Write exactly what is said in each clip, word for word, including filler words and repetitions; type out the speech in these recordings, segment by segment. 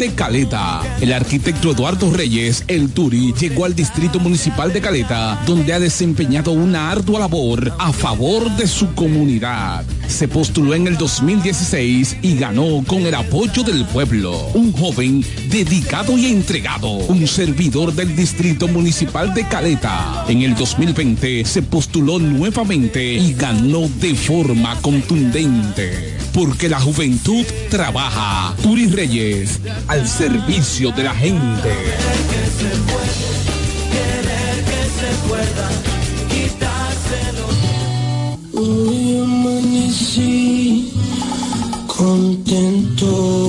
de Caleta. El arquitecto Eduardo Reyes, el Turi, llegó al Distrito Municipal de Caleta, donde ha desempeñado una ardua labor a favor de su comunidad. Se postuló en el dos mil dieciséis y ganó con el apoyo del pueblo. Un joven dedicado y entregado, un servidor del Distrito Municipal de Caleta. En el dos mil veinte se postuló nuevamente y ganó de forma contundente. Porque la juventud trabaja. Turi Reyes, al servicio de la gente. Hoy amanecí contento.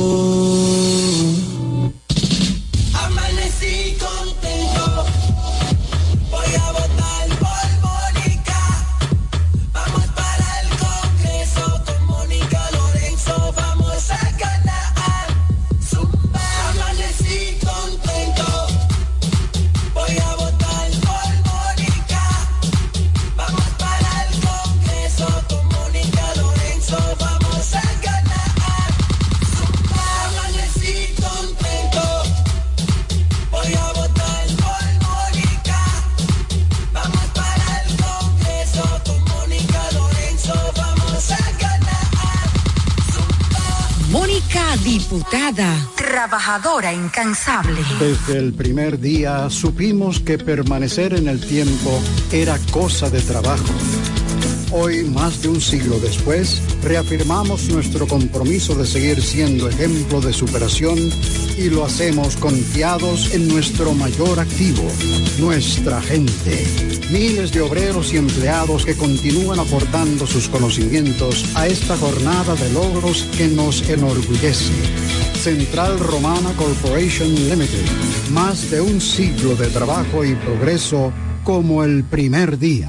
Amanecí contento. Voy a votar por Mónica. Vamos para el Congreso con Mónica Lorenzo. Vamos a ganar. Zumba. Amanecí contento. Voy a votar por Mónica. Vamos para el Congreso con Mónica Lorenzo. Vamos a ganar. Zumba. Amanecí contento. Voy a votar por Mónica. Vamos para el Congreso con Mónica Lorenzo. Vamos a ganar. Zumba. Mónica, diputada, trabajadora incansable. Desde el primer día supimos que permanecer en el tiempo era cosa de trabajo. Hoy, más de un siglo después, reafirmamos nuestro compromiso de seguir siendo ejemplo de superación y lo hacemos confiados en nuestro mayor activo, nuestra gente. Miles de obreros y empleados que continúan aportando sus conocimientos a esta jornada de logros que nos enorgullece. Central Romana Corporation Limited. Más de un siglo de trabajo y progreso como el primer día.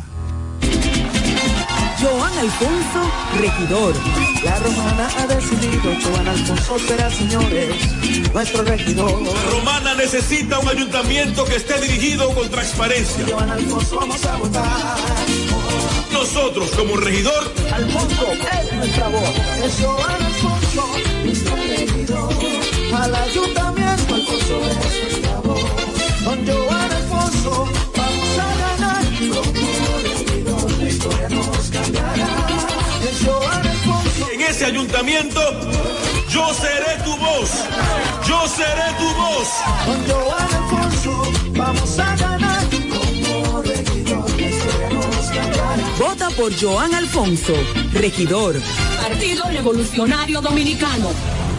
Joan Alfonso, regidor. La Romana ha decidido, Joan Alfonso será, señores, nuestro regidor. La Romana necesita un ayuntamiento que esté dirigido con transparencia. Joan Alfonso vamos a votar. Nosotros, como regidor, Alfonso es nuestra voz. Es Joan Alfonso, nuestro regidor. Al ayuntamiento, Alfonso es nuestra voz. Con Joan Alfonso vamos a ganar. Como regidor, la historia nos cambiará. Es Joan Alfonso. En ese ayuntamiento, yo seré tu voz. Yo seré tu voz. Con Joan Alfonso vamos a ganar. Como regidor, la historia nos cambiará. Vota por Joan Alfonso, regidor. Partido Revolucionario Dominicano.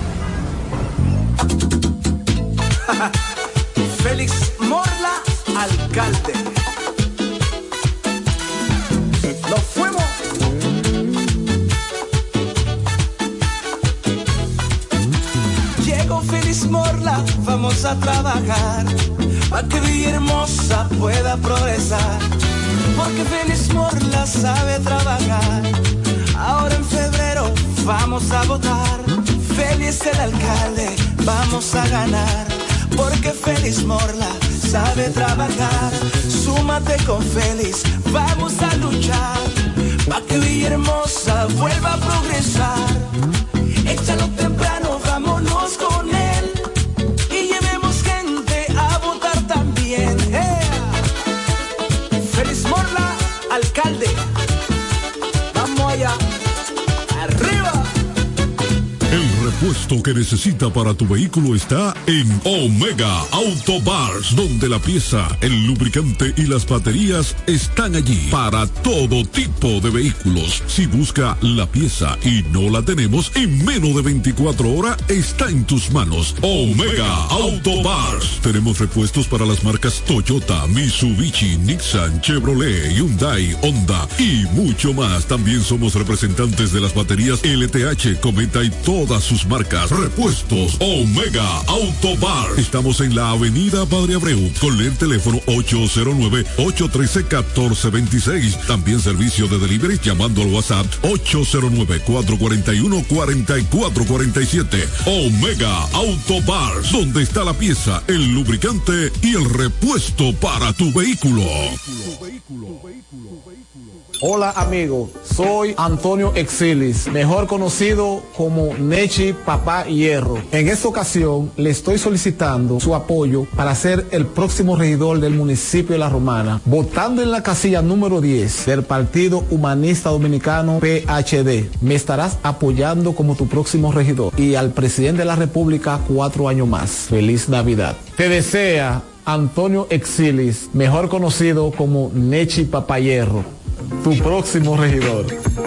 Félix Morla, alcalde. Nos fuimos. Llegó Félix Morla, vamos a trabajar para que Villahermosa pueda progresar. Porque Félix Morla sabe trabajar. Ahora en febrero vamos a votar. Félix el alcalde, vamos a ganar. Porque Félix Morla sabe trabajar. Súmate con Félix, vamos a luchar para que Villahermosa vuelva a progresar. Échalo temprano, vámonos con él y llevemos gente a votar también. ¡Hey! Félix Morla, alcalde. Vamos allá. Arriba. El repuesto que necesita para tu vehículo está en Omega Auto Bars, donde la pieza, el lubricante y las baterías están allí para todo tipo de vehículos. Si busca la pieza y no la tenemos, en menos de veinticuatro horas está en tus manos. Omega Auto Bars. Tenemos repuestos para las marcas Toyota, Mitsubishi, Nissan, Chevrolet, Hyundai, Honda y mucho más. También somos representantes de las baterías L T H, Cometa y todas sus marcas. Repuestos Omega Auto Bar. Estamos en la avenida Padre Abreu con el teléfono ocho cero nueve, ocho uno tres, uno cuatro dos seis. También servicio de delivery llamando al WhatsApp ocho cero nueve, cuatro cuatro uno, cuatro cuatro cuatro siete. Omega Auto Bar, donde está la pieza, el lubricante y el repuesto para tu vehículo. Tu vehículo, tu vehículo, tu vehículo. Hola amigo, soy Antonio Exilis, mejor conocido como Nechi Papá Hierro. En esta ocasión le estoy solicitando su apoyo para ser el próximo regidor del municipio de La Romana, votando en la casilla número diez del Partido Humanista Dominicano P H D. Me estarás apoyando como tu próximo regidor y al presidente de la República cuatro años más. Feliz Navidad. Te desea Antonio Exilis, mejor conocido como Nechi Papá Hierro, tu próximo regidor.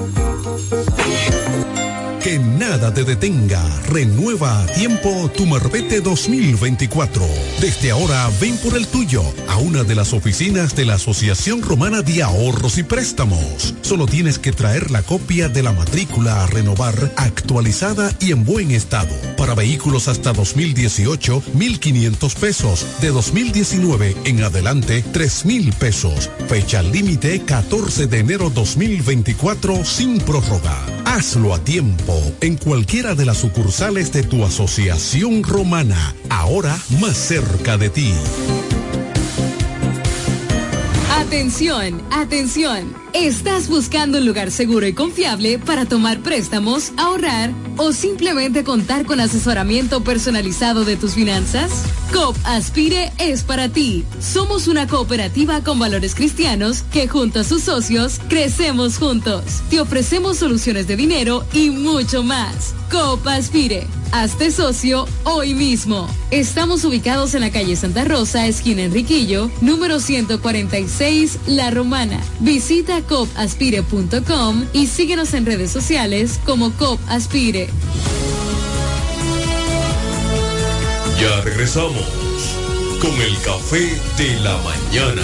Que nada te detenga. Renueva a tiempo tu Marbete dos mil veinticuatro. Desde ahora ven por el tuyo a una de las oficinas de la Asociación Romana de Ahorros y Préstamos. Solo tienes que traer la copia de la matrícula a renovar, actualizada y en buen estado. Para vehículos hasta dos mil dieciocho, mil quinientos pesos. De dos mil diecinueve en adelante, tres mil pesos. Fecha límite catorce de enero dos mil veinticuatro sin prórroga. Hazlo a tiempo en cualquiera de las sucursales de tu Asociación Romana, ahora más cerca de ti. Atención, atención. ¿Estás buscando un lugar seguro y confiable para tomar préstamos, ahorrar o simplemente contar con asesoramiento personalizado de tus finanzas? Coop Aspire es para ti. Somos una cooperativa con valores cristianos que junto a sus socios crecemos juntos. Te ofrecemos soluciones de dinero y mucho más. Coop Aspire. Hazte socio hoy mismo. Estamos ubicados en la calle Santa Rosa, esquina Enriquillo, número ciento cuarenta y seis, La Romana. Visita coop aspire punto com y síguenos en redes sociales como Coop Aspire. Ya regresamos con el café de la mañana.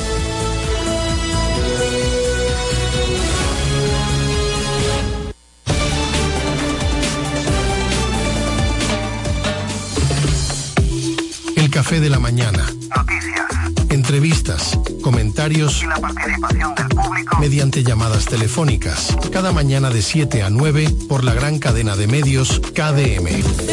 El café de la mañana. Noticias. Entrevistas, comentarios y la participación del público mediante llamadas telefónicas. Cada mañana de siete a nueve por la gran cadena de medios K D M.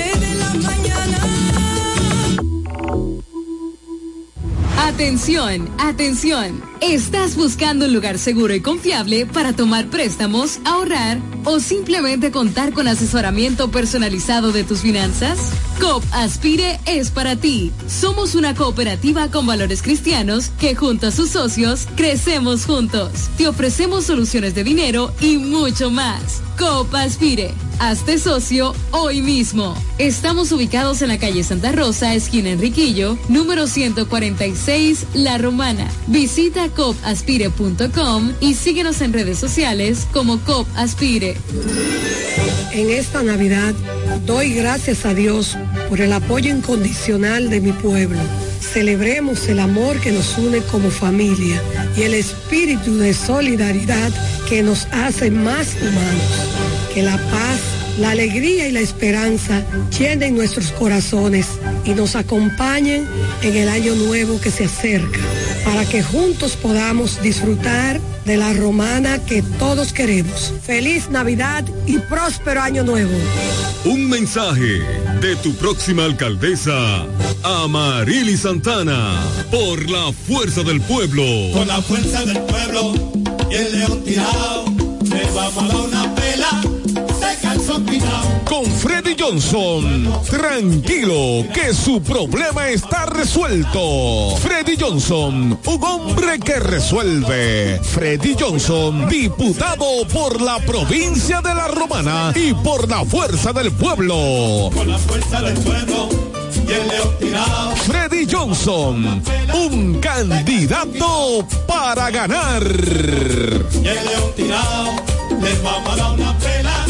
Atención, atención. ¿Estás buscando un lugar seguro y confiable para tomar préstamos, ahorrar o simplemente contar con asesoramiento personalizado de tus finanzas? Coop Aspire es para ti. Somos una cooperativa con valores cristianos que junto a sus socios crecemos juntos. Te ofrecemos soluciones de dinero y mucho más. Coop Aspire. Hazte socio hoy mismo. Estamos ubicados en la calle Santa Rosa, esquina Enriquillo, número ciento cuarenta y seis, La Romana. Visita coop aspire punto com y síguenos en redes sociales como Coop Aspire. En esta Navidad doy gracias a Dios por el apoyo incondicional de mi pueblo. Celebremos el amor que nos une como familia y el espíritu de solidaridad que nos hace más humanos. Que la paz, la alegría y la esperanza llenen nuestros corazones y nos acompañen en el año nuevo que se acerca, para que juntos podamos disfrutar de la romana que todos queremos. Feliz Navidad y próspero año nuevo. Un mensaje de tu próxima alcaldesa, Amarili Santana, por la fuerza del pueblo. Por la fuerza del pueblo y el león tirado, le vamos a dar una pela. Con Freddy Johnson, tranquilo que su problema está resuelto. Freddy Johnson, un hombre que resuelve. Freddy Johnson, diputado por la provincia de La Romana y por la fuerza del pueblo. Por la fuerza del pueblo y el león tirado. Freddy Johnson, un candidato para ganar. Y el león tirado, les vamos a dar una pela.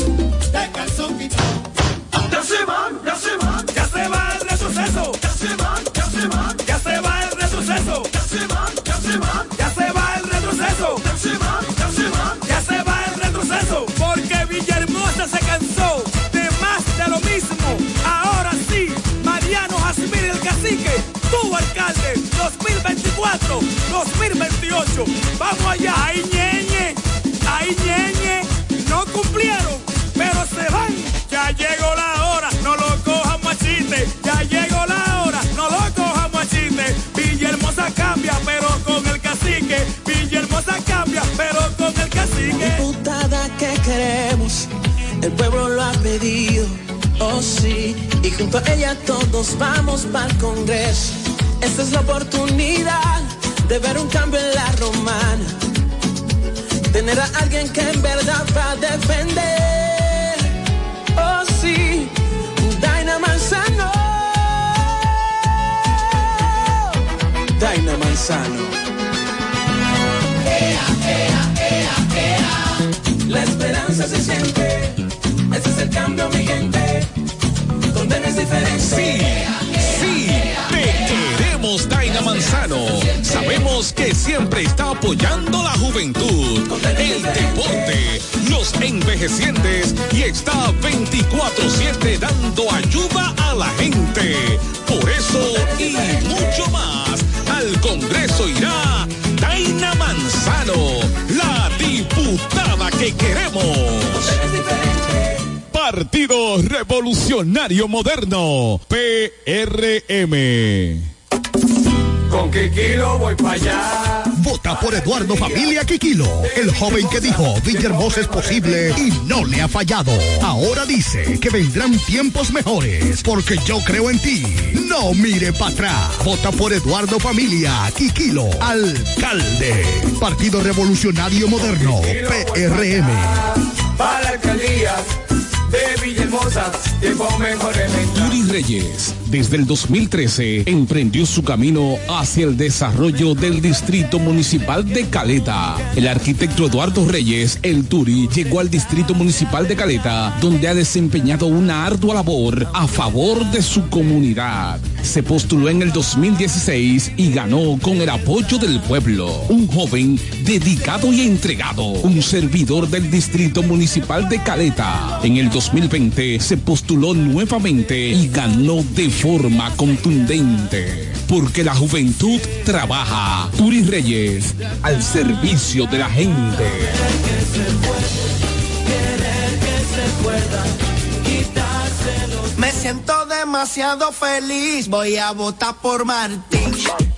Ya se van, ya se van, ya se va el retroceso. Ya se van, ya se van, ya se va el retroceso. Ya se van, ya se van, ya se va el retroceso. Ya se van, ya se van, ya se va el retroceso. Porque Villahermosa se cansó de más de lo mismo. Ahora sí, Mariano Jazmín el cacique, tu alcalde, dos mil veinticuatro, dos mil veintiocho. Vamos allá, ahí ñeñe, ahí ñeñe, no cumplieron. Pero se van, ya llegó la hora, no lo cojamos a chiste, ya llegó la hora, no lo cojamos a chiste. Villahermosa cambia, pero con el cacique, Villahermosa cambia, pero con el ha pedido, oh sí, y junto a ella todos vamos para el Congreso. Esta es la oportunidad de ver un cambio en la Romana, tener a alguien que en verdad va a defender, oh sí, Daina Manzano, Daina Manzano. Ea, ea, ea, ea. La esperanza se siente, ese es el cambio, mi gente, donde no es diferente. Sí, sí, te queremos, Daina Manzano. Sabemos que siempre está apoyando la juventud, el deporte, los envejecientes y está veinticuatro siete dando ayuda a la gente. Por eso y mucho más, al Congreso irá Daina Manzano, la diputada que queremos. Partido Revolucionario Moderno, P R M. Con Kikilo voy para allá. Vota por Eduardo Familia Kikilo, el joven que dijo Villahermosa es posible y no le ha fallado. Ahora dice que vendrán tiempos mejores, porque yo creo en ti. No mire para atrás. Vota por Eduardo Familia Kikilo, alcalde. Partido Revolucionario Moderno, P R M. Para la alcaldía de Villahermosa, tiempo mejor en Turi Reyes, desde el dos mil trece, emprendió su camino hacia el desarrollo del Distrito Municipal de Caleta. El arquitecto Eduardo Reyes, el Turi, llegó al Distrito Municipal de Caleta, donde ha desempeñado una ardua labor a favor de su comunidad. Se postuló en el dos mil dieciséis y ganó con el apoyo del pueblo. Un joven dedicado y entregado, un servidor del Distrito Municipal de Caleta. En el dos mil veinte se postuló nuevamente y ganó de forma contundente. Porque la juventud trabaja. Turi Reyes, al servicio de la gente. Me siento demasiado feliz, voy a votar por Martín.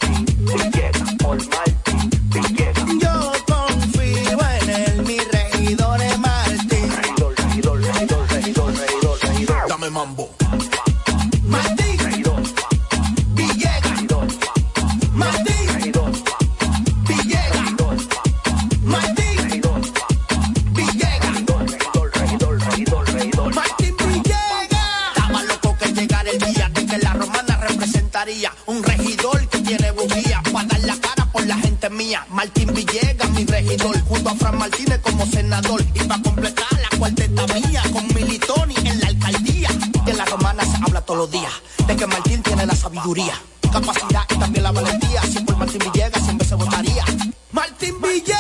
Yo confío en él, mi regidor es Martín. Regidor, regidor, regidor, regidor, regidor, regidor. Dame mambo. Martín. Regidor. Villegas. Regidor. Martín. Regidor. Villegas. Regidor. Martín. Regidor. Villegas. Regidor, regidor, regidor, regidor. Martín Villegas. Estaba loco que llegara el día de que la romana representaría un regidor que tiene bujía para dar la cara por la gente mía. Martín Villegas, mi regidor, junto a Fran Martínez como senador y para completar la cuarteta mía con Militoni en la alcaldía. Y en la romana se habla todos los días de que Martín tiene la sabiduría, capacidad y también la valentía. Si por Martín Villegas siempre se votaría. Martín Villegas.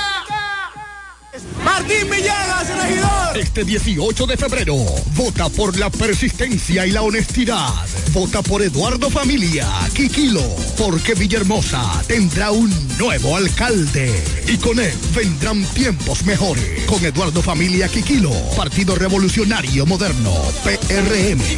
Martín Villegas, regidor. Este dieciocho de febrero, vota por la persistencia y la honestidad. Vota por Eduardo Familia Kikilo, porque Villahermosa tendrá un nuevo alcalde. Y con él vendrán tiempos mejores. Con Eduardo Familia Kikilo, Partido Revolucionario Moderno, P R M.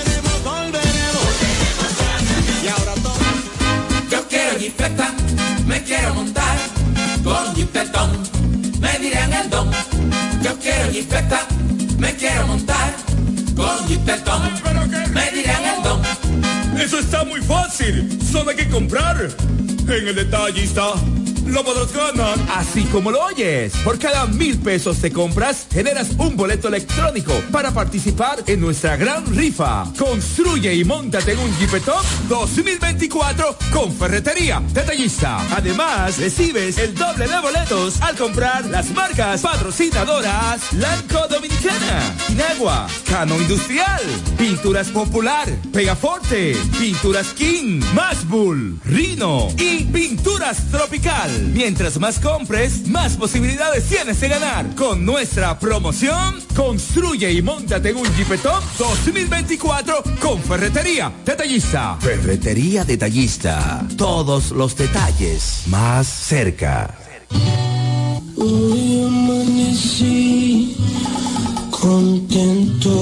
Yo quiero jipeta, me quiero montar con jipetón, me dirán el don. Yo quiero jipeta, me quiero montar con jipetón, me dirán el don. Eso está muy fácil, solo hay que comprar. En el Detallista lo podrás ganar. Así como lo oyes, por cada mil pesos que compras, generas un boleto electrónico para participar en nuestra gran rifa. Construye y móntate en un Jeepetop dos mil veinticuatro con Ferretería Detallista. Además, recibes el doble de boletos al comprar las marcas patrocinadoras Lanco Dominicana, Inagua, Cano Industrial, Pinturas Popular, Pegaforte, Pinturas King, Mashbull, Rino y Pinturas Tropical. Mientras más compres, más posibilidades tienes de ganar. Con nuestra promoción, construye y móntate en un Jeepetop dos mil veinticuatro con Ferretería Detallista. Ferretería Detallista. Todos los detalles más cerca. Hoy amanecí contento.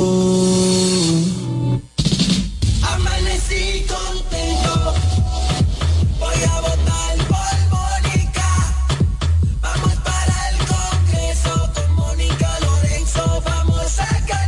Amanecí contento. Voy a votar por Mónica. Vamos para el Congreso con Mónica Lorenzo. Vamos a ganar.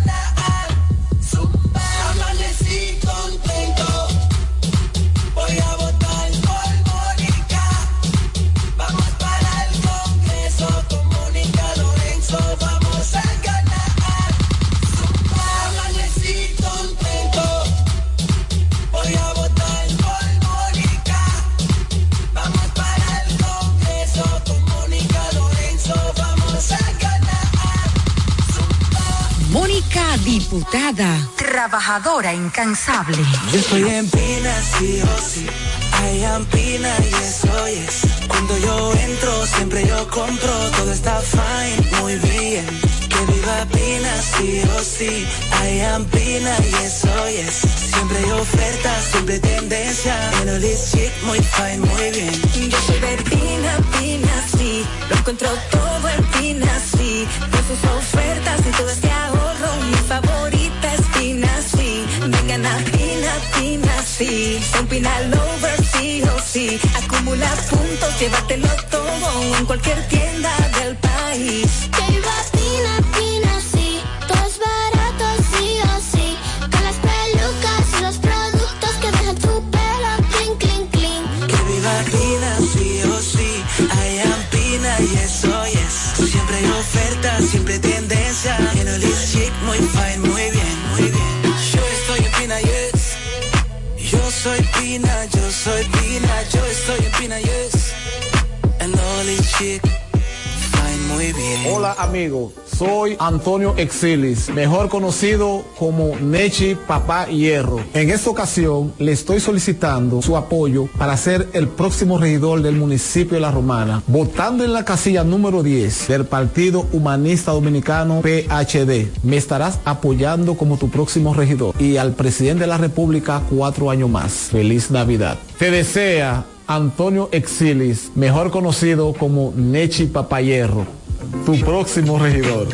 diputada, trabajadora incansable. Yo estoy en Pina, sí o sí. I am Pina y eso es. Cuando yo entro, siempre yo compro. Todo está fine, muy bien. Que viva Pina, sí o sí. I am Pina y eso es. Siempre hay ofertas, siempre tendencia. En el chic, muy fine, muy bien. Yo soy de Pina, Pina, sí. Lo encuentro todo en Pina, sí. Con sus ofertas y todo este ahorro. Mi favorita es Pina, sí. Vengan a Pina, Pina, sí. Son Pina Lovers, sí o sí. Acumula puntos, llévatelo todo en cualquier tienda del país. Que viva Pina, Pina, sí. Todo es barato, sí o sí. Con las pelucas y los productos que dejan tu pelo clean, clean, clean. Que viva Pina, sí o sí. I am Pina y eso es. Siempre hay ofertas, siempre tendencia. En el chic, muy fine, muy bien, muy bien. Yo estoy en Pina, yes. Yo soy Pina, yo soy Pina, yo estoy en Pina, yes. And all is chic, fine, muy bien. Hola amigo, soy Antonio Exilis, mejor conocido como Nechi Papá Hierro. En esta ocasión le estoy solicitando su apoyo para ser el próximo regidor del municipio de La Romana, votando en la casilla número diez del Partido Humanista Dominicano P H D. Me estarás apoyando como tu próximo regidor y al presidente de la República cuatro años más. Feliz Navidad. Te desea Antonio Exilis, mejor conocido como Nechi Papá Hierro, tu próximo regidor.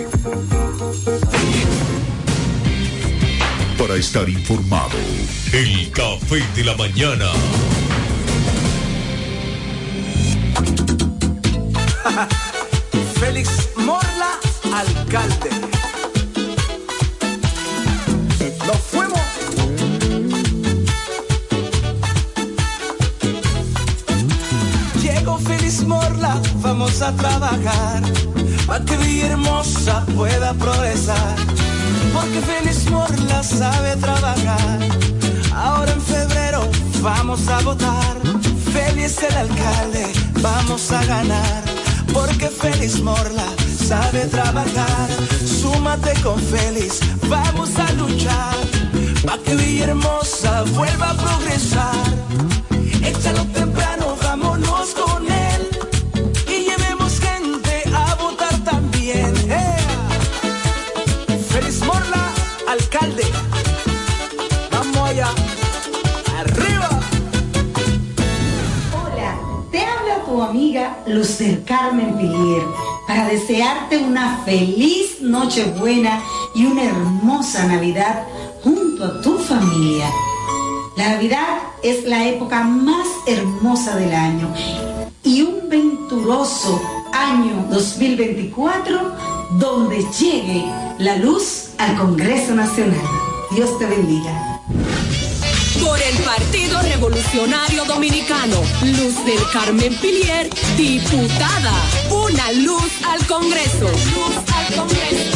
Para estar informado, el café de la mañana. Félix Morla, alcalde. Nos fuimos. Llegó Félix Morla, vamos a trabajar. Pa' que Villahermosa pueda progresar. Porque Félix Morla sabe trabajar. Ahora en febrero vamos a votar. Félix el alcalde, vamos a ganar. Porque Félix Morla sabe trabajar. Súmate con Félix, vamos a luchar. Pa' que Villahermosa vuelva a progresar. Échalo temprano, vámonos con él. Y llevemos gente a votar también. ¡Hey! Félix Morla, alcalde. Vamos allá. Arriba. Hola, te habla tu amiga Luz del Carmen Pilier para desearte una feliz Nochebuena y una hermosa Navidad junto a tu familia. La Navidad es la época más hermosa del año y un venturoso año dos mil veinticuatro donde llegue la luz al Congreso Nacional. Dios te bendiga. Por el Partido Revolucionario Dominicano, Luz del Carmen Pilier, diputada. Una luz al Congreso. Luz al Congreso.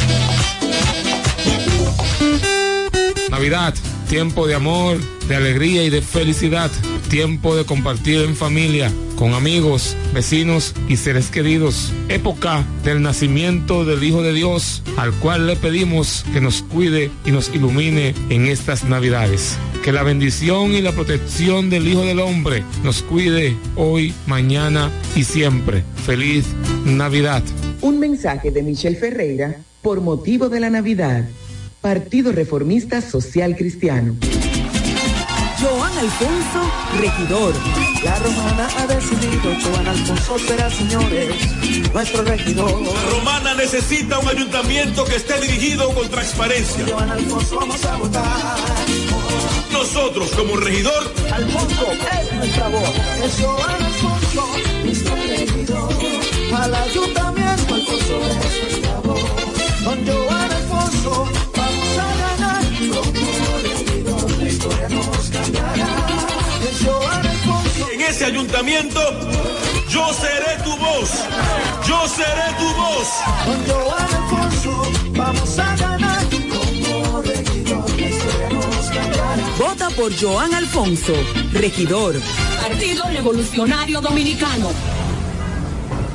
Navidad, tiempo de amor, de alegría y de felicidad. Tiempo de compartir en familia, con amigos, vecinos y seres queridos. Época del nacimiento del Hijo de Dios, al cual le pedimos que nos cuide y nos ilumine en estas Navidades. Que la bendición y la protección del Hijo del Hombre nos cuide hoy, mañana y siempre. Feliz Navidad. Un mensaje de Michelle Ferreira por motivo de la Navidad. Partido Reformista Social Cristiano. Joan Alfonso, regidor. La Romana ha decidido, Joan Alfonso será, señores, nuestro regidor. La Romana necesita un ayuntamiento que esté dirigido con transparencia. Joan Alfonso vamos a votar. Nosotros como regidor, Alfonso es nuestra voz. Es Joan Alfonso, nuestro regidor. Al ayuntamiento Alfonso es nuestra voz. Con Joan Alfonso vamos a ganar. Como regidor la historia nos cambiará. Es Joan Alfonso. En ese ayuntamiento yo seré tu voz. Yo seré tu voz. Con Joan Alfonso vamos a ganar. Como regidor la historia nos cambiará. Vota por Joan Alfonso, regidor. Partido Revolucionario Dominicano.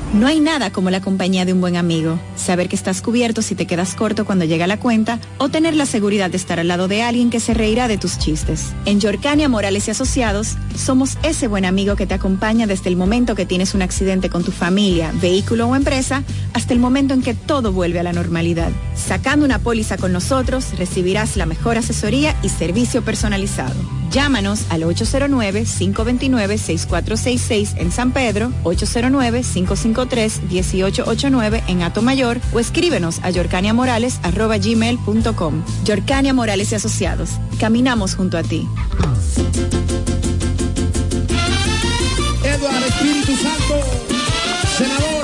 No hay nada como la compañía de un buen amigo. Saber que estás cubierto si te quedas corto cuando llega la cuenta o tener la seguridad de estar al lado de alguien que se reirá de tus chistes. En Yorcania Morales y Asociados somos ese buen amigo que te acompaña desde el momento que tienes un accidente con tu familia, vehículo o empresa hasta el momento en que todo vuelve a la normalidad. Sacando una póliza con nosotros recibirás la mejor asesoría y servicio personalizado. Llámanos al ocho cero nueve, cinco dos nueve, seis cuatro seis seis en San Pedro, ocho cero nueve, cinco cinco tres, uno ocho ocho nueve en Atomayor o escríbenos a yorcaniamorales arroba gmail punto com. Yorcania Morales y Asociados. Caminamos junto a ti. Eduardo Espíritu Santo, senador.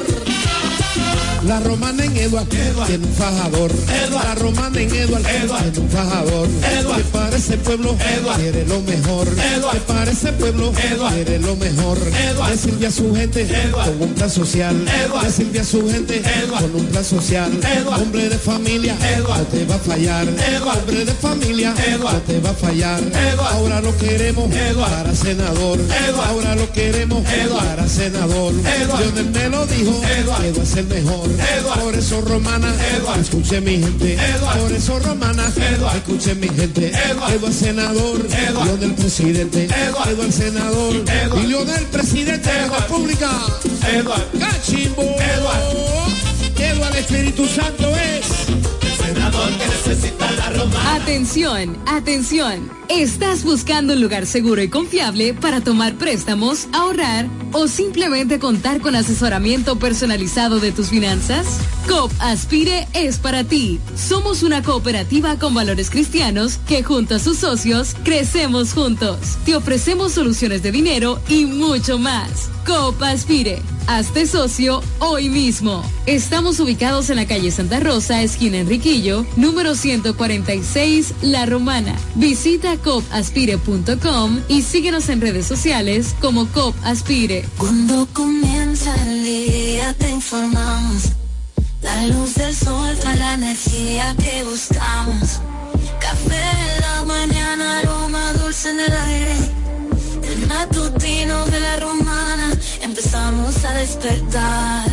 La romana en Eduard, Eduard tiene un fajador. Eduard. La romana en Eduard, Eduard tiene un fajador. Eduard. Que para ese pueblo Eduard quiere lo mejor. Eduard. Que para ese pueblo Eduard quiere lo mejor. Eduard. Que sirve a su gente Eduard con un plan social. Eduard. Que sirve a su gente Eduard con un plan social. Eduard. Hombre de familia Eduard no te va a fallar. Eduard. Hombre de familia Eduard no te va a fallar. Eduard. Ahora lo queremos Eduard para senador. Eduard. Ahora lo queremos Eduard para senador. Eduard. Lionel me lo dijo Eduard que va a ser mejor. Eduard. Por eso romana, Eduard, escuche mi gente. Eduard. Por eso romana, Eduard, escuche mi gente. Eduard, Eduard senador, Eduard, Lionel presidente. Eduard, Eduard senador, Eduard, y Lionel presidente Eduard de la República. Eduard, Cachimbo. Eduard, Eduard Espíritu Santo es senador que necesita la romana. Atención, atención. ¿Estás buscando un lugar seguro y confiable para tomar préstamos, ahorrar o simplemente contar con asesoramiento personalizado de tus finanzas? Coop Aspire es para ti. Somos una cooperativa con valores cristianos que junto a sus socios crecemos juntos. Te ofrecemos soluciones de dinero y mucho más. Coop Aspire. Hazte socio hoy mismo. Estamos ubicados en la calle Santa Rosa, esquina Enriquillo, número ciento cuarenta y seis, La Romana. Visita coop aspire punto com y síguenos en redes sociales como Coop Aspire. Cuando comienza el día te informamos. La luz del sol para la energía que buscamos. Café en la mañana, aroma dulce en el aire. El matutino de la romana, empezamos a despertar,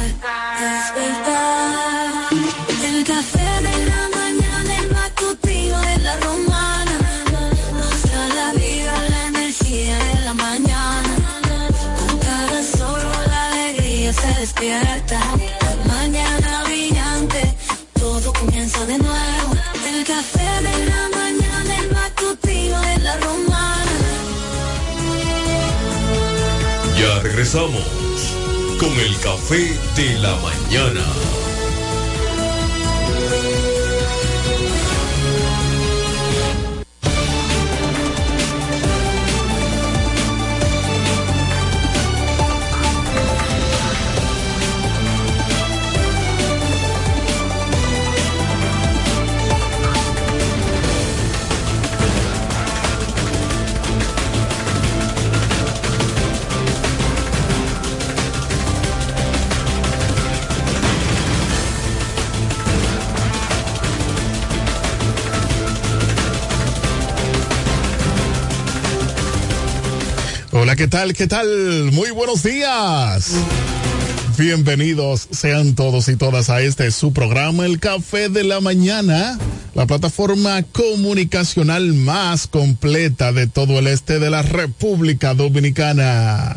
despertar. El café de la mañana, el matutino de la romana, nos da la vida, la energía de la mañana. Con cada sorbo la alegría se despierta. Mañana brillante, todo comienza de nuevo. El café de la mañana, el matutino de la romana. Ya regresamos con el café de la mañana. Hola, ¿qué tal? ¿Qué tal? Muy buenos días. Bienvenidos sean todos y todas a este su programa, El Café de la Mañana, la plataforma comunicacional más completa de todo el este de la República Dominicana.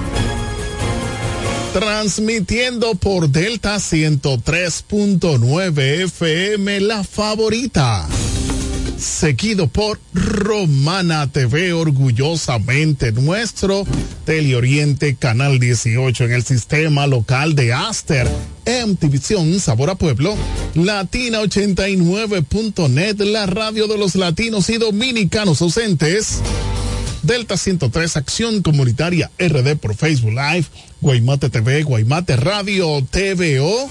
Transmitiendo por Delta ciento tres punto nueve F M, La Favorita. Seguido por Romana T V, orgullosamente nuestro, Teleoriente, Canal dieciocho en el sistema local de Aster, Mtivisión, Sabor a Pueblo, Latina ochenta y nueve punto net, la radio de los latinos y dominicanos ausentes, Delta ciento tres, Acción Comunitaria R D por Facebook Live, Guaymate T V, Guaymate Radio T V O,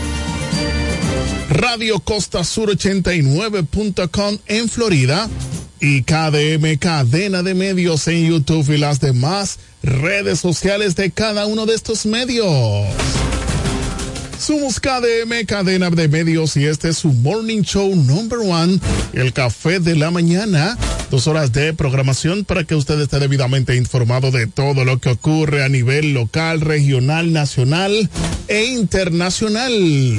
Radio Costa Sur ochenta y nueve punto com en Florida y K D M, cadena de medios en YouTube y las demás redes sociales de cada uno de estos medios. Somos K D M, cadena de medios, y este es su Morning Show Number One, El Café de la Mañana, Dos horas de programación para que usted esté debidamente informado de todo lo que ocurre a nivel local, regional, nacional e internacional.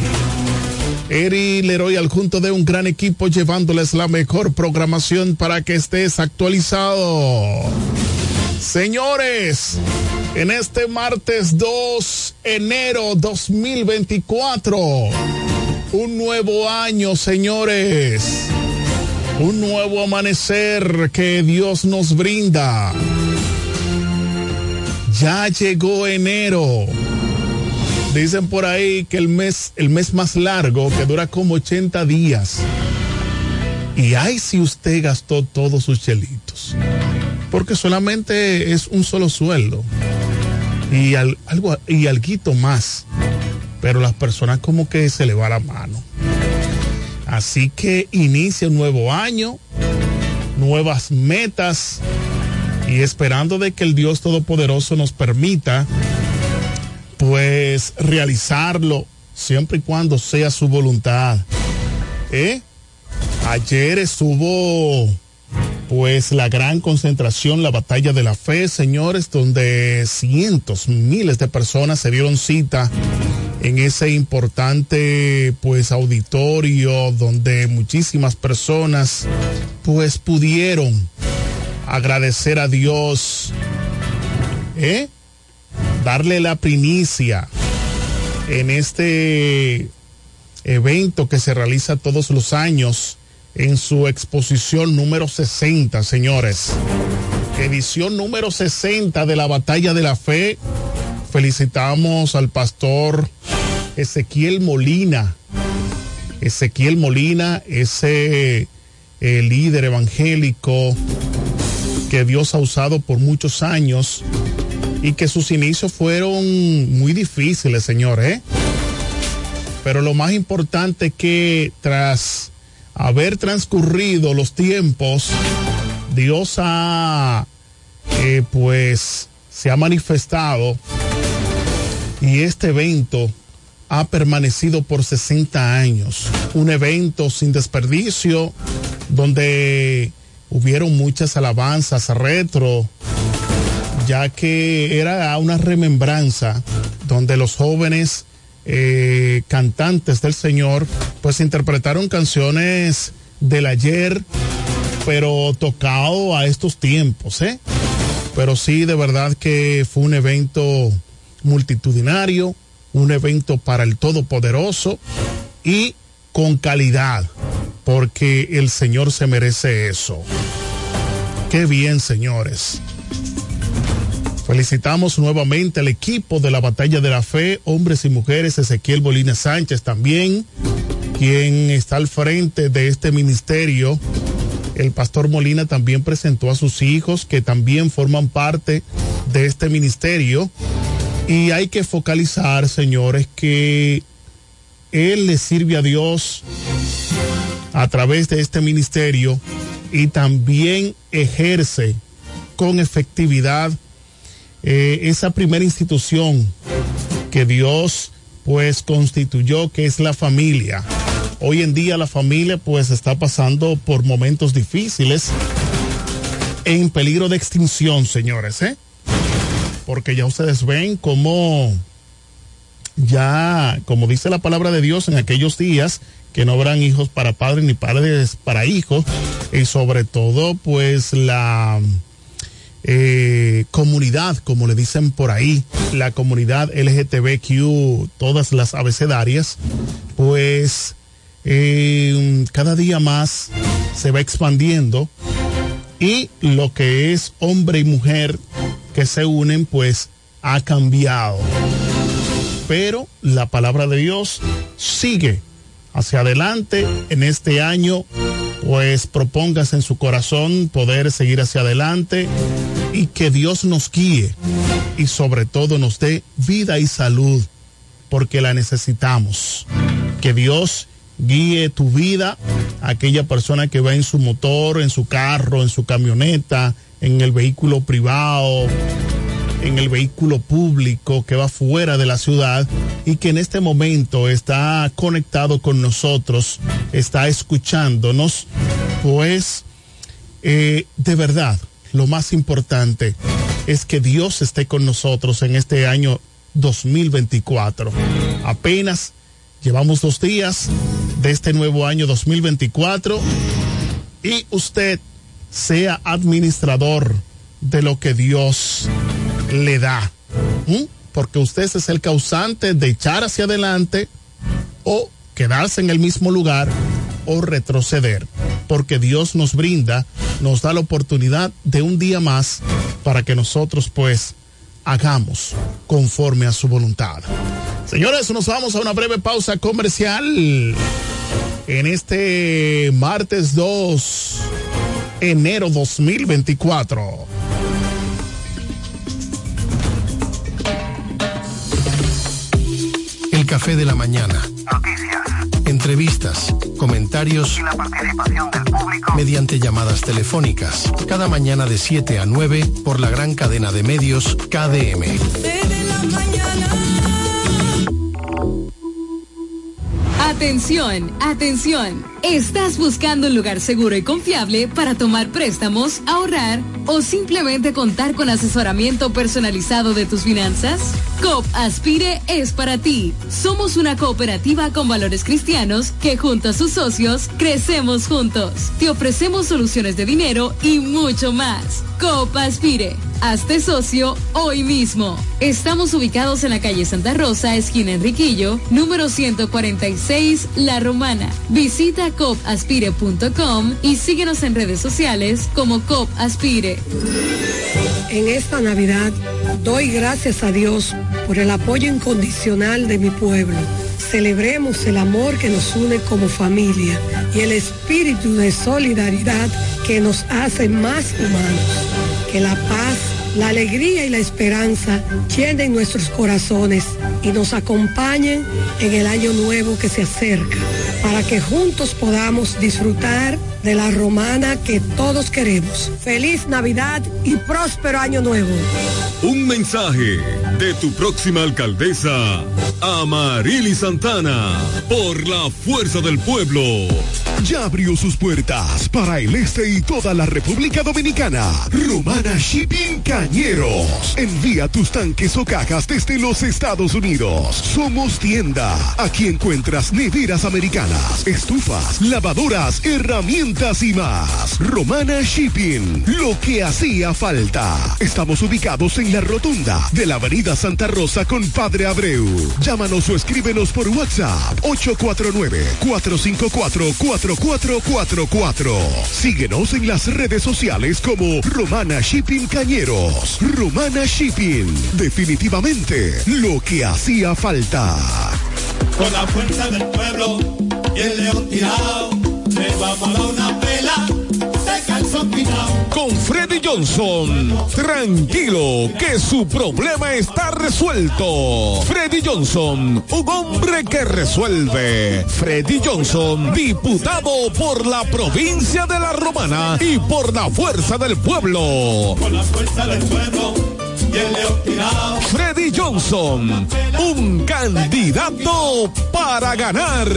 Eri Leroy al junto de un gran equipo llevándoles la mejor programación para que estés actualizado. Señores, en este martes dos de enero dos mil veinticuatro, un nuevo año, señores. Un nuevo amanecer que Dios nos brinda. Ya llegó enero. Dicen por ahí que el mes, el mes más largo, que dura como ochenta días. Y ay, si usted gastó todos sus chelitos. Porque solamente es un solo sueldo. Y al, algo, y alguito más. Pero las personas como que se le va la mano. Así que inicia un nuevo año, nuevas metas y esperando de que el Dios Todopoderoso nos permita pues realizarlo siempre y cuando sea su voluntad. ¿Eh? Ayer estuvo pues la gran concentración, la batalla de la fe, señores, donde cientos, miles de personas se dieron cita en ese importante pues auditorio donde muchísimas personas pues pudieron agradecer a Dios, ¿eh? Darle la primicia en este evento que se realiza todos los años en su exposición número sesenta, señores. Edición número sesenta de la Batalla de la Fe. Felicitamos al pastor Ezequiel Molina. Ezequiel Molina, ese eh, líder evangélico que Dios ha usado por muchos años y que sus inicios fueron muy difíciles, señor, ¿eh? Pero lo más importante es que tras haber transcurrido los tiempos, Dios ha, eh, pues, se ha manifestado. Y este evento ha permanecido por sesenta años. Un evento sin desperdicio, donde hubieron muchas alabanzas retro, ya que era una remembranza donde los jóvenes eh, cantantes del Señor pues interpretaron canciones del ayer, pero tocado a estos tiempos, ¿eh? Pero sí, de verdad que fue un evento multitudinario, un evento para el Todopoderoso y con calidad, porque el Señor se merece eso. Qué bien, señores. Felicitamos nuevamente al equipo de la Batalla de la Fe, hombres y mujeres, Ezequiel Molina Sánchez también, quien está al frente de este ministerio. El pastor Molina también presentó a sus hijos que también forman parte de este ministerio. Y hay que focalizar, señores, que él le sirve a Dios a través de este ministerio y también ejerce con efectividad eh, esa primera institución que Dios pues constituyó, que es la familia. Hoy en día la familia pues está pasando por momentos difíciles, en peligro de extinción, señores, ¿eh? Porque ya ustedes ven cómo ya, como dice la palabra de Dios, en aquellos días que no habrán hijos para padres ni padres para hijos, y sobre todo pues la eh, comunidad, como le dicen por ahí, la comunidad L G B T Q, todas las abecedarias, pues eh, cada día más se va expandiendo, y lo que es hombre y mujer que se unen pues ha cambiado, pero la palabra de Dios sigue hacia adelante. En este año pues propóngase en su corazón poder seguir hacia adelante y que Dios nos guíe y sobre todo nos dé vida y salud, porque la necesitamos. Que Dios guíe tu vida, aquella persona que va en su motor, en su carro, en su camioneta, en el vehículo privado, en el vehículo público que va fuera de la ciudad y que en este momento está conectado con nosotros, está escuchándonos, pues Eh, de verdad, lo más importante es que Dios esté con nosotros en este año dos mil veinticuatro. Apenas llevamos dos días de este nuevo año dos mil veinticuatro y usted sea administrador de lo que Dios le da. ¿Mm? Porque usted es el causante de echar hacia adelante o quedarse en el mismo lugar o retroceder. Porque Dios nos brinda, nos da la oportunidad de un día más para que nosotros pues hagamos conforme a su voluntad. Señores, nos vamos a una breve pausa comercial en este martes dos de enero dos mil veinticuatro. El café de la mañana. Noticias. Entrevistas, comentarios y la participación del público mediante llamadas telefónicas. Cada mañana de siete a nueve por la gran cadena de medios K D M. Atención, atención. ¿Estás buscando un lugar seguro y confiable para tomar préstamos, ahorrar o simplemente contar con asesoramiento personalizado de tus finanzas? Coop Aspire es para ti. Somos una cooperativa con valores cristianos que junto a sus socios crecemos juntos. Te ofrecemos soluciones de dinero y mucho más. Coop Aspire. Hazte socio hoy mismo. Estamos ubicados en la calle Santa Rosa, esquina Enriquillo, número ciento cuarenta y seis, La Romana. Visita coop aspire punto com y síguenos en redes sociales como Coop Aspire. En esta Navidad doy gracias a Dios por el apoyo incondicional de mi pueblo. Celebremos el amor que nos une como familia y el espíritu de solidaridad que nos hace más humanos. Que la paz, la alegría y la esperanza llenen nuestros corazones y nos acompañen en el año nuevo que se acerca, para que juntos podamos disfrutar de la romana que todos queremos. Feliz Navidad y próspero año nuevo. Un mensaje de tu próxima alcaldesa, Amarili Santana, por la fuerza del pueblo. Ya abrió sus puertas para el este y toda la República Dominicana. Romana Shipping Cañeros. Envía tus tanques o cajas desde los Estados Unidos. Somos tienda. Aquí encuentras neveras americanas, estufas, lavadoras, herramientas y más. Romana Shipping. Lo que hacía falta. Estamos ubicados en la rotunda de la avenida Santa Rosa con Padre Abreu. Llámanos o escríbenos por WhatsApp ocho cuatro nueve, cuatro cinco cuatro, cuatro cuatro cuatro cuatro. Síguenos en las redes sociales como Romana Shipping Cañeros. Romana Shipping, definitivamente lo que hacía falta. Con la fuerza del pueblo y el león tirado, le vamos a dar una pela de calzón pinado. Con Freddy Johnson, tranquilo que su problema está resuelto. Freddy Johnson, un hombre que resuelve. Freddy Johnson, diputado por la provincia de La Romana y por la fuerza del pueblo. Con la fuerza del pueblo y el león tirado. Freddy Johnson, un candidato para ganar.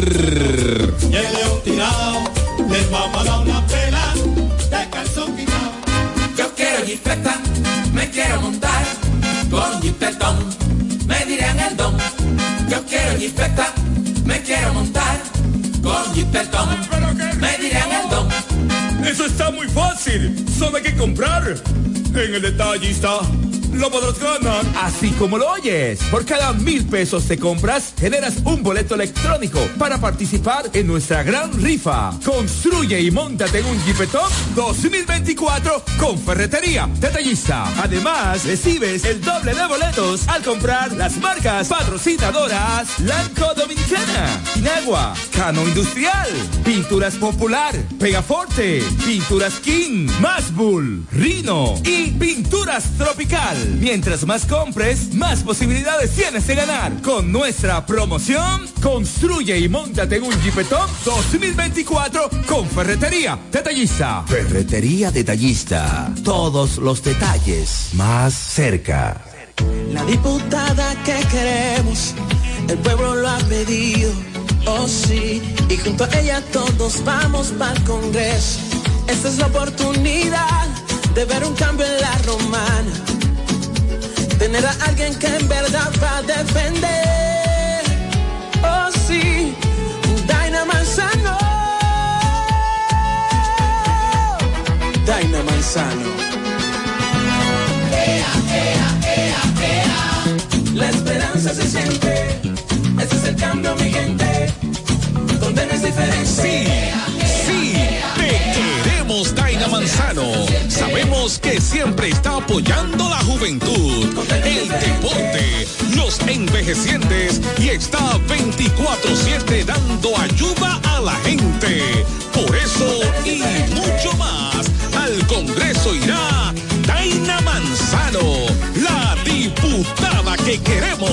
Y el león tirado, les vamos a dar una pela de calzón pinado. Yo quiero jipeta, me quiero montar con jipetón, me dirán el don. Yo quiero jipeta, me quiero montar con jipetón, me dirán el don. Eso está muy fácil, solo hay que comprar en el detallista. Lo podrás ganar. Así como lo oyes. Por cada mil pesos te compras, generas un boleto electrónico para participar en nuestra gran rifa. Construye y móntate en un Jeepetop dos mil veinticuatro con Ferretería Detallista. Además, recibes el doble de boletos al comprar las marcas patrocinadoras Lanco Dominicana, Inagua, Cano Industrial, Pinturas Popular, Pegaforte, Pinturas King, Masbull, Rino y Pinturas Tropical. Mientras más compres, más posibilidades tienes de ganar. Con nuestra promoción, construye y móntate en un Jeepetop dos mil veinticuatro con Ferretería Detallista. Ferretería Detallista. Todos los detalles más cerca. La diputada que queremos, el pueblo lo ha pedido, oh sí, y junto a ella todos vamos para el Congreso. Esta es la oportunidad de ver un cambio en la Romana. Tener a alguien que en verdad va a defender. Oh sí, Daina Manzano. Daina Manzano. Ea, ea, ea, ea. La esperanza se siente. Este es el cambio, mi gente. Donde no es diferente. Sí, sí, te queremos, Daina Manzano. Sabemos que siempre está apoyando la juventud, el deporte, los envejecientes y está veinticuatro siete dando ayuda a la gente. Por eso y mucho más, al Congreso irá Daina Manzano, la diputada que queremos.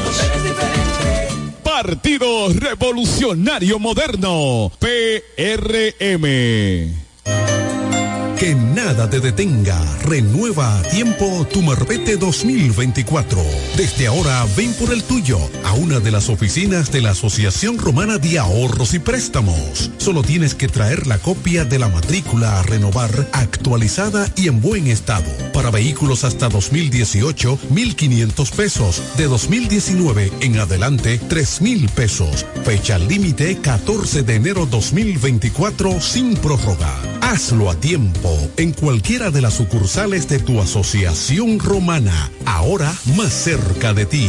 Partido Revolucionario Moderno, P R M. Que nada te detenga. Renueva a tiempo tu Marbete dos mil veinticuatro. Desde ahora ven por el tuyo a una de las oficinas de la Asociación Romana de Ahorros y Préstamos. Solo tienes que traer la copia de la matrícula a renovar, actualizada y en buen estado. Para vehículos hasta dos mil dieciocho, mil quinientos pesos. De dos mil diecinueve en adelante, tres mil pesos. Fecha límite catorce de enero dos mil veinticuatro sin prórroga. Hazlo a tiempo en cualquiera de las sucursales de tu asociación romana, ahora más cerca de ti.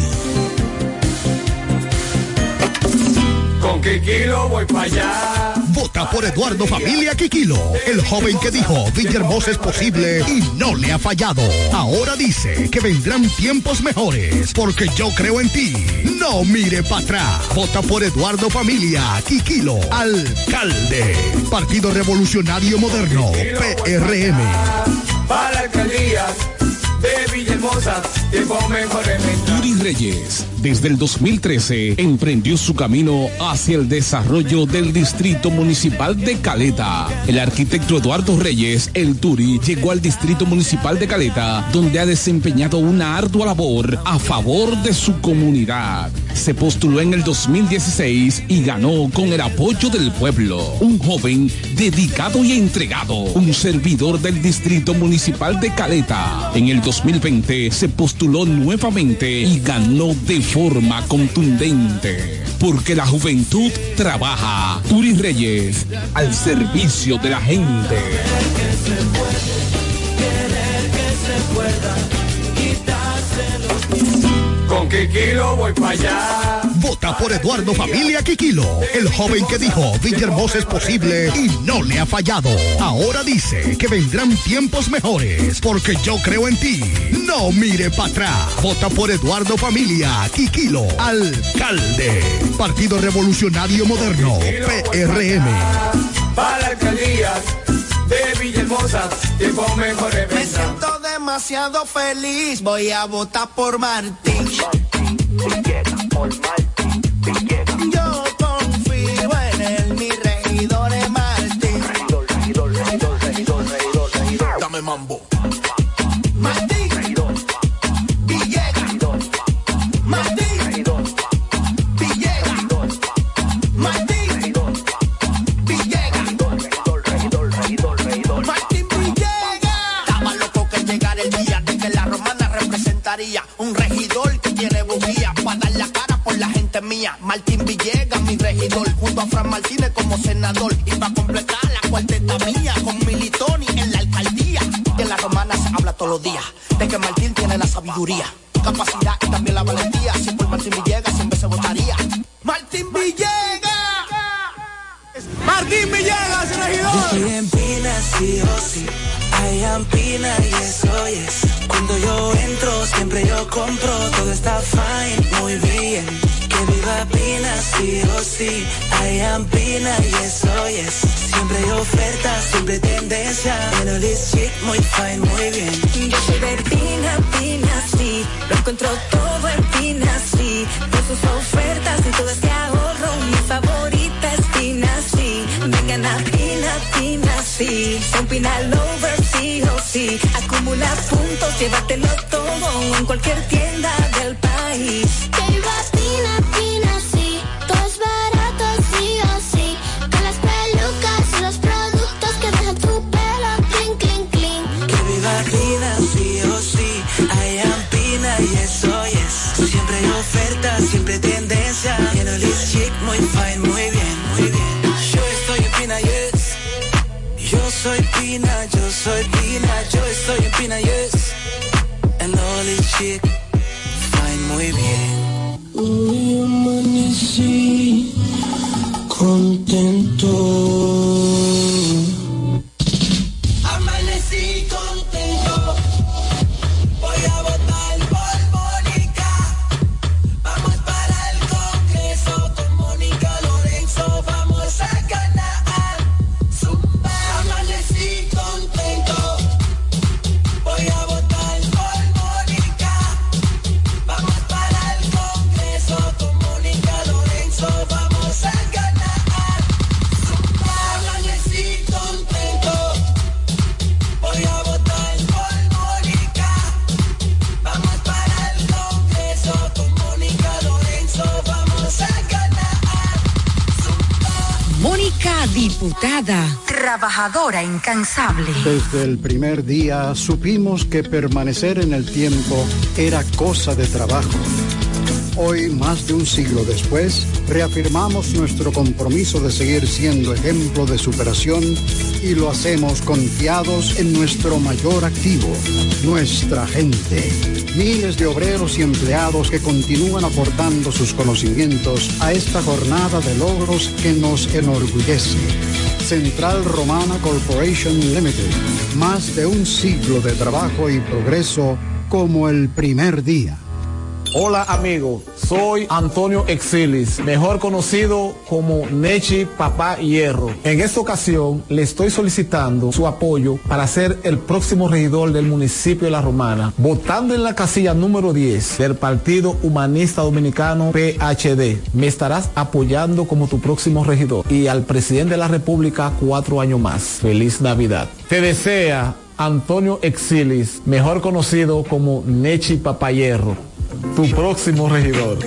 Con Kikilo voy para allá. Vota por Eduardo Familia Kikilo, el joven que dijo Villahermosa es posible y no le ha fallado. Ahora dice que vendrán tiempos mejores, porque yo creo en ti. No mire para atrás. Vota por Eduardo Familia Kikilo, alcalde. Partido Revolucionario Moderno, P R M. Para la alcaldía de Villahermosa, tiempo mejor en Turi Reyes, desde el dos mil trece, emprendió su camino hacia el desarrollo del Distrito Municipal de Caleta. El arquitecto Eduardo Reyes, el Turi, llegó al Distrito Municipal de Caleta, donde ha desempeñado una ardua labor a favor de su comunidad. Se postuló en el dos mil dieciséis y ganó con el apoyo del pueblo. Un joven dedicado y entregado, un servidor del Distrito Municipal de Caleta. En el dos mil veinte se postuló nuevamente y ganó de forma contundente. Porque la juventud trabaja. Turi Reyes, al servicio de la gente. Con Kikilo voy para allá. Vota por Eduardo Familia Kikilo, el joven que dijo Villahermosa es posible y no le ha fallado. Ahora dice que vendrán tiempos mejores, porque yo creo en ti. No mire para atrás. Vota por Eduardo Familia Kikilo, alcalde. Partido Revolucionario Moderno, P R M. Para la alcaldía de Villahermosa, tiempo mejor en Me siento demasiado feliz, voy a votar por Martín. Por Martín, yo confío en él, mi regidor es Martín. Regidor, regidor, regidor, regidor, regidor, regidor. Dame mambo. Martín. Regidor. Villegas. Regidor. Martín. Regidor. Villegas. Regidor. Martín. Regidor. Villegas. Regidor, regidor, regidor, regidor. Martín Villegas. Estaba loco que llegara el día de que la romana representaría un regidor que tiene bujía para dar la cara por la gente mía. Martín Villegas, mi regidor, junto a Fran Martínez como senador. Y para completar la cuarteta mía, con Militoni en la alcaldía. Y en la romana se habla todos los días de que Martín tiene la sabiduría, capacidad y también la valentía. Si por Martín Villegas siempre se votaría. ¡Martín Villegas! ¡Martín Villegas, regidor! Yo estoy en Pina, sí o sí. I am Pina y eso es. Cuando yo entro, siempre yo compro. Todo está fine, muy bien. Que viva Pina, sí o sí. I am Pina y eso es. Siempre hay ofertas, siempre tendencia. Pero this shit, muy fine, muy bien. Yo soy de Pina, Pina, sí. Lo encuentro todo en Pina, sí. Con sus ofertas y todo este ahorro. Mi favorita es Pina, sí. Vengan a Pina, Pina, sí. Son Pina lovers, sí o sí. Acumula puntos, llévatelo todo en cualquier tienda del país. Que viva Pina, Pina, sí. Todo es barato, sí o sí. Con las pelucas y los productos que dejan tu pelo chick, fine, muy bien. Hoy amanecí contento. Amanecí contento. Voy a votar por Mónica. Vamos para el Congreso con Mónica Lorenzo. Vamos a ganar. Zumba. Amanecí contento. Voy a votar por Mónica. Vamos para el Congreso con Mónica Lorenzo. Vamos a ganar. Zumba. Amanecí contento. Voy a votar por Mónica. Vamos para el Congreso con Mónica Lorenzo. Vamos a ganar. Mónica, diputada, trabajadora incansable. Desde el primer día supimos que permanecer en el tiempo era cosa de trabajo. Hoy, más de un siglo después, reafirmamos nuestro compromiso de seguir siendo ejemplo de superación y lo hacemos confiados en nuestro mayor activo, nuestra gente. Miles de obreros y empleados que continúan aportando sus conocimientos a esta jornada de logros que nos enorgullece. Central Romana Corporation Limited. Más de un siglo de trabajo y progreso como el primer día. Hola amigo, soy Antonio Exilis, mejor conocido como Nechi Papá Hierro. En esta ocasión le estoy solicitando su apoyo para ser el próximo regidor del municipio de La Romana, votando en la casilla número diez del Partido Humanista Dominicano P H D. Me estarás apoyando como tu próximo regidor y al presidente de la República cuatro años más. Feliz Navidad. Te desea Antonio Exilis, mejor conocido como Nechi Papá Hierro, tu próximo regidor.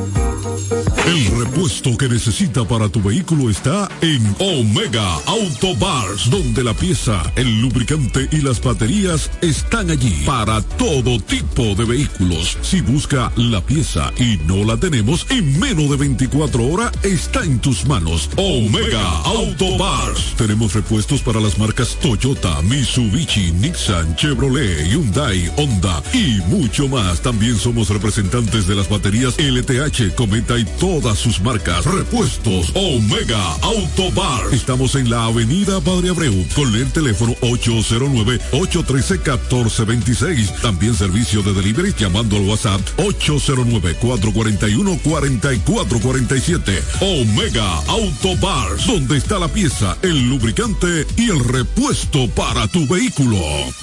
El repuesto que necesita para tu vehículo está en Omega Auto Bars, donde la pieza, el lubricante y las baterías están allí para todo tipo de vehículos. Si busca la pieza y no la tenemos, en menos de veinticuatro horas está en tus manos. Omega Auto Bars. Tenemos repuestos para las marcas Toyota, Mitsubishi, Nissan, Chevrolet, Hyundai, Honda y mucho más. También somos representantes de las baterías L T H, Cometa y todas sus marcas. Repuestos Omega Auto Bar. Estamos en la avenida Padre Abreu con el teléfono ocho cero nueve, ocho uno tres, uno cuatro dos seis. También servicio de delivery llamando al WhatsApp ocho cero nueve, cuatro cuatro uno, cuatro cuatro cuatro siete. Omega Auto Bar, donde está la pieza, el lubricante y el repuesto para tu vehículo.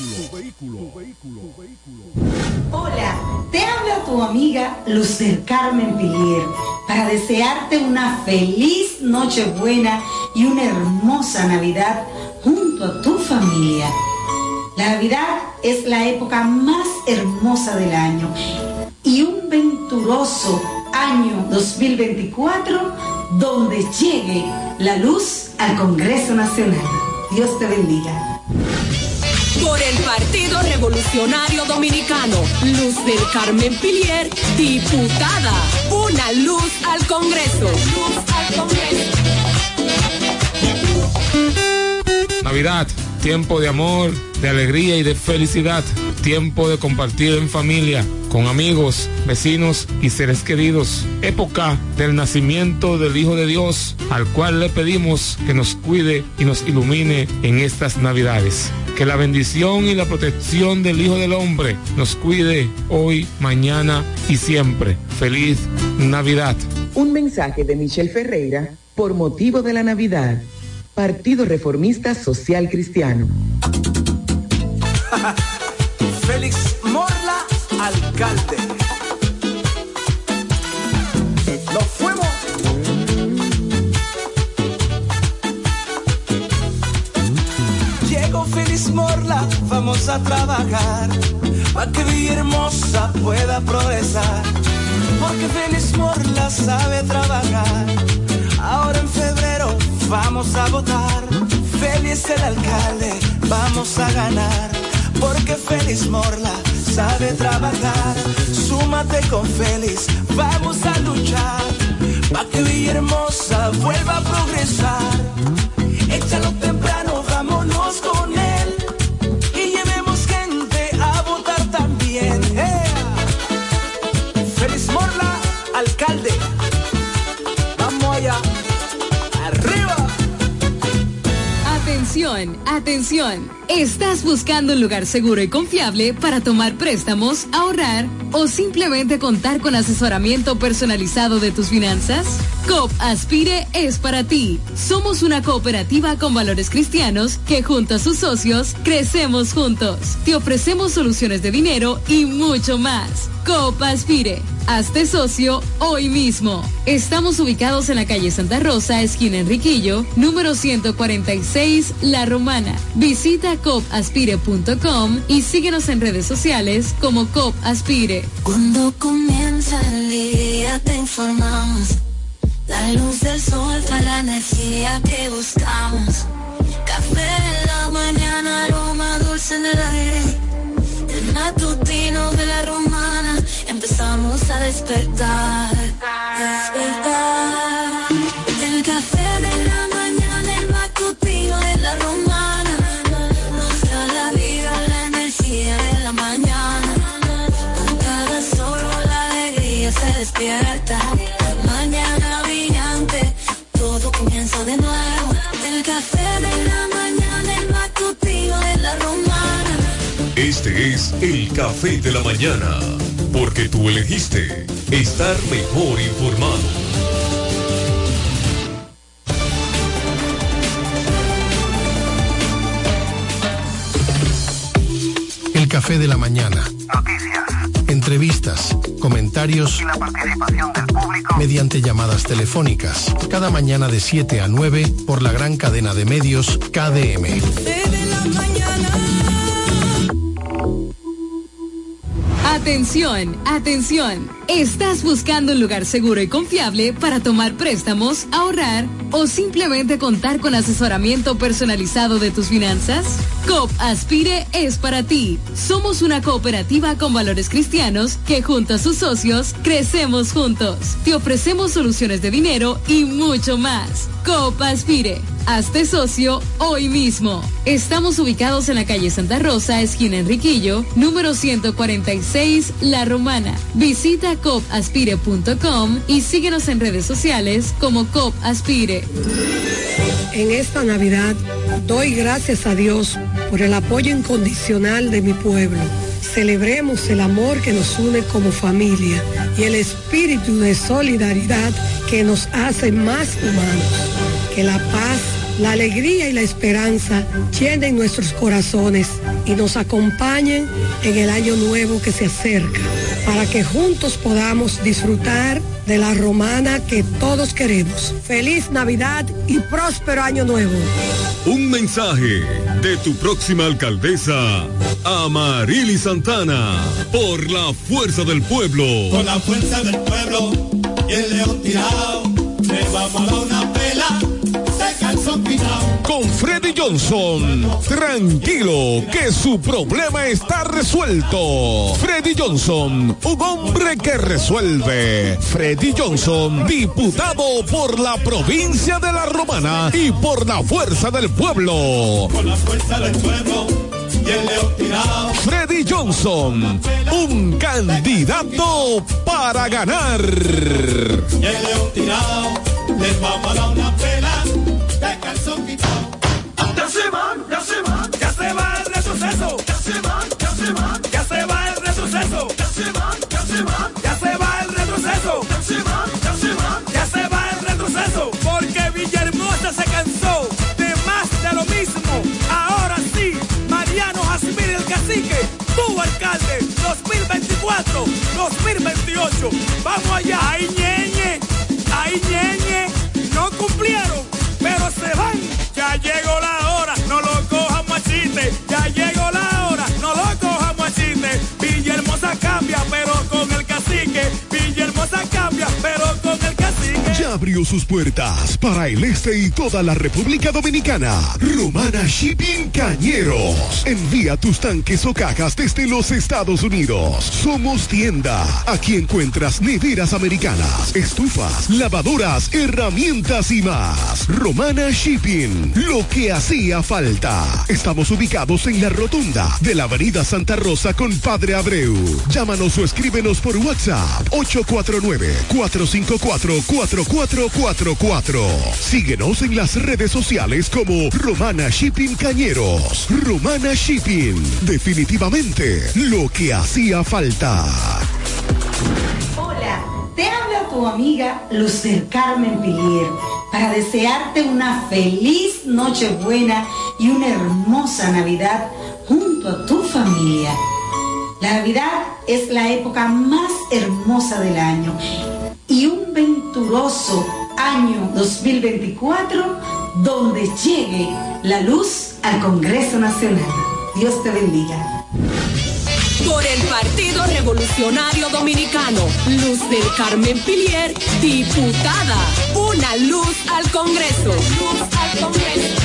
Hola, te habla tu amiga Luz del Carmen Pilier para desearte una feliz Nochebuena y una hermosa Navidad junto a tu familia. La Navidad es la época más hermosa del año y un venturoso año dos mil veinticuatro donde llegue la luz al Congreso Nacional. Dios te bendiga. Por el Partido Revolucionario Dominicano, Luz del Carmen Pilier, diputada. Una luz al Congreso. Luz al Congreso. Navidad, tiempo de amor, de alegría y de felicidad. Tiempo de compartir en familia, con amigos, vecinos y seres queridos. Época del nacimiento del Hijo de Dios, al cual le pedimos que nos cuide y nos ilumine en estas Navidades. Que la bendición y la protección del Hijo del Hombre nos cuide hoy, mañana y siempre. Feliz Navidad. Un mensaje de Michelle Ferreira por motivo de la Navidad. Partido Reformista Social Cristiano. Félix Morla, alcalde. Nos fuimos. Llegó Félix Morla, vamos a trabajar para que Villahermosa pueda progresar. Porque Félix Morla sabe trabajar. Ahora en febrero vamos a votar. Félix el alcalde, vamos a ganar. Porque Félix Morla sabe trabajar. Súmate con Félix, vamos a luchar para que Villahermosa vuelva a progresar. Échalo temprano, vámonos con él y llevemos gente a votar también. ¡Eh! Atención, atención. ¿Estás buscando un lugar seguro y confiable para tomar préstamos, ahorrar o simplemente contar con asesoramiento personalizado de tus finanzas? Coop Aspire es para ti. Somos una cooperativa con valores cristianos que junto a sus socios crecemos juntos. Te ofrecemos soluciones de dinero y mucho más. Coop Aspire. Hazte socio hoy mismo. Estamos ubicados en la calle Santa Rosa, esquina Enriquillo, número ciento cuarenta y seis, La Romana. Visita coop aspire punto com y síguenos en redes sociales como Coop Aspire. Cuando comienza el día te informamos. La luz del sol para la energía que buscamos. Café en la mañana, aroma dulce en el aire. El matutino de La Romana, empezamos a despertar. Despertar. El café de la mañana, el matutino de La Romana. Nos da la vida, la energía de la mañana. Con cada solo la alegría se despierta. Mañana brillante, todo comienza de nuevo. El café de la mañana, el matutino de La Romana. Este es el Café de la Mañana, porque tú elegiste estar mejor informado. El Café de la Mañana. Noticias, entrevistas, comentarios y la participación del público mediante llamadas telefónicas. Cada mañana de siete a nueve por la gran cadena de medios K D M. Atención, atención. ¿Estás buscando un lugar seguro y confiable para tomar préstamos, ahorrar o simplemente contar con asesoramiento personalizado de tus finanzas? Coop Aspire es para ti. Somos una cooperativa con valores cristianos que junto a sus socios crecemos juntos. Te ofrecemos soluciones de dinero y mucho más. Coop Aspire. Hazte socio hoy mismo. Estamos ubicados en la calle Santa Rosa, esquina Enriquillo, número ciento cuarenta y seis, La Romana. Visita coop aspire punto com y síguenos en redes sociales como Coop Aspire. En esta Navidad doy gracias a Dios por el apoyo incondicional de mi pueblo. Celebremos el amor que nos une como familia y el espíritu de solidaridad que nos hace más humanos. Que la paz, la alegría y la esperanza llenen nuestros corazones y nos acompañen en el año nuevo que se acerca, para que juntos podamos disfrutar de La Romana que todos queremos. Feliz Navidad y próspero año nuevo. Un mensaje de tu próxima alcaldesa, Amarili Santana, por la fuerza del pueblo. Por la fuerza del pueblo y el león tirado, le vamos a dar una pela. Con Freddy Johnson, tranquilo que su problema está resuelto. Freddy Johnson, un hombre que resuelve. Freddy Johnson, diputado por la provincia de La Romana y por la fuerza del pueblo. Por la fuerza del pueblo y el león tirado. Freddy Johnson, un candidato para ganar. Y el león tirado, les vamos a dar una pela. Ya se van, ya se van, ya se va el retroceso. Ya se van, ya se van, ya se va el retroceso. Ya se van, ya se van, ya se va el retroceso. Ya se van, ya se van, ya se va el retroceso. Porque Villahermosa se cansó de más de lo mismo. Ahora sí, Mariano Jasmine el cacique, tu alcalde, dos mil veinticuatro, dos mil veintiocho. Vamos allá, ahí ñeñe, ahí ñeñe, no cumplieron. Pero se van, ya llegó la hora, no lo cojamos a chiste, ya llegó la hora, no lo cojamos a chiste. Villahermosa cambia, pero con el cacique, Villahermosa cambia, pero con el cacique. Ya abrió sus puertas para el este y toda la República Dominicana. Romana Shipping Cañeros. Envía tus tanques o cajas desde los Estados Unidos. Somos tienda. Aquí encuentras neveras americanas, estufas, lavadoras, herramientas y más. Romana Shipping, lo que hacía falta. Estamos ubicados en la rotunda de la avenida Santa Rosa con Padre Abreu. Llámanos o escríbenos por WhatsApp ocho cuatro nueve, cuatro cinco cuatro, cuatro cuatro cuatro cuatro cuatro. Síguenos en las redes sociales como Romana Shipping Cañeros. Romana Shipping, definitivamente lo que hacía falta. Hola, te habla tu amiga Luz del Carmen Pilier para desearte una feliz Nochebuena y una hermosa Navidad junto a tu familia. La Navidad es la época más hermosa del año y un venturoso año dos mil veinticuatro donde llegue la luz al Congreso Nacional. Dios te bendiga. Por el Partido Revolucionario Dominicano, Luz del Carmen Pilier, diputada. Una luz al Congreso. Luz al Congreso.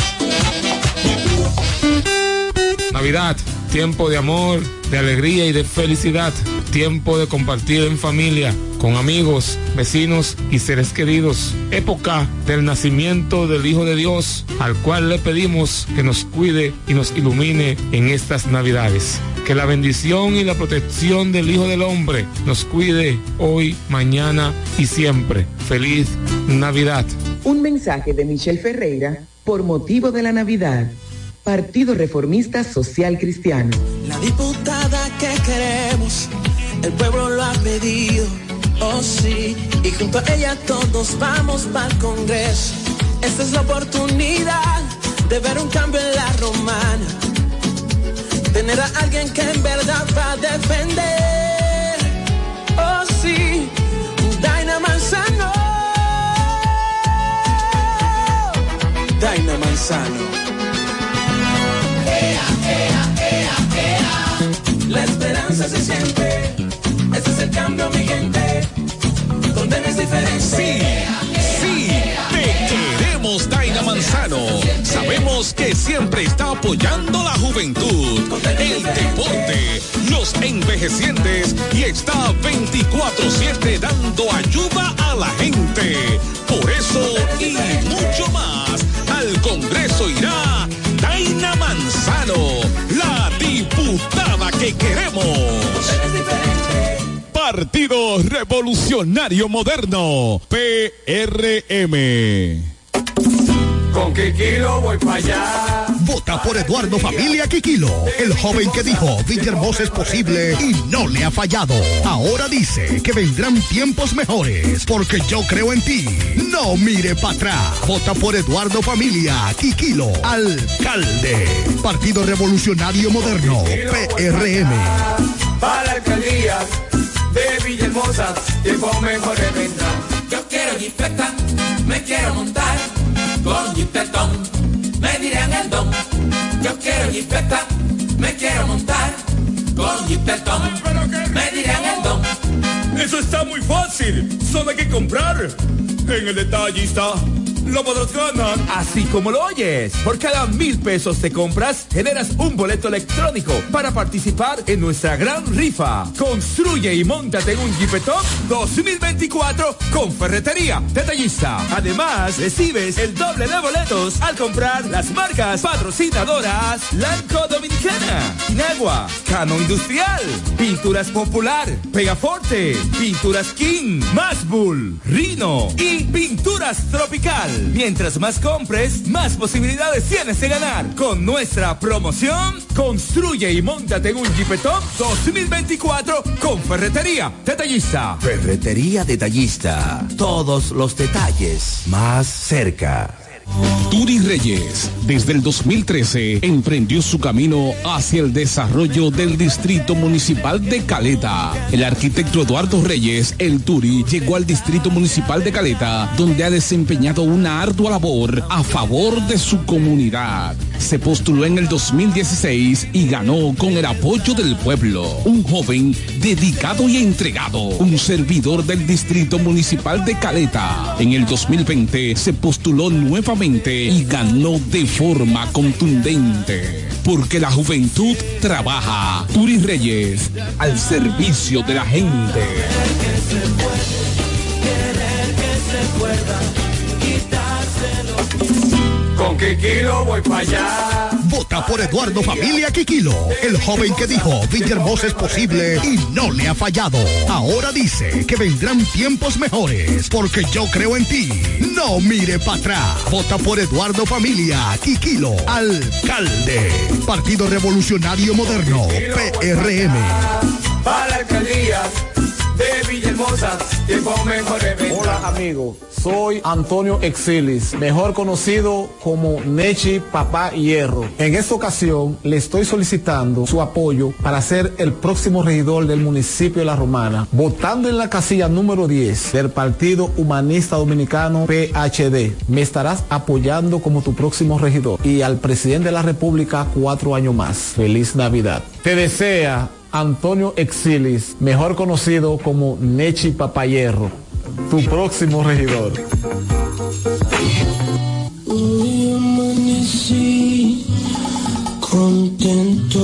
Navidad, tiempo de amor, de alegría y de felicidad. Tiempo de compartir en familia, con amigos, vecinos y seres queridos. Época del nacimiento del Hijo de Dios, al cual le pedimos que nos cuide y nos ilumine en estas Navidades. Que la bendición y la protección del Hijo del Hombre nos cuide hoy, mañana y siempre. Feliz Navidad. Un mensaje de Michelle Ferreira por motivo de la Navidad. Partido Reformista Social Cristiano. La diputada que queremos, el pueblo lo ha pedido, oh sí, y junto a ella todos vamos para el Congreso. Esta es la oportunidad de ver un cambio en la Romana, tener a alguien que en verdad va a defender, oh sí, Daina Manzano, Daina Manzano. La esperanza se siente, este es el cambio, mi gente, donde no es diferente. Sí, sí, te queremos, Daina Manzano. Sabemos que siempre está apoyando la juventud, el deporte, los envejecientes y está veinticuatro siete dando ayuda a la gente. Por eso y mucho más, al Congreso irá Daina Manzano, la diputada que queremos. Partido Revolucionario Moderno, P R M. Con Kikilo voy para allá. Vota por Eduardo Familia Kikilo, el joven que dijo Villahermosa es posible y no le ha fallado. Ahora dice que vendrán tiempos mejores porque yo creo en ti. No mire para atrás. Vota por Eduardo Familia Kikilo, alcalde. Partido Revolucionario Moderno, P R M. Para la alcaldía de Villahermosa, tiempo mejor vendrán. Yo quiero jipeta, me quiero montar con jipetón, me dirán el don. Yo quiero jipeta, me quiero montar con jipetón, me dirán el don. Eso está muy fácil, solo hay que comprar. En el Detallista lo podrás ganar. Así como lo oyes, por cada mil pesos de compras generas un boleto electrónico para participar en nuestra gran rifa. Construye y móntate en un Jeepetop dos mil veinticuatro con Ferretería Detallista. Además, recibes el doble de boletos al comprar las marcas patrocinadoras Lanco Dominicana, Inagua, Cano Industrial, Pinturas Popular, Pegaforte, Pinturas King, Masbull, Rino y Pinturas Tropical. Mientras más compres, más posibilidades tienes de ganar. Con nuestra promoción, construye y móntate en un Jeepetop dos mil veinticuatro con Ferretería Detallista. Ferretería Detallista. Todos los detalles más cerca. Turi Reyes, desde el dos mil trece, emprendió su camino hacia el desarrollo del Distrito Municipal de Caleta. El arquitecto Eduardo Reyes, el Turi, llegó al Distrito Municipal de Caleta, donde ha desempeñado una ardua labor a favor de su comunidad. Se postuló en el dos mil dieciséis y ganó con el apoyo del pueblo. Un joven dedicado y entregado, un servidor del Distrito Municipal de Caleta. En el dos mil veinte se postuló nuevamente y ganó de forma contundente. Porque la juventud trabaja. Turi Reyes, al servicio de la gente. Con Kikilo voy para allá. Vota por Eduardo Familia Kikilo, el joven que dijo Villahermosa es posible y no le ha fallado. Ahora dice que vendrán tiempos mejores porque yo creo en ti. No mire para atrás. Vota por Eduardo Familia Kikilo, alcalde. Partido Revolucionario Moderno, P R M. Para la alcaldía de Villahermosa, tiempo mejor de venir. Hola amigo, soy Antonio Exilis, mejor conocido como Nechi Papá Hierro. En esta ocasión le estoy solicitando su apoyo para ser el próximo regidor del municipio de La Romana, votando en la casilla número diez del Partido Humanista Dominicano P H D. Me estarás apoyando como tu próximo regidor y al presidente de la República cuatro años más. Feliz Navidad. Te desea Antonio Exilis, mejor conocido como Nechi Papayerro, tu próximo regidor. Hoy amanecí contento.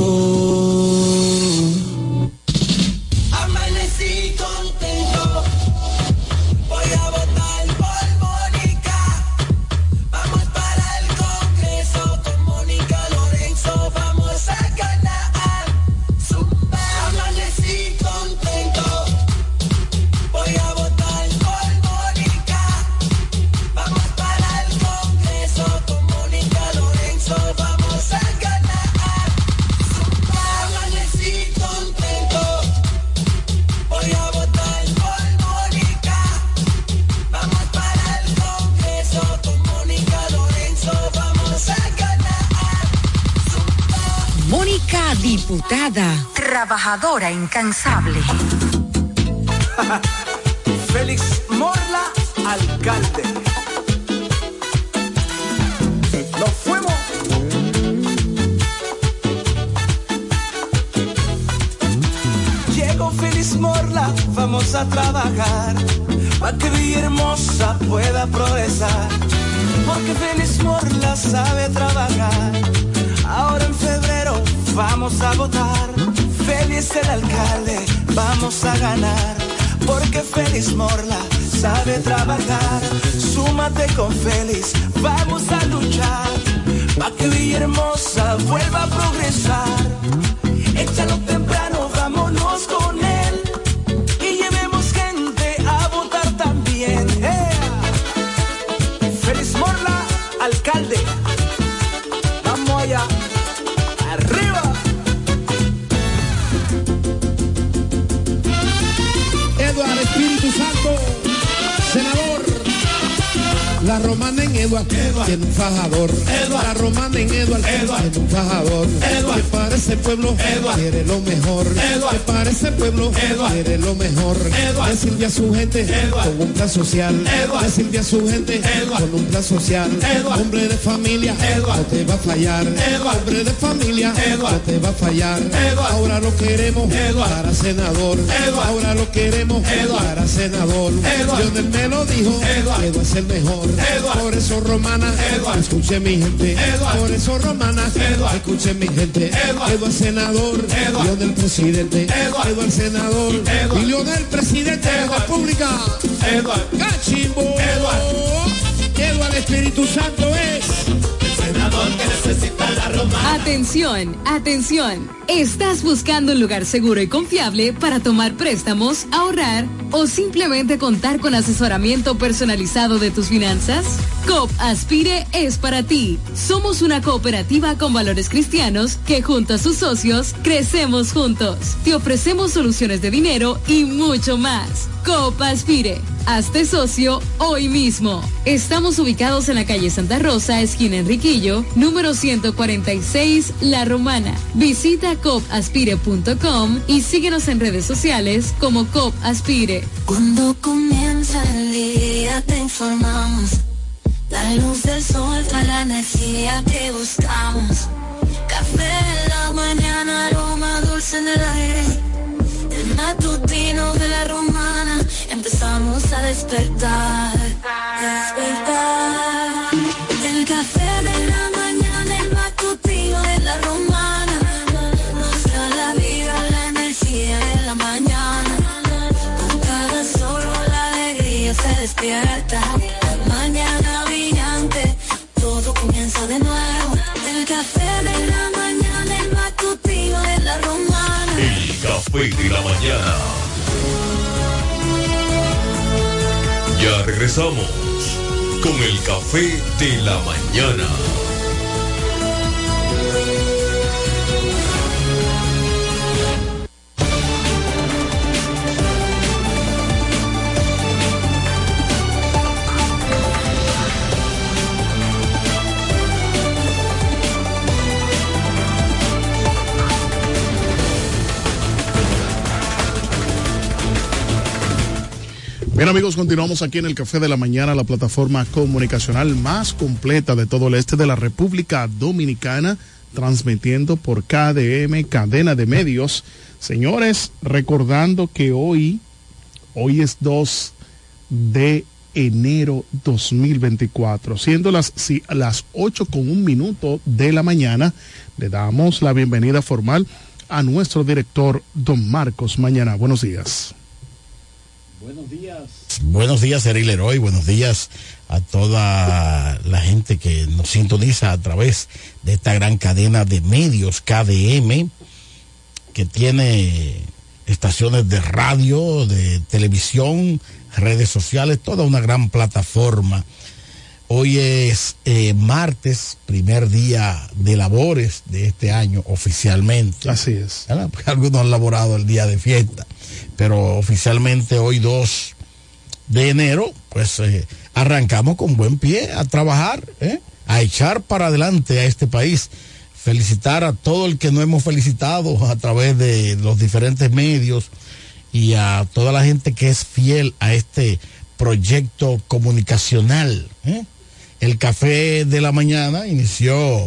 Amanecí contento. Voy a votar por Mónica. Vamos para el Congreso con Mónica Lorenzo. Vamos a ganar. Amanecí contento. Voy a votar por Mónica. Vamos para el Congreso con Mónica Lorenzo. Vamos a ganar. Amanecí contento. Voy a votar por Mónica. Vamos para el Congreso con Mónica Lorenzo. Vamos a ganar. Mónica, diputada, trabajadora incansable. Félix Morla, alcalde. Nos fuimos. Llegó Félix Morla, vamos a trabajar para que Villahermosa pueda progresar. Porque Félix Morla sabe trabajar. Ahora en febrero vamos a votar. Félix el alcalde, vamos a ganar. Porque Félix Morla sabe trabajar. Súmate con Félix, vamos a luchar para que Villahermosa vuelva a progresar. Échalo temprano, vámonos con él y llevemos gente a votar también. ¡Hey! Félix Morla, alcalde. Vamos allá. Arriba. Eduardo Espíritu Santo, senador. La romana en Eduardo tiene un fajador. Edward. La romana en Eduardo tiene un fajador. Edward. Que para ese pueblo Edward. Quiere lo mejor. Edward. Que para ese pueblo Edward. Quiere lo mejor. Edward. Decirle a su gente Edward. Con un plan social. Edward. Decirle a su gente Edward. Con un plan social. Edward. Hombre de familia Edward. No te va a fallar. Edward. Hombre de familia Edward. No te va a fallar. Edward. Ahora lo queremos Edward. Para senador. Edward. Ahora lo queremos Edward. Para senador. Lionel me lo dijo Edward. Edward es el mejor. Edward. Por eso romana, Edward. Escuche mi gente, Edward. Por eso romana, Edward. Escuche mi gente, Edward, Edward senador, Edward. Lionel presidente, Edward, Edward senador, Edward. Y Lionel presidente Edward. De la República, Edward, Cachimbo, Edward, Edward Espíritu Santo es el senador que necesita la romana. Atención, atención. ¿Estás buscando un lugar seguro y confiable para tomar préstamos, ahorrar o simplemente contar con asesoramiento personalizado de tus finanzas? COP Aspire es para ti. Somos una cooperativa con valores cristianos que junto a sus socios crecemos juntos. Te ofrecemos soluciones de dinero y mucho más. COP Aspire. Hazte socio hoy mismo. Estamos ubicados en la calle Santa Rosa, esquina Enriquillo, número ciento cuarenta y seis, La Romana. Visita cop aspire punto com y síguenos en redes sociales como COP Aspire. Cuando comienza el día te informamos. La luz del sol trae la energía que buscamos. Café en la mañana, aroma dulce en el aire. El matutino de La Romana, empezamos a despertar. Despertar. El café de la mañana, el matutino de La Romana. Nos da la vida, la energía de la mañana. Con cada solo la alegría se despierta. Mañana brillante, todo comienza Café de la Mañana. Ya regresamos con el Café de la Mañana. Bien amigos, continuamos aquí en el Café de la Mañana, la plataforma comunicacional más completa de todo el este de la República Dominicana, transmitiendo por K D M, cadena de medios. Señores, recordando que hoy, hoy es dos de enero dos mil veinticuatro, siendo las, si, las ocho con un minuto de la mañana, le damos la bienvenida formal a nuestro director, don Marcos Mañana. Buenos días. Buenos días. Buenos días, Eril Leroy. Buenos días a toda la gente que nos sintoniza a través de esta gran cadena de medios K D M, que tiene estaciones de radio, de televisión, redes sociales, toda una gran plataforma. Hoy es eh, martes, primer día de labores de este año oficialmente. Así es. Porque algunos han laborado el día de fiesta, pero oficialmente hoy dos de enero, pues eh, arrancamos con buen pie a trabajar, ¿eh? a echar para adelante a este país. Felicitar a todo el que no hemos felicitado a través de los diferentes medios y a toda la gente que es fiel a este proyecto comunicacional. ¿eh? El Café de la Mañana inició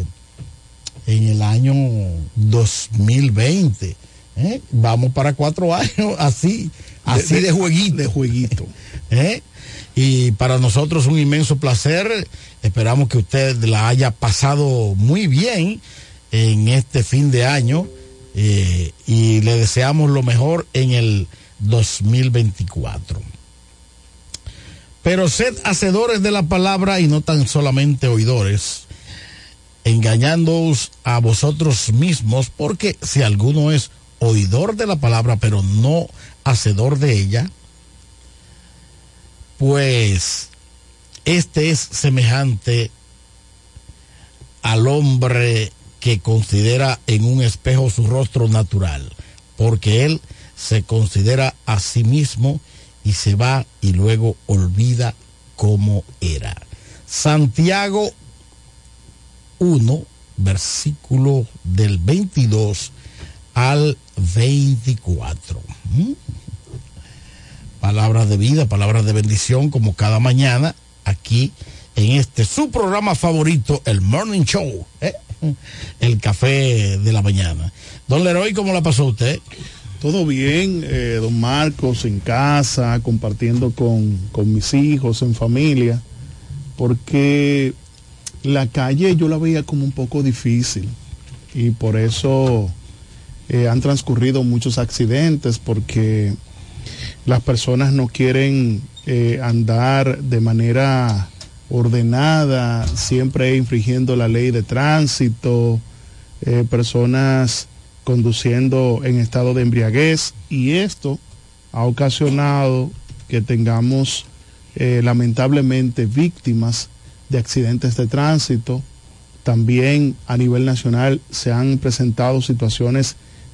en el año dos mil veinte. ¿eh? Vamos para cuatro años así, así de, de, de jueguito. De jueguito. ¿eh? Y para nosotros un inmenso placer. Esperamos que usted la haya pasado muy bien en este fin de año eh, y le deseamos lo mejor en el dos mil veinticuatro. Pero sed hacedores de la palabra y no tan solamente oidores, engañándoos a vosotros mismos, porque si alguno es oidor de la palabra pero no hacedor de ella, pues este es semejante al hombre que considera en un espejo su rostro natural, porque él se considera a sí mismo y se va y luego olvida cómo era. Santiago uno, versículo del veintidós al veinticuatro. ¿Mm? Palabras de vida, palabras de bendición, como cada mañana aquí en este su programa favorito, el Morning Show, ¿eh? El Café de la Mañana. Don Leroy, ¿cómo la pasó usted? Todo bien, eh, don Marcos, en casa, compartiendo con, con mis hijos, en familia, porque la calle yo la veía como un poco difícil y por eso eh, han transcurrido muchos accidentes, porque las personas no quieren eh, andar de manera ordenada, siempre infringiendo la ley de tránsito, eh, personas conduciendo en estado de embriaguez, y esto ha ocasionado que tengamos eh, lamentablemente víctimas de accidentes de tránsito. También a nivel nacional se han presentado situaciones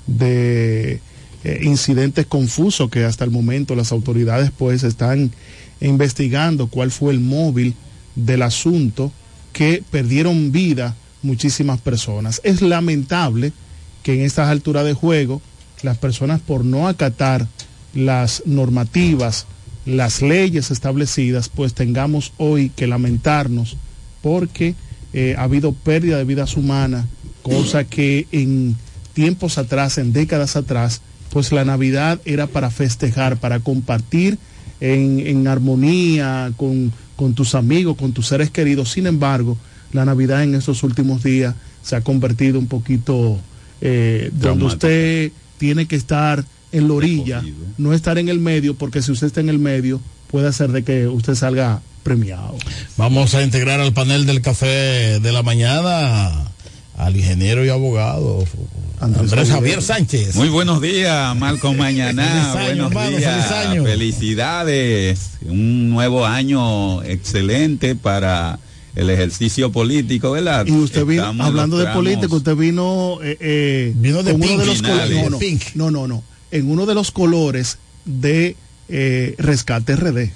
de eh, incidentes confusos que hasta el momento las autoridades pues están investigando cuál fue el móvil del asunto, que perdieron vida muchísimas personas. Es lamentable que en estas alturas de juego las personas, por no acatar las normativas, las leyes establecidas, pues tengamos hoy que lamentarnos, porque eh, ha habido pérdida de vidas humanas, cosa que en tiempos atrás, en décadas atrás, pues la Navidad era para festejar, para compartir en, en armonía con, con tus amigos, con tus seres queridos. Sin embargo, la Navidad en estos últimos días se ha convertido un poquito eh, donde usted tiene que estar en la orilla, no estar en el medio, porque si usted está en el medio puede hacer de que usted salga premiado. Vamos a integrar al panel del Café de la Mañana al ingeniero y abogado Andrés, Andrés Javier Sánchez. Muy buenos días, Malcolm Mañaná. Buenos hermano, días. feliz año. Felicidades. Un nuevo año excelente para el ejercicio político, ¿verdad? Y usted vino, Estamos hablando de tramos, política, usted vino, eh, eh, vino de con pink, uno de los colores, no, no, pink. no, no, no, en uno de los colores de eh, Rescate R D.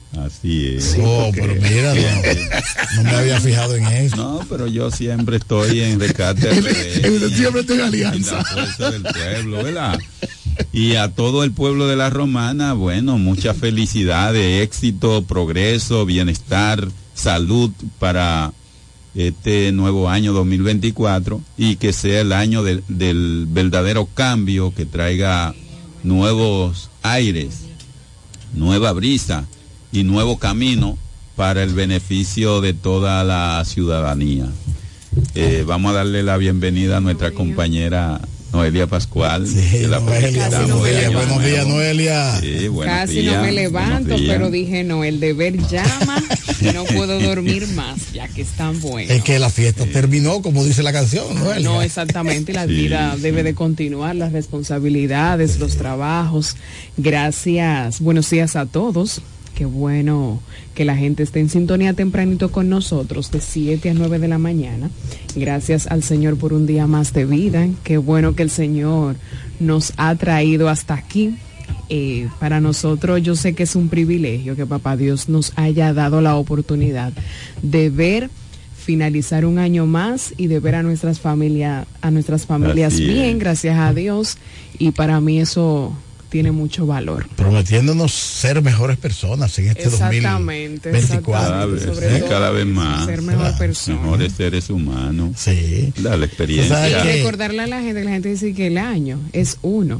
Así es. Sí, oh, porque... pero mira, no, no me había fijado en eso. No, pero yo siempre estoy en Rescate R D. Siempre estoy en alianza. En la fuerza del pueblo, ¿verdad? Y a todo el pueblo de la Romana, bueno, mucha felicidad, éxito, progreso, bienestar, salud para este nuevo año dos mil veinticuatro y que sea el año de, del verdadero cambio, que traiga nuevos aires, nueva brisa y nuevo camino para el beneficio de toda la ciudadanía. Eh, vamos a darle la bienvenida a nuestra compañera Noelia Pascual. Sí, que la Noelia, felicitamos. Noelia, buenos días, Noelia. Sí, Casi días, no me levanto, días. pero dije, no, el deber llama, no puedo dormir más, ya que es tan bueno. Es que la fiesta terminó, como dice la canción, Noelia. No, exactamente, la Sí, vida sí. debe de continuar, las responsabilidades, los trabajos. Gracias, buenos días a todos. Qué bueno que la gente esté en sintonía tempranito con nosotros, de siete a nueve de la mañana. Gracias al Señor por un día más de vida. Qué bueno que el Señor nos ha traído hasta aquí. Eh, para nosotros yo sé que es un privilegio que Papá Dios nos haya dado la oportunidad de ver finalizar un año más y de ver a nuestras familias, a nuestras familias Así bien, es. gracias a Dios. Y para mí eso tiene mucho valor. Prometiéndonos ser mejores personas en este Exactamente, dos mil veinticuatro. Cada vez, sobre eh, todo, cada vez más. ser mejor Ah, persona. Mejores seres humanos. Sí. Da la O experiencia. sea, Y que- recordarle a la gente, la gente dice que el año es uno.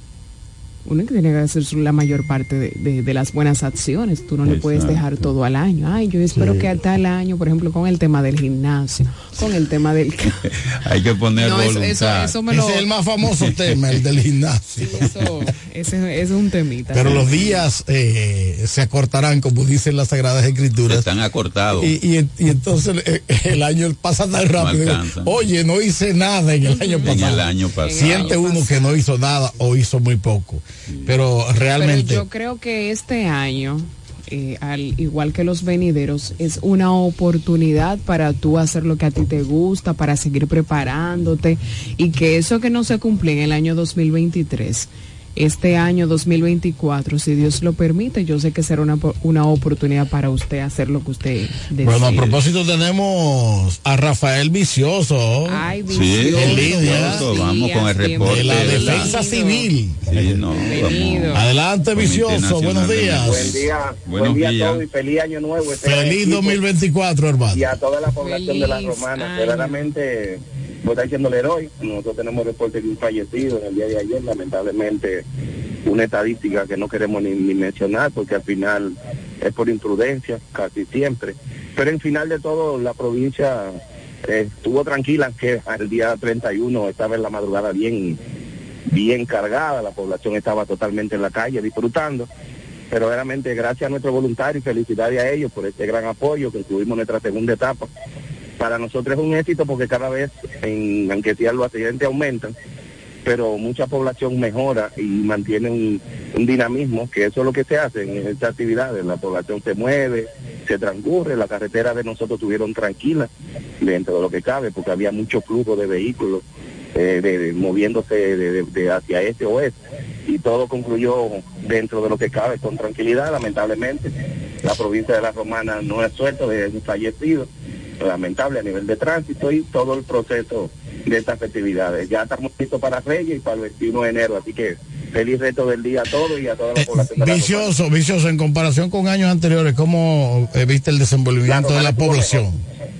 Uno que tiene que hacer su- la mayor parte de, de- de las buenas acciones. Tú no le puedes Exacto. dejar todo al año. Ay, yo espero Sí. que hasta el año, por ejemplo, con el tema del gimnasio, con el tema del... Hay que poner No, eso, voluntad. eso, eso me lo... Ese es el más famoso tema, el del gimnasio. Eso, ese, ese es un temita. Pero los días eh, se acortarán, como dicen las Sagradas Escrituras. Están acortados. Y, y, y entonces eh, el año pasa tan rápido. alcanzan. Oye, no hice nada en el año En pasado. el año pasado. Siente uno que no hizo nada o hizo muy poco. Pero realmente... Pero yo creo que este año, eh, al igual que los venideros, es una oportunidad para tú hacer lo que a ti te gusta, para seguir preparándote, y que eso que no se cumple en el año dos mil veintitrés, este año dos mil veinticuatro, si Dios lo permite, yo sé que será una, una oportunidad para usted hacer lo que usted desee. Bueno, a propósito tenemos a Rafael Vicioso. Ay, Sí, Vicioso, en línea. Vicioso, vamos con el reporte de la de la- defensa civil. Sí, no, Bienvenido. vamos. Adelante, Comité Vicioso, Nacional buenos de días. Emergencia. Buen día, Buenos buen día días. a todos y feliz año nuevo. Este Feliz equipo dos mil veinticuatro, hermano. y a toda la población de la Feliz Romana. año. Verdaderamente, como está diciendo Leroy, nosotros tenemos reporte de un fallecido en el día de ayer, lamentablemente una estadística que no queremos ni, ni mencionar porque al final es por imprudencia, casi siempre. Pero en final de todo, la provincia eh, estuvo tranquila, que al día treinta y uno estaba en la madrugada bien, bien cargada, la población estaba totalmente en la calle disfrutando. Pero realmente gracias a nuestros voluntarios y felicidades a ellos por este gran apoyo que tuvimos en nuestra segunda etapa. Para nosotros es un éxito porque cada vez, en, aunque sea los accidentes aumentan, pero mucha población mejora y mantiene un, un dinamismo, que eso es lo que se hace en estas actividades. La población se mueve, se transcurre, la carretera de nosotros estuvieron tranquilas dentro de lo que cabe, porque había mucho flujo de vehículos eh, de, de, moviéndose de, de, de hacia este o oeste, y todo concluyó dentro de lo que cabe con tranquilidad. Lamentablemente, la provincia de La Romana no es suelta de un fallecido, lamentable a nivel de tránsito y todo el proceso de estas festividades. Ya estamos listos para Reyes y para el veintiuno de enero, así que feliz resto del día a todos y a toda la población de La Romana. Vicioso, vicioso, en comparación con años anteriores, ¿cómo eh, viste el desenvolvimiento de la población?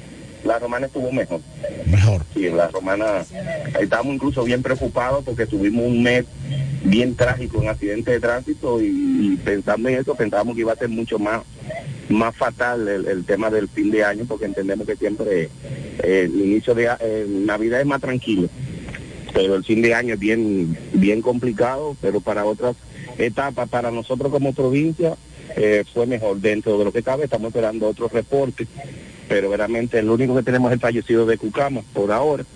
La Romana estuvo mejor. Mejor. Sí, en La Romana estábamos incluso bien preocupados porque tuvimos un mes bien trágico en accidentes de tránsito y, y pensando en eso pensábamos que iba a ser mucho más más fatal el, el tema del fin de año, porque entendemos que siempre eh, el inicio de eh, Navidad es más tranquilo, pero el fin de año es bien bien complicado, pero para otras etapas, para nosotros como provincia eh, fue mejor dentro de lo que cabe. Estamos esperando otros reportes, pero verdaderamente el único que tenemos es el fallecido de Cucama por ahora,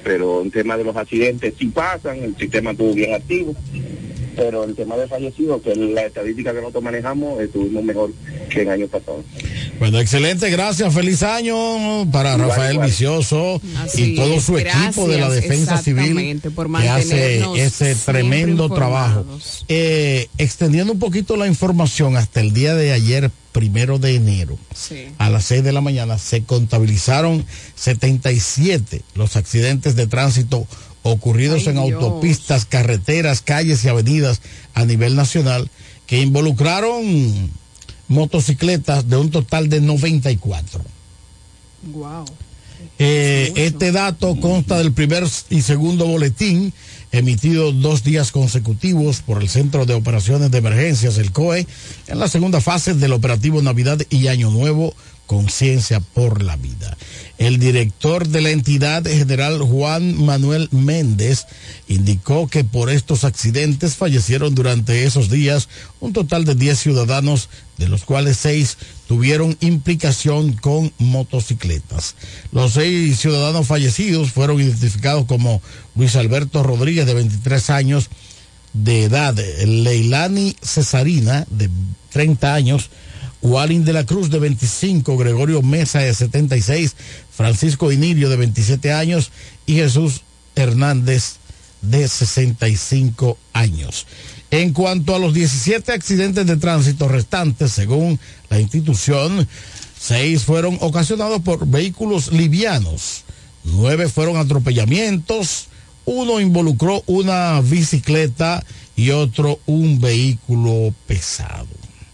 pero en tema de los accidentes sí pasan, el sistema estuvo bien activo, pero el tema de fallecidos, que es la estadística que nosotros manejamos, estuvimos mejor que en años pasados. Bueno, excelente, gracias, feliz año para Igual, Rafael igual. Vicioso Así y todo es, su gracias, equipo de la Defensa Civil exactamente, por que hace mantenernos ese siempre tremendo trabajo. informados. Eh, extendiendo un poquito la información, hasta el día de ayer, primero de enero, Sí. a las seis de la mañana, se contabilizaron setenta y siete los accidentes de tránsito ocurridos Ay, en Dios. autopistas, carreteras, calles y avenidas a nivel nacional, que involucraron motocicletas de un total de noventa y cuatro. Wow. Eh, este dato consta del primer y segundo boletín emitido dos días consecutivos por el Centro de Operaciones de Emergencias, el C O E, en la segunda fase del operativo Navidad y Año Nuevo, Conciencia por la Vida. El director de la entidad, general Juan Manuel Méndez, indicó que por estos accidentes fallecieron durante esos días un total de diez ciudadanos, de los cuales seis tuvieron implicación con motocicletas. Los seis ciudadanos fallecidos fueron identificados como Luis Alberto Rodríguez, de veintitrés años de edad, Leilani Cesarina, de treinta años, Walin de la Cruz, de veinticinco, Gregorio Mesa, de setenta y seis, Francisco Inirio, de veintisiete años, y Jesús Hernández, de sesenta y cinco años. En cuanto a los diecisiete accidentes de tránsito restantes, según la institución, seis fueron ocasionados por vehículos livianos, nueve fueron atropellamientos, uno involucró una bicicleta y otro un vehículo pesado.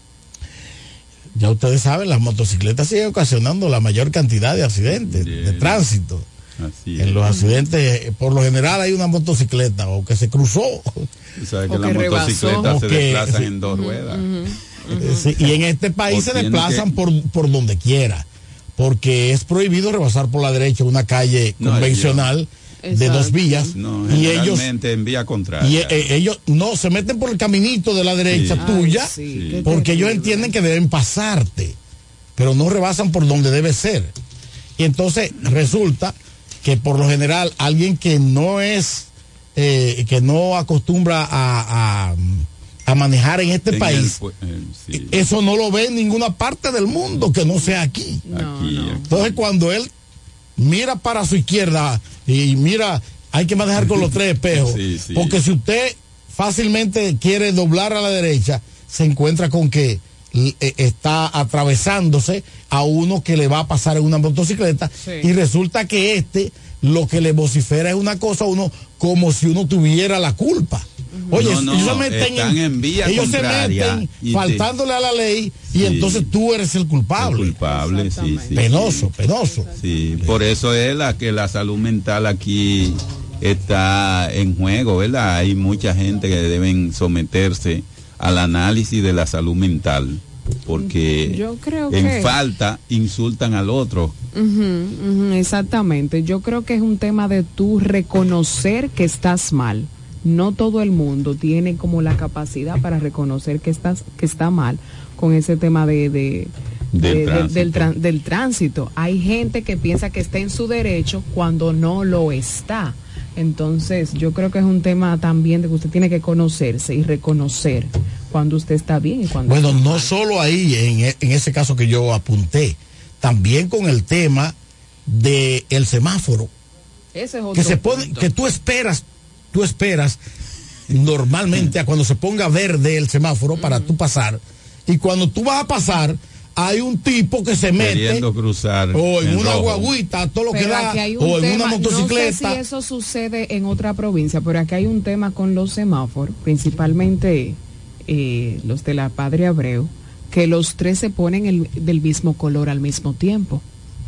Ya ustedes saben, las motocicletas siguen ocasionando la mayor cantidad de accidentes Bien. de tránsito. Así En es. los accidentes, por lo general hay una motocicleta o que se cruzó. Tú sabes que O las que rebasó. motocicletas se O que- desplazan sí. en dos ruedas. Eh, sí, y en este país O se tiene desplazan que- por, por donde quiera, porque es prohibido rebasar por la derecha una calle No, convencional de Exacto. dos vías. No, y ellos generalmente en vía contraria. y eh, ellos no se meten por el caminito de la derecha Sí. tuya, Ay, sí, qué porque ellos terrible. entienden que deben pasarte, pero no rebasan por donde debe ser. Y entonces resulta que por lo general alguien que no es, eh, que no acostumbra a, a, a manejar en este En el país, pu- eh, sí. eso no lo ve en ninguna parte del mundo que no sea aquí. No, Aquí, no. aquí. Entonces cuando él mira para su izquierda y mira, hay que manejar con los tres espejos, Sí, sí. porque si usted fácilmente quiere doblar a la derecha, se encuentra con que eh, está atravesándose a uno que le va a pasar en una motocicleta, Sí. y resulta que este lo que le vocifera es una cosa a uno como si uno tuviera la culpa. Oye, No, no, ellos se meten están en vía ellos contraria se meten y te- faltándole a la ley, y Sí. entonces tú eres el culpable. El culpable, sí, Exactamente. sí. Penoso, penoso. Sí, por eso es la que la salud mental aquí está en juego, ¿verdad? Hay mucha gente que deben someterse al análisis de la salud mental, porque Yo creo en que- falta insultan al otro. Ujú, ujú, exactamente. Yo creo que es un tema de tú reconocer que estás mal. No todo el mundo tiene como la capacidad para reconocer que estás que está mal con ese tema de, de- Del de- de- tránsito. del, tran- del tránsito. Hay gente que piensa que está en su derecho cuando no lo está. Entonces, yo creo que es un tema también de que usted tiene que conocerse y reconocer cuando usted está bien y cuando Bueno, está no mal. solo ahí, en, e- en ese caso que yo apunté, también con el tema de el semáforo, Ese es otro que se pone, punto. que tú esperas, tú esperas normalmente a cuando se ponga verde el semáforo para tú pasar, y cuando tú vas a pasar, hay un tipo que se mete Queriendo cruzar o en, en una rojo. guaguita, todo lo que Pero da, aquí hay un o en tema, una motocicleta. No sé si eso sucede en otra provincia, pero aquí hay un tema con los semáforos, principalmente eh, los de la Padre Abreu, que los tres se ponen el- del mismo color al mismo tiempo.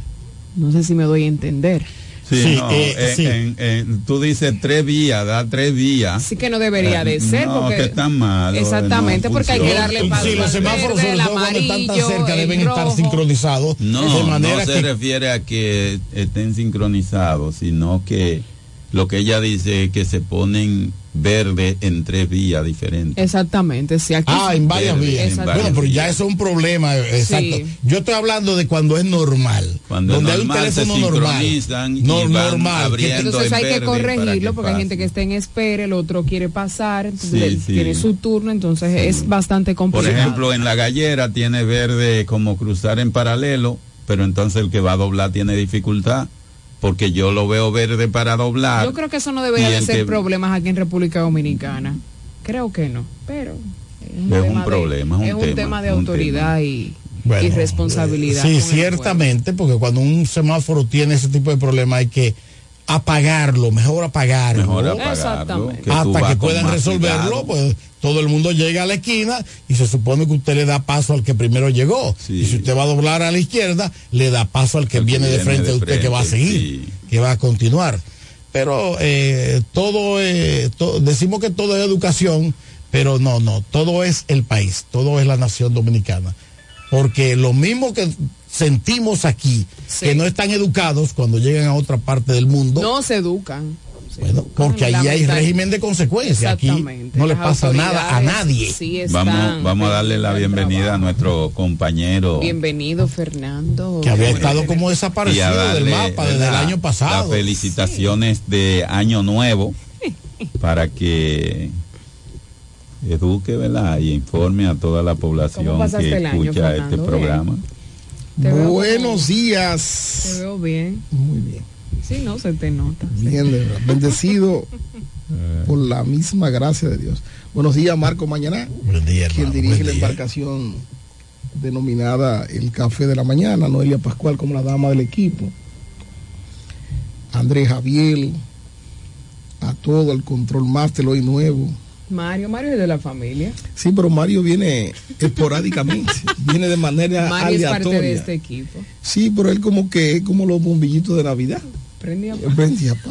No sé si me doy a entender. Sí, Sí, no, eh, en- sí. en- en- tú dices tres vías, da tres vías. Así que no debería de Eh, ser, no, porque que está mal. exactamente, no porque hay que funciona. darle paso Sí, los al semáforos, verde, sobre el todo cuando están tan amarillo, cerca, el deben estar rojo. sincronizados. No, de manera no se que refiere a que estén sincronizados, sino que lo que ella dice es que se ponen verde en tres vías diferentes. Exactamente, sí, aquí ah, en varias vías. Bueno, pero ya eso es un problema, exacto. Sí. Yo estoy hablando de cuando es normal. Cuando donde es normal, hay un teléfono se normal. Y no, van normal. Entonces hay que corregirlo que porque hay gente que está en espera, el otro quiere pasar, entonces sí, le, sí. tiene su turno, entonces sí. es bastante complicado. Por ejemplo, en la Gallera tiene verde como cruzar en paralelo, pero entonces el que va a doblar tiene dificultad. Porque yo lo veo verde para doblar. Yo creo que eso no debería de ser que... problemas aquí en República Dominicana. Creo que no, pero es un, es un problema, de, es un, es un tema, tema de autoridad tema. y, bueno, y responsabilidad. Sí, ciertamente, porque cuando un semáforo tiene ese tipo de problema hay que apagarlo, mejor apagarlo. Mejor apagarlo. Que hasta que puedan resolverlo, pues todo el mundo llega a la esquina y se supone que usted le da paso al que primero llegó. Sí. Y si usted va a doblar a la izquierda, le da paso al que, el viene, que viene de frente de usted, frente, que va a seguir, sí. que va a continuar. Pero eh, todo, eh, to, decimos que todo es educación, pero no, no, todo es el país, todo es la nación dominicana. Porque lo mismo que sentimos aquí, sí. que no están educados cuando llegan a otra parte del mundo. No se educan. Bueno, porque allí hay régimen de consecuencias. Aquí no le pasa nada a nadie. Sí vamos vamos a darle la bienvenida trabajo. a nuestro compañero. Bienvenido, Fernando. Que había estado como desaparecido del mapa desde el año pasado. Las felicitaciones sí. de Año Nuevo para que eduque, ¿verdad? Y informe a toda la población que escucha año, este programa. Buenos como... días. Te veo bien. Muy bien. Sí, no, se te nota. Bien, de verdad. Bendecido por la misma gracia de Dios. Buenos días, Marco Mañana. Buen día, hermano. Quien dirige Buen la día. embarcación denominada El Café de la Mañana. Noelia Pascual como la dama del equipo. Andrés Javier. A todo el control máster hoy nuevo. Mario, Mario es de la familia. Sí, pero Mario viene esporádicamente, viene de manera Mario aleatoria. es parte de este equipo. Sí, pero él como que es como los bombillitos de Navidad. Prendí a Prendí a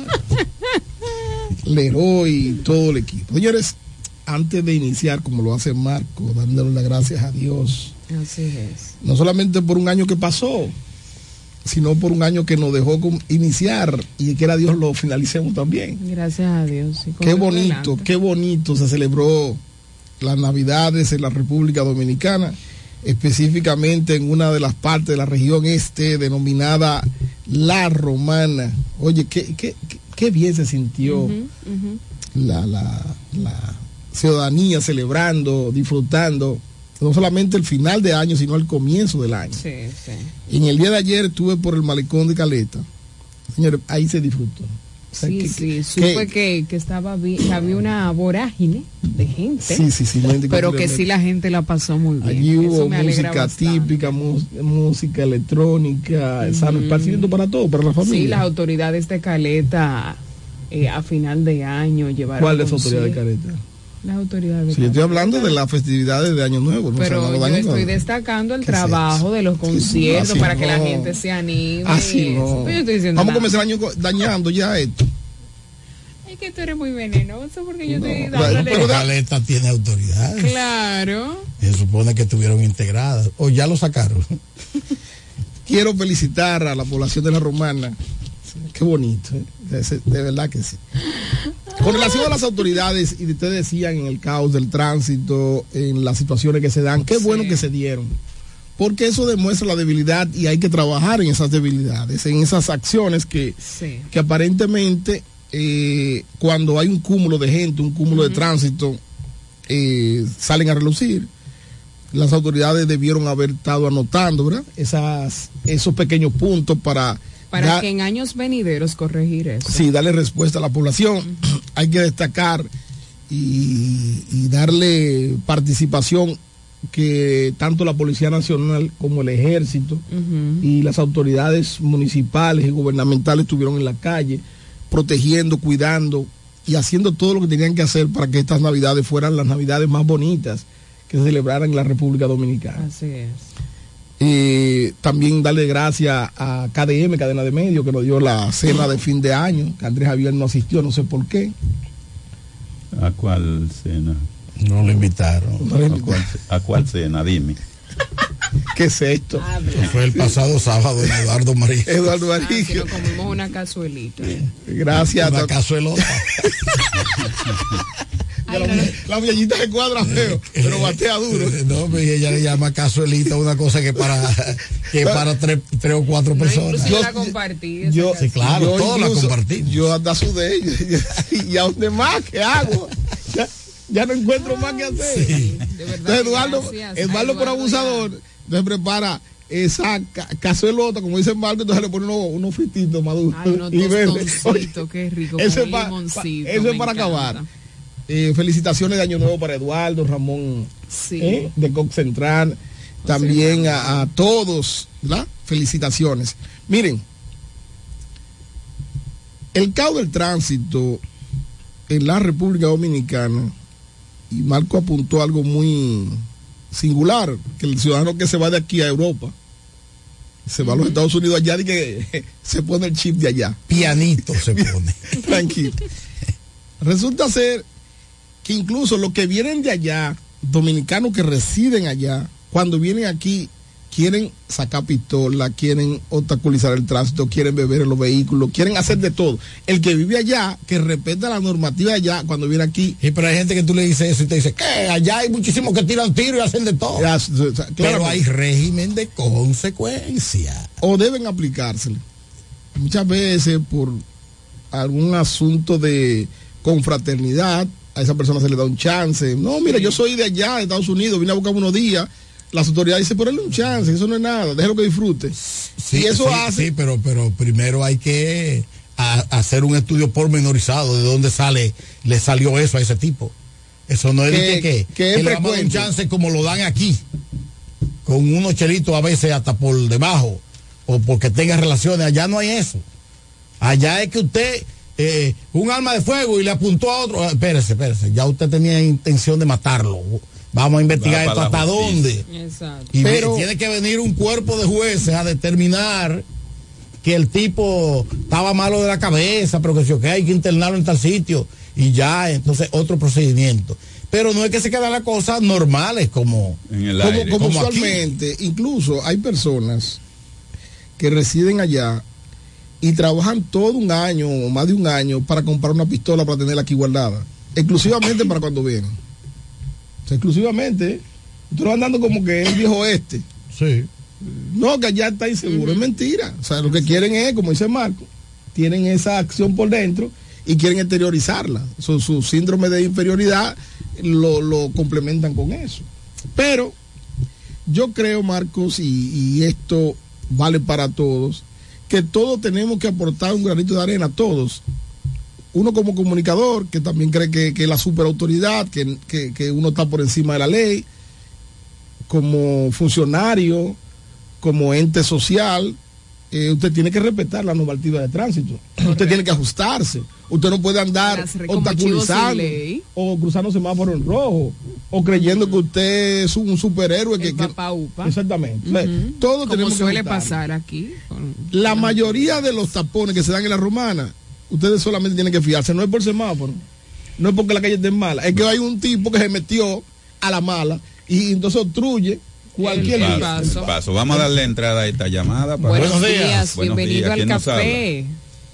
Leroy y todo el equipo. Señores, antes de iniciar, como lo hace Marco, dándole las gracias a Dios. Así es. No solamente por un año que pasó, sino por un año que nos dejó iniciar y que era Dios lo finalicemos también. Gracias a Dios. Qué bonito, adelante. Qué bonito se celebró las Navidades en la República Dominicana, específicamente en una de las partes de la región este denominada La Romana. Oye, qué, qué, qué bien se sintió uh-huh, uh-huh. La, la, la ciudadanía celebrando, disfrutando. No solamente el final de año, sino el comienzo del año. Sí, sí. En el día de ayer estuve por el malecón de Caleta. Señores, ahí se disfrutó. O sea, sí, que, sí, supe que, que estaba que había una vorágine de gente. Sí, sí, sí. Pero que sí la gente la pasó muy bien. Allí hubo música típica, mu música electrónica, mm. sano esparcimiento para todo, para la familia. Sí, las autoridades de Caleta eh, a final de año llevaron. ¿Cuál es la autoridad de Caleta? Las autoridades. Sí, yo estoy hablando de las festividades de Año Nuevo. No pero sé, yo año estoy nuevo. destacando el trabajo es de los conciertos para no. que la gente se anime. Así no. Yo estoy diciendo Vamos nada. a comenzar el año dañando ya esto. Es que tú eres muy venenoso porque yo no, estoy dándole. Pero Caleta tiene autoridades. Claro. Se supone que estuvieron integradas. O ya lo sacaron. Quiero felicitar a la población de La Romana. Qué bonito, ¿eh? de, de verdad que sí. Con relación a las autoridades, y ustedes decían en el caos del tránsito, en las situaciones que se dan, qué sí. bueno que se dieron, porque eso demuestra la debilidad y hay que trabajar en esas debilidades, en esas acciones que, sí. que aparentemente eh, cuando hay un cúmulo de gente, un cúmulo uh-huh. de tránsito, eh, salen a relucir. Las autoridades debieron haber estado anotando, ¿verdad? Esas, esos pequeños puntos para... Para da, que en años venideros corregir eso. Sí, darle respuesta a la población. Uh-huh. Hay que destacar y, y darle participación que tanto la Policía Nacional como el Ejército uh-huh. y las autoridades municipales y gubernamentales estuvieron en la calle protegiendo, cuidando y haciendo todo lo que tenían que hacer para que estas Navidades fueran las Navidades más bonitas que se celebraran en la República Dominicana. Así es. Eh, también darle gracias a K D M, Cadena de Medios, que nos dio la cena de fin de año, que Andrés Javier no asistió, no sé por qué. ¿A cuál cena? No lo invitaron. No lo invitaron. ¿A, cuál, ¿A cuál cena? Dime. ¿Qué es esto? Fue el pasado sábado, Eduardo Marín. Eduardo Marín. Ah, que nos comimos una cazuelita. Gracias. Una cazuelota. La, la muñequita se cuadra feo, pero batea duro. No, pero ella le llama cazuelita una cosa que para que para tres, tres o cuatro personas. Yo la compartí. Yo, sí, claro, todos la compartimos. Yo hasta sudé. Y a dónde más, ¿qué hago? Ya, ya no encuentro más que hacer. Sí. De verdad, Entonces, Eduardo, gracias. Eduardo por abusador, entonces prepara esa ca cazuelota, como dice Marco, entonces le pone unos, unos frititos maduros. Ay, unos y verde. tostoncitos, qué rico. Eso con es, pa, limoncito, pa, eso es para me acabar. encanta. Eh, felicitaciones de Año Nuevo para Eduardo, Ramón, Sí. eh, de Cox Central, también a, a todos, ¿verdad? Felicitaciones. Miren, el caos del tránsito en la República Dominicana, y Marco apuntó algo muy singular, que el ciudadano que se va de aquí a Europa, se va a los Estados Unidos allá y que se pone el chip de allá. Pianito se pone. Tranquilo. Resulta ser que incluso los que vienen de allá, dominicanos que residen allá, cuando vienen aquí, quieren sacar pistola, quieren obstaculizar el tránsito, quieren beber en los vehículos, quieren hacer de todo. El que vive allá, que respeta la normativa de allá, cuando viene aquí. Sí, pero hay gente que tú le dices eso y te dice que allá hay muchísimos que tiran tiro y hacen de todo. Ya, o sea, pero hay régimen de consecuencia. O deben aplicársele. Muchas veces por algún asunto de confraternidad, a esa persona se le da un chance. No, mira, yo soy de allá, de Estados Unidos, vine a buscar unos días. Las autoridades dicen, ponle un chance, eso no es nada, déjalo que disfrute. Sí, y eso sí, hace... sí, pero, pero primero hay que a, hacer un estudio pormenorizado de dónde sale, le salió eso a ese tipo. Eso no es que, de que, que, que, que le damos un chance como lo dan aquí, con unos chelitos a veces hasta por debajo, o porque tenga relaciones. Allá no hay eso. Allá es que usted... Eh, un arma de fuego y le apuntó a otro. Espérese, espérese, ya usted tenía intención de matarlo. Vamos a investigar esto hasta dónde. Exacto. Y pero tiene que venir un cuerpo de jueces a determinar que el tipo estaba malo de la cabeza, pero que si okay, hay que internarlo en tal sitio y ya, entonces otro procedimiento. Pero no es que se quedan las cosas normales como en el como, aire. como, como usualmente. Incluso hay personas que residen allá y trabajan todo un año o más de un año para comprar una pistola para tenerla aquí guardada, exclusivamente para cuando vienen. O sea, exclusivamente, ustedes van andando como que es viejo este. Sí. No, que allá está inseguro, uh-huh. Es mentira. O sea, lo que quieren es, como dice Marco, tienen esa acción por dentro y quieren exteriorizarla. Su, su síndrome de inferioridad lo, lo complementan con eso. Pero yo creo, Marcos, y, y esto vale para todos, que todos tenemos que aportar un granito de arena, todos. Uno como comunicador, que también cree que, que la superautoridad, que, que, que uno está por encima de la ley, como funcionario, como ente social, eh, usted tiene que respetar la normativa de tránsito. Correcto. Usted tiene que ajustarse. Usted no puede andar obstaculizando o cruzando semáforo en rojo o creyendo que usted es un superhéroe. El que, papá upa. Exactamente. Uh-huh. Todos Como tenemos suele que pasar aquí. Con... La mayoría de los tapones que se dan en la Romana, ustedes solamente tienen que fiarse. No es por semáforo, no es porque la calle esté mala, es que hay un tipo que se metió a la mala y entonces obstruye cualquier el paso, el paso. Vamos a darle entrada a esta llamada. Para... Buenos, Buenos días, días. Buenos bienvenido días. al café.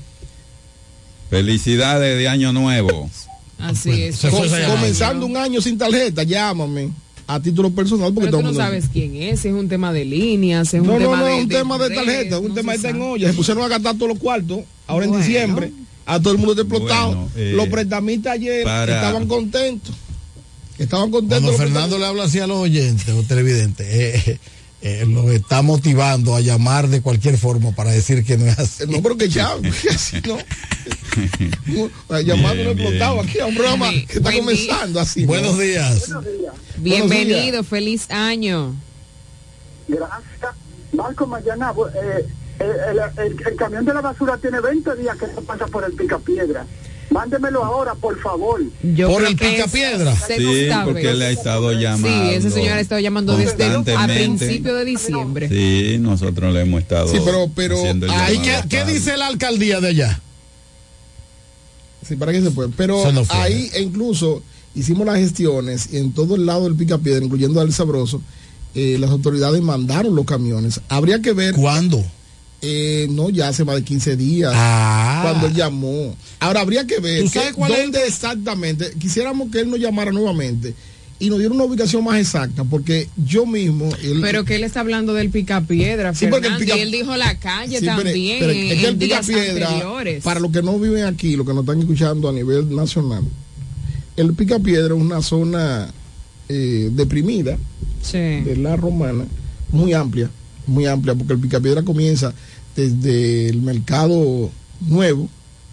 Felicidades de año nuevo. Así bueno, es. Com comenzando un año sin tarjeta, llámame a título personal porque pero tú no sabes lo... quién es, si es un tema de líneas, es no, un no, tema no, de un de tema de, de tarjeta, red, un no tema de sabe. en olla, se pusieron a gastar todos los cuartos, ahora bueno. en diciembre, a todo el mundo está explotado. Bueno, eh, los prestamistas ayer para... estaban contentos. Estaban contentos. Cuando Fernando le habla así a los oyentes o televidentes, eh, eh, los está motivando a llamar de cualquier forma para decir que no es así. No, pero que llame, así no. Llamando no explotado aquí a un programa sí, que está comenzando así. Buenos días. Buenos días. Bienvenido, Buenos días. Feliz año. Gracias. Marco, mañana eh, el, el, el camión de la basura tiene veinte días que no pasa por el Picapiedra. Mándemelo ahora, por favor. Yo ¿Por el Picapiedra? Sí, porque él ha estado llamando. Sí, ese señor ha estado llamando desde a principio de diciembre. Sí, nosotros le hemos estado. Sí, pero, pero ahí, ¿qué, ¿qué dice la alcaldía de allá? Sí, para que se puede. Pero no ahí, e incluso hicimos las gestiones y en todo el lado del Picapiedra, incluyendo al Sabroso, eh, las autoridades mandaron los camiones. Habría que ver. ¿Cuándo? Eh, no, ya hace más de quince días. Ah. Cuando él llamó. Ahora habría que ver ¿Tú sabes que, cuál dónde es? exactamente. Quisiéramos que él nos llamara nuevamente y nos diera una ubicación más exacta, porque yo mismo. Él, pero que él está hablando del Picapiedra, Sí, porque el Fernando, Pica- y él dijo la calle Sí, pero- también pero en, es que el en días Picapiedra, anteriores. para los que no viven aquí, los que nos están escuchando a nivel nacional, el Picapiedra es una zona eh, deprimida Sí. de la Romana, muy amplia, muy amplia, porque el Picapiedra comienza desde el mercado nuevo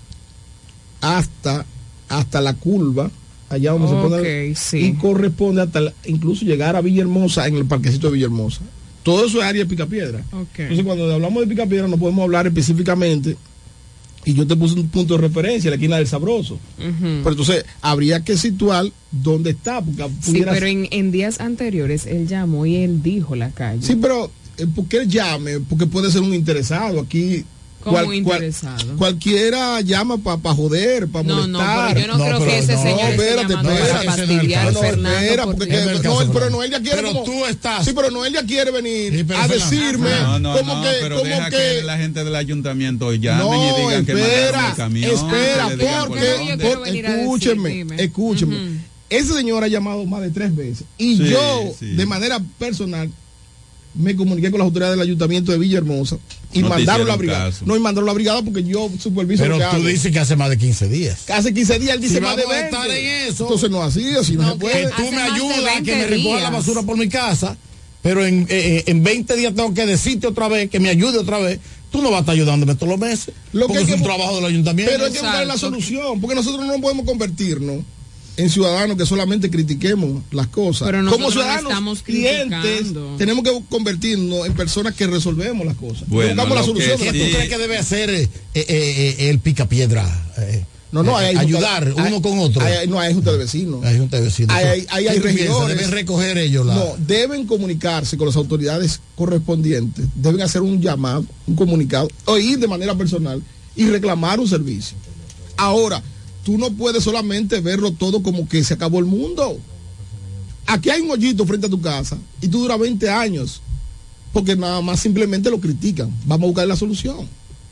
hasta, hasta la curva, allá donde se pone, Ok, sí. y corresponde hasta la- incluso llegar a Villahermosa, en el parquecito de Villahermosa. Todo eso es área de Picapiedra. Ok. Entonces, cuando hablamos de Picapiedra, no podemos hablar específicamente. Y yo te puse un punto de referencia, la esquina del Sabroso. Ujú. Pero entonces, habría que situar dónde está. Porque Sí, pudiera pero ser- en, en días anteriores él llamó y él dijo la calle. Sí, pero eh, porque él llame, porque puede ser un interesado. Aquí ¿Cómo cual- cual- interesado? cualquiera llama para joder, para No, no, molestar. pero yo no creo que ese señor esté espérate, llamando espérate. para fastidiar, No, no, Fernando, espera, por porque Dios. que- No es el no, caso, pero Fernando. Noelia quiere Pero como- tú estás- Sí, pero Noelia quiere venir Sí, pero a Fernando. decirme No, no, como no, que, pero como deja que, que la gente del ayuntamiento llamen no, y digan que espera, mandaron el camión. espera, que le digan por porque, dónde. yo quiero por- venir a decir, escúcheme, dime. escúcheme. Ujú. Ese señor ha llamado más de tres veces y Sí, yo, sí. de manera personal, me comuniqué con las autoridades del ayuntamiento de Villahermosa y No te mandaron la hicieron brigada. caso. No, y mandaron la brigada porque yo superviso Pero lo que tú hago. dices que hace más de quince días. Hace quince días él dice Si más de vamos a veinte. estar en eso, Entonces no así, así no, No, se que puede. Tú hace me más de ayudas a que me veinte recoja la días. basura por mi casa, pero en, eh, en veinte días tengo que decirte otra vez, que me ayude otra vez. Tú no vas a estar ayudándome todos los meses. Lo que porque hay es que un bu- trabajo del ayuntamiento. Pero hay que buscar la Exacto. solución, porque nosotros no podemos convertirnos en ciudadanos que solamente critiquemos las cosas. Pero Como nosotros no ciudadanos estamos clientes, criticando. tenemos que convertirnos en personas que resolvemos las cosas. Bueno, buscamos la lo que solución. de ¿Qué las tú sí. cosas. crees que debe hacer eh, eh, eh, el picapiedra? Eh, No, no, eh, hay, hay ayudar junta- uno hay- con otro. hay- no, hay junta de vecinos. Hay junta de vecinos. Hay- hay- hay- ¿Qué hay tú piensas? regidores. Deben recoger ellos la. No, deben comunicarse con las autoridades correspondientes, deben hacer un llamado, un comunicado, o ir de manera personal y reclamar un servicio. Ahora, tú no puedes solamente verlo todo como que se acabó el mundo. Aquí hay un hoyito frente a tu casa y tú duras veinte años, porque nada más simplemente lo critican. Vamos a buscar la solución.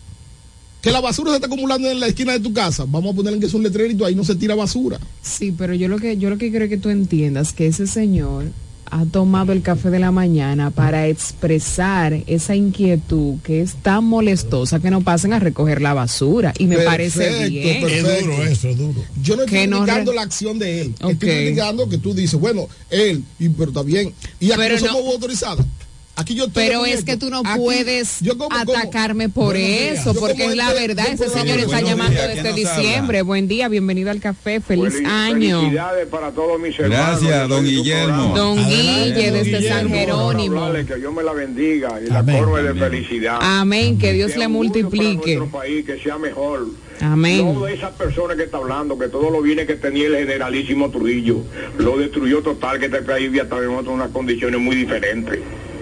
Que la basura se está acumulando en la esquina de tu casa, vamos a ponerle que es un letrerito, ahí no se tira basura. Sí, pero yo lo que yo lo que quiero que tú entiendas que ese señor ha tomado el café de la mañana para expresar esa inquietud que es tan molestosa que no pasen a recoger la basura y me parece Perfecto, bien. perfecto. Es duro eso, es duro. Yo no estoy Que no criticando re- la acción de él. Ok. Estoy criticando que tú dices, bueno, él, y, pero está bien. Y aquí Pero no somos no- autorizados. Aquí yo estoy Pero con es esto. que tú no Aquí, puedes yo como- como- atacarme por Buenos días. eso, Yo porque como es la gente verdad. de Ese programa señor de está buenos llamando días, desde ¿quién nos habla? diciembre. Buen día, bienvenido al café. Feliz Fel- año. Felicidades para todos mis hermanos. Gracias, Yo don soy tu Guillermo. programa. Don Adelante, Guille don desde San Guillermo. Jerónimo. Hablarle que Dios me la bendiga y Amén. la colme de Amén. felicidad. Amén, que Dios Sea le un gusto para multiplique. nuestro país, que sea mejor. Amén. No de esas personas que está hablando, que todo lo viene que tenía el generalísimo Trujillo, lo destruyó total, que este país ya está en unas condiciones muy diferentes.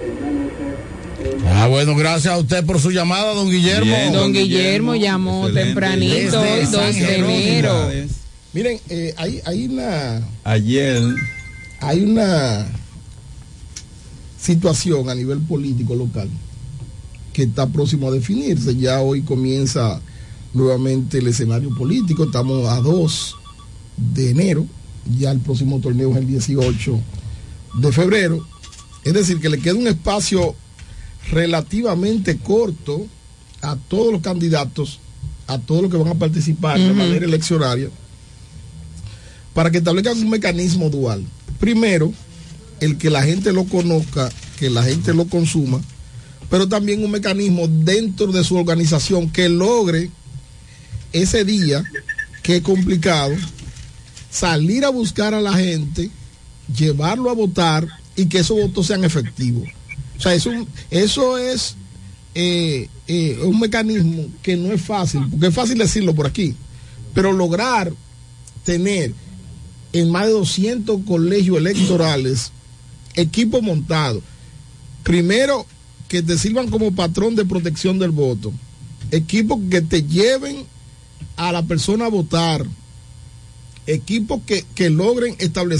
Ah, bueno, gracias a usted por su llamada, don Guillermo. Bien, Don Guillermo llamó excelente. tempranito, Desde hoy San dos de Jerónimo. enero. Miren, eh, hay, hay una Ayer, hay una situación a nivel político local que está próximo a definirse. Ya hoy comienza nuevamente el escenario político. Estamos a dos de enero. Ya el próximo torneo es el dieciocho de febrero. Es decir, que le queda un espacio relativamente corto a todos los candidatos, a todos los que van a participar de Ujú. manera eleccionaria, para que establezcan un mecanismo dual. Primero, el que la gente lo conozca, que la gente lo consuma, pero también un mecanismo dentro de su organización que logre ese día, que es complicado, salir a buscar a la gente, llevarlo a votar y que esos votos sean efectivos. O sea, eso, eso es eh, eh, un mecanismo que no es fácil, porque es fácil decirlo por aquí, pero lograr tener en más de doscientos colegios electorales equipos montados, primero que te sirvan como patrón de protección del voto, equipos que te lleven a la persona a votar, equipos que, que logren establecer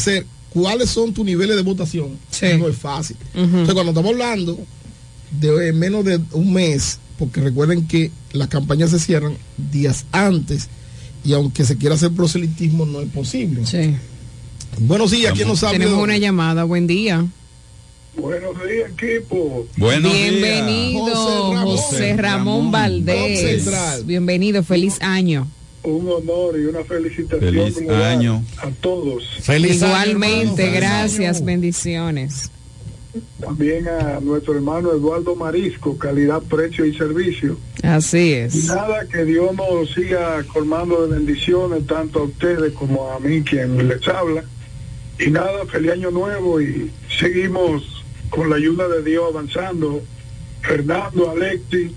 cuáles son tus niveles de votación. Sí. No es fácil. Ujú. Entonces, cuando estamos hablando de eh, menos de un mes, porque recuerden que las campañas se cierran días antes y aunque se quiera hacer proselitismo no es posible. Sí. Buenos días, ¿quién nos habla? Tenemos una llamada, buen día. Buenos días, equipo. Buenos Bienvenido, días. José Ramón, José Ramón Valdés. Bienvenido, feliz año. Un honor y una felicitación Feliz global año. a todos. Igualmente, año, gracias, año. bendiciones. También a nuestro hermano Eduardo Marisco, calidad, precio y servicio. Así es. Y nada, que Dios nos siga colmando de bendiciones, tanto a ustedes como a mí, quien les habla. Y nada, feliz año nuevo y seguimos con la ayuda de Dios avanzando. Fernando, Alexi,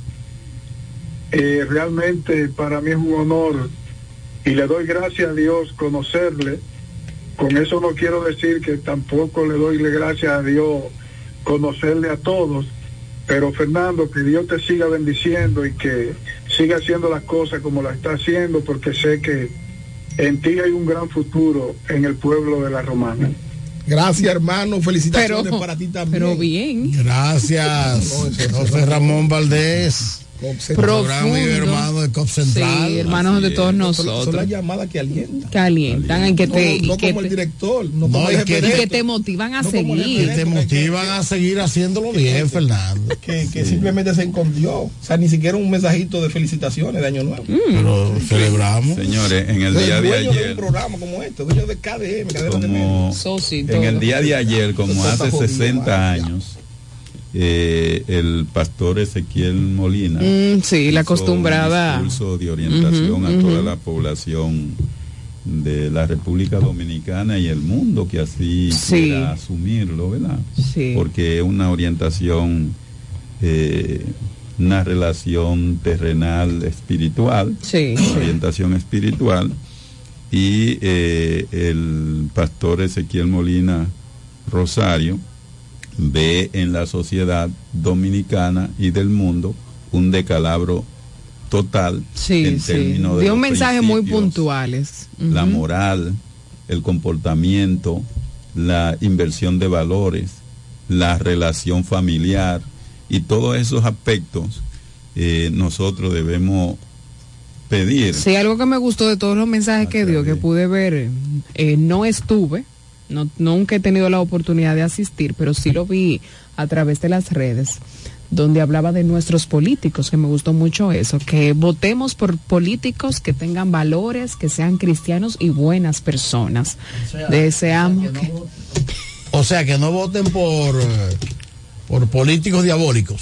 eh, realmente para mí es un honor y le doy gracias a Dios conocerle. Con eso no quiero decir que tampoco le doy gracias a Dios conocerle a todos, pero Fernando, que Dios te siga bendiciendo y que siga haciendo las cosas como las está haciendo, porque sé que en ti hay un gran futuro en el pueblo de La Romana. Gracias, hermano, felicitaciones Pero- para ti también. Pero bien. Gracias, José Ramón Valdés. Programa mi hermano de COP Central. Sí, hermanos de todos Son nosotros. las llamadas que alientan. Que alientan, en que te, No, no y que como el te- director, no, No, como y el que- y gerente. que te motivan a No como el seguir. Y te motivan a seguir haciéndolo bien, Fernando. que, que simplemente se escondió. O sea, ni siquiera un mensajito de felicitaciones de Año Nuevo. Pero celebramos. Señores, en el El día de dueño de ayer, un programa como este, dueño de K D M, cadena de medios. como Soci, en todo. el día de ayer, como Eso está hace jodido, sesenta vaya. años, eh, el pastor Ezequiel Molina Mm, sí, la hizo acostumbrada. un discurso de orientación Ujú, a toda ujú. la población de la República Dominicana y el mundo que así Sí. quiera asumirlo, ¿verdad? Sí. Porque es una orientación, eh, una relación terrenal espiritual, Sí, una sí. orientación espiritual, y eh, el pastor Ezequiel Molina Rosario ve en la sociedad dominicana y del mundo un decalabro total Sí, en sí. términos de Dio los un mensaje muy principios, puntuales. la Ujú. moral, el comportamiento, la inversión de valores, la relación familiar y todos esos aspectos eh, nosotros debemos pedir. Sí, algo que me gustó de todos los mensajes que dio, que pude ver, eh, no estuve, no, nunca he tenido la oportunidad de asistir, pero sí lo vi a través de las redes, donde hablaba de nuestros políticos, que me gustó mucho eso, que votemos por políticos que tengan valores, que sean cristianos y buenas personas. sea, Deseamos que... O sea, que no voten por, eh, por políticos diabólicos.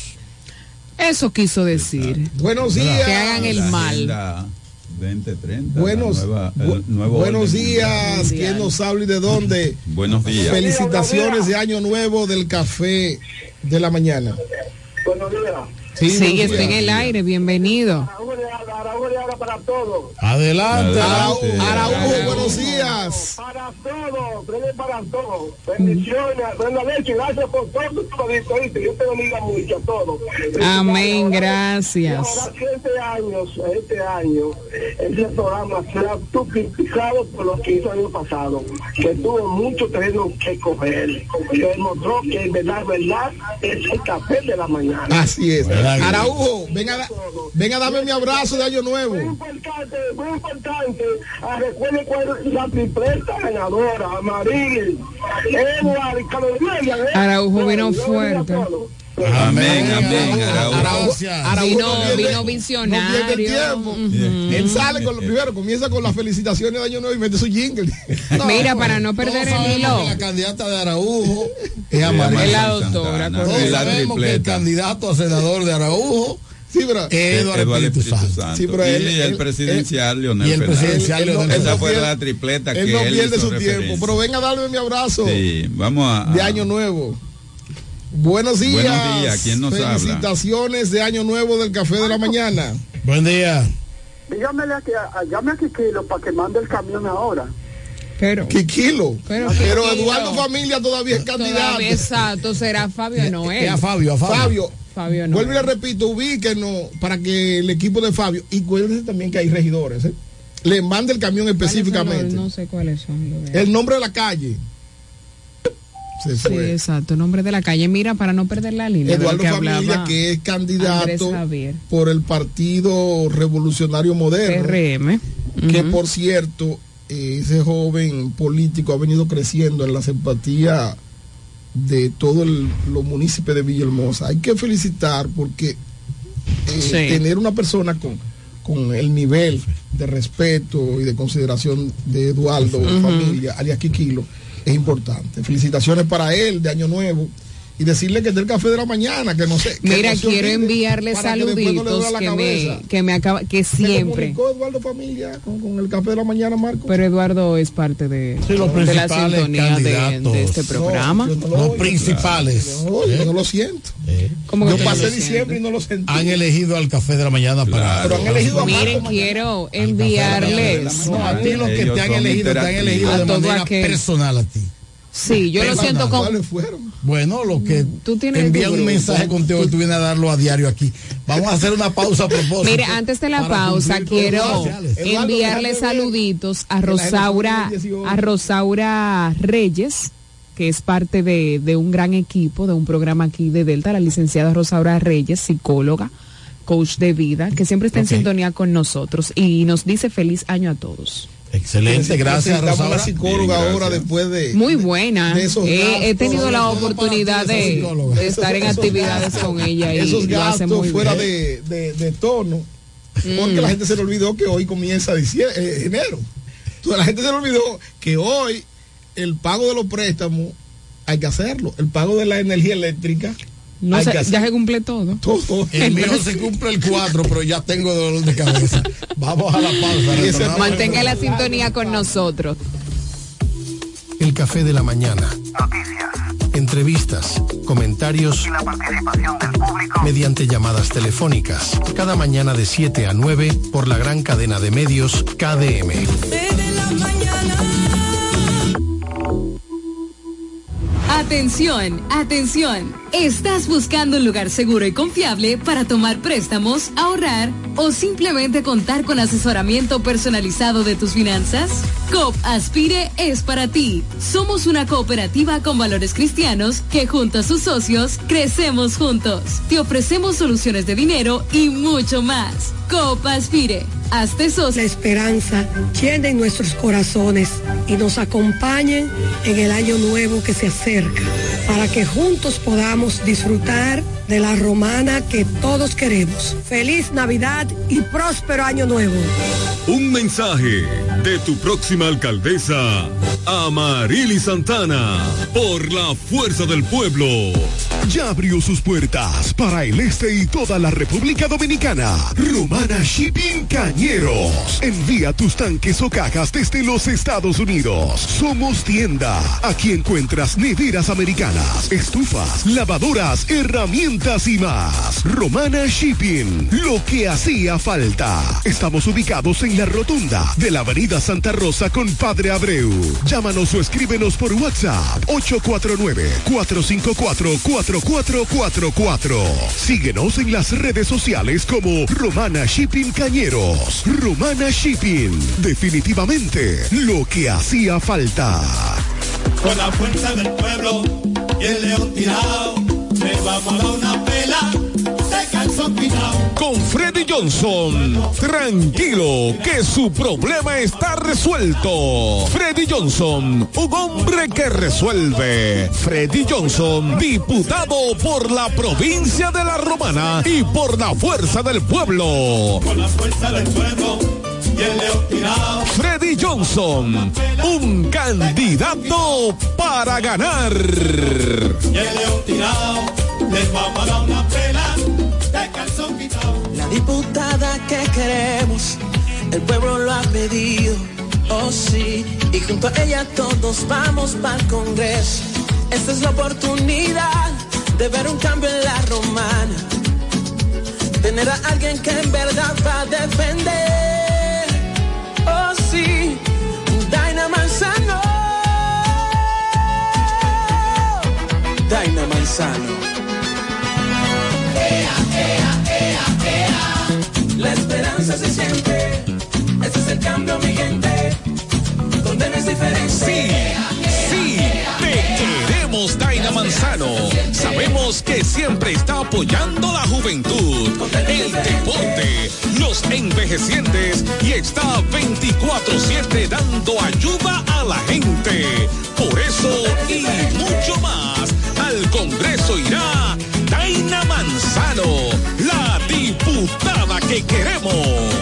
Eso quiso decir. Buenos días. Que hagan el La mal. Agenda veinte treinta, Buenos, la nueva- el bu- nuevo buenos orden días. mundial. ¿Quién nos habla y de dónde? Buenos días. Felicitaciones de Año Nuevo del Café de la Mañana. Buenos días. Sí, Sí, buenos está en días. el aire, bienvenido. Araújo le habla para todos. Adelante. Adelante. Araújo, buenos días. Para todos, Brenda, para todos. Bendiciones, Brenda Leche, gracias por todo tu todito, ¿viste? Dios te bendiga mucho a todos. Amén, Ahora, gracias. Ahora que este año, este año, ese programa será criticado por lo que hizo el año pasado, que tuvo mucho terreno que coger, que demostró que en verdad, verdad, es el café de la mañana. Así es. ¿Verdad que- Araujo, venga, a da- venga a darme mi abrazo de Año Muy Nuevo. importante, muy importante. Ah, recuerden cuál es la tripleta ganadora, Amaril, Edward y Carlos Díaz, ¿eh? Araujo vino Dios bendiga a fuerte. todos. Amén, amén. Araujo. Gracias. Araujo Vino- no pierde- vino visionario. No pierde tiempo. Él sale con lo primero, comienza con las felicitaciones de Año Nuevo y mete su jingle. No, Mira, para no Todos perder el sabemos hilo. que la candidata de Araujo es Sí, amarilla. Es la Santana. doctora, Sí, Todos correcto. la sabemos que el tripleta. candidato a senador de Araujo Sí, pero es Eduardo Eduardo Espíritu Espíritu Santo. Santo. Sí, pero y él- el él- presidencial Leonel y el Fernández. presidencial él no- Leonel él no Esa fue pierde- la tripleta que él no pierde hizo su tiempo. referencia. Pero venga a darme mi abrazo Sí, vamos a, de a- Año Nuevo. Buenos días. Buenos días, ¿quién nos habla? Felicitaciones de Año Nuevo del Café de la Mañana. Buen día. Dígamele a que, a- llame a Quiquilo para que mande el camión ahora. Pero, Kikilo. pero, Pero Kikilo. Eduardo Familia todavía es candidato. Todavía, exacto, será Fabio Noel. Es a Fabio, a Fabio. Fabio, Fabio Noel. vuelvo y le repito, ubíquenos para que el equipo de Fabio, y cuídense también que hay regidores, ¿eh? Le mande el camión ¿Cuáles son los- específicamente. No sé cuáles son. lo veo. El nombre de la calle. se Sí, fue. exacto, nombre de la calle. Mira, para no perder la línea. de lo Eduardo que Familia, hablaba que es Andrés candidato Javier. por el Partido Revolucionario Moderno. P R M. Que Ujú. por cierto, eh, ese joven político ha venido creciendo en la simpatía de todos los municipios de Villahermosa. Hay que felicitar porque eh, Sí. tener una persona con, con el nivel de respeto y de consideración de Eduardo Ujú. Familia, alias Quiquilo, es importante. Felicitaciones para él de Año Nuevo y decirle que es del café de la mañana, que no sé. que Mira, no se quiero olvide enviarle para que después no le duela saluditos la que, cabeza. me, que me acaba, que ¿Se siempre. comunicó Eduardo Familia con, con el café de la mañana, Marco? Pero Eduardo es parte de, Sí, los de la principales sintonía de, candidatos. de este programa. No, yo no lo Los oigo, principales. claro. Yo no, yo no lo siento. ¿Cómo que Yo tú no pasé lo diciembre sientes? y no lo sentí. Han elegido al café de la mañana para. Pero han elegido a Miren, Marco quiero enviarles. No, a ti los que Ellos te han son elegido, te han interactivos. elegido A de todo manera aquel. personal a ti. Sí, yo lo Personal. siento con. ¿Cuáles fueron? Bueno, los que Tú tienes envían tu un grupo. mensaje contigo y tú vienes a darlo a diario aquí. Vamos a hacer una pausa a propósito. Mire, antes de la para pausa, cumplir con los quiero sociales. Eduardo, enviarle déjame ver saluditos a que la Rosaura, generación dieciocho. a Rosaura Reyes, que es parte de, de un gran equipo, de un programa aquí de Delta, la licenciada Rosaura Reyes, psicóloga, coach de vida, que siempre está en Ok. sintonía con nosotros y nos dice feliz año a todos. Excelente, gracias, Necesitamos Rosaura. una psicóloga Bien, gracias. ahora después de. Muy buena. de esos He- he gastos. tenido la Todo para oportunidad ti, esa de, psicóloga. de estar en Esos- esos actividades gastos, con ella y esos lo hace gastos muy fuera bien. de, de, de tono. Porque la gente se le olvidó que hoy comienza diciembre, eh, enero. Entonces la gente se le olvidó que hoy el pago de los préstamos hay que hacerlo. El pago de la energía eléctrica. No hay sé, que ya hacerlo. se cumple todo. Todo. El mío se cumple el cuatro, pero ya tengo dolor de cabeza. Vamos a la pausa. Y ese retornamos. Mantenga la sintonía con nosotros. El café de la mañana. Noticias. Entrevistas, comentarios y la participación del público mediante llamadas telefónicas. Cada mañana de siete a nueve por la gran cadena de medios K D M. Atención, atención. ¿Estás buscando un lugar seguro y confiable para tomar préstamos, ahorrar o simplemente contar con asesoramiento personalizado de tus finanzas? COP Aspire es para ti. Somos una cooperativa con valores cristianos que junto a sus socios crecemos juntos. Te ofrecemos soluciones de dinero y mucho más. COP Aspire. Hazte socio. La esperanza llene nuestros corazones y nos acompañen en el año nuevo que se acerca, para que juntos podamos disfrutar de la romana que todos queremos. Feliz Navidad y próspero año nuevo. Un mensaje de tu próxima alcaldesa, Amarili Santana, por la fuerza del pueblo. Ya abrió sus puertas para el este y toda la República Dominicana. Romana Shipping Cañeros. Envía tus tanques o cajas desde los Estados Unidos. Somos tienda. Aquí encuentras neveras americanas, estufas, lavadoras, herramientas y más. Romana Shipping. Lo que hacía falta. Estamos ubicados en la rotunda de la avenida Santa Rosa con Padre Abreu. Llámanos o escríbenos por WhatsApp ocho cuatro nueve, cuatro cinco cuatro, cuatro cuatro cuatro cuatro. Síguenos en las redes sociales como Romana Shipping Cañeros. Romana Shipping, definitivamente lo que hacía falta. Con la fuerza del pueblo y el león tirado, le vamos a dar una pela de calzón quitado. Con Freddy Johnson, tranquilo, que su problema está resuelto. Freddy Johnson, un hombre que resuelve. Freddy Johnson, diputado por la provincia de La Romana y por la fuerza del pueblo. Con la fuerza del pueblo y el león tirado. Freddy Johnson, un candidato para ganar. Y el león tirado, les vamos a dar una pela de calzón quitado. La diputada que queremos, el pueblo lo ha pedido, oh sí, y junto a ella todos vamos para el Congreso. Esta es la oportunidad de ver un cambio en La Romana, tener a alguien que en verdad va a defender, oh sí, Daina Manzano, Daina Manzano. La esperanza se siente, ese es el cambio, mi gente, donde no es diferente. Sí, sí, te queremos Dominicano. Sabemos que siempre está apoyando la juventud, el deporte, los envejecientes y está veinticuatro siete dando ayuda a la gente. Por eso y mucho más, al Congreso irá Daina Manzano, la diputada que queremos.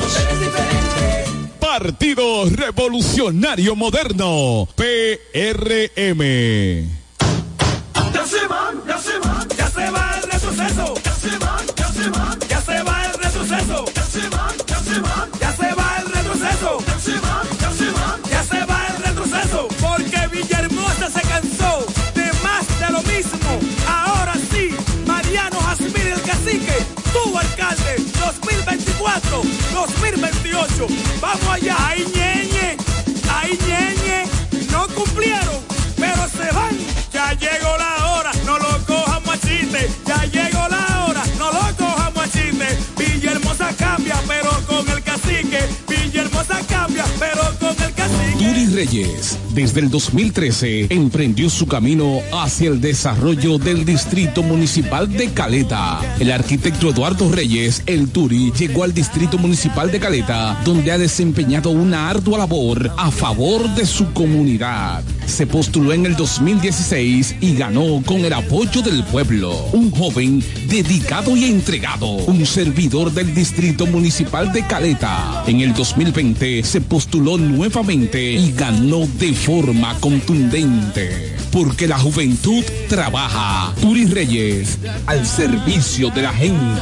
Partido Revolucionario Moderno, P R M. Ya se van, ya se van, ya se va el retroceso. Ya se van, ya se van, ya se va el retroceso. Ya se van, ya se van, ya se va el retroceso. Ya se van, ya se van, ya se va el retroceso. Porque Villahermosa se cansó de más de lo mismo. Ahora sí, Mariano Jazmín el cacique, tu alcalde, dos mil veinticuatro, dos mil veintiocho. Vamos allá, ay ñeñe, ay ñeñe, no cumplieron, pero se van. Ya llegó la hora, no lo cojamos a chiste. Ya llegó la hora, no lo cojamos a chiste. Villahermosa cambia, pero con el cacique. Villahermosa cambia, pero con el cacique. Turi Reyes, desde el dos mil trece, emprendió su camino hacia el desarrollo del Distrito Municipal de Caleta. El arquitecto Eduardo Reyes, el Turi, llegó al Distrito Municipal de Caleta, donde ha desempeñado una ardua labor a favor de su comunidad. Se postuló en el dos mil dieciséis y ganó con el apoyo del pueblo. Un joven dedicado y entregado, un servidor del Distrito Municipal de Caleta. En el dos mil veinte se postuló nuevamente y ganó de forma contundente. Porque la juventud trabaja. Turi Reyes, al servicio de la gente.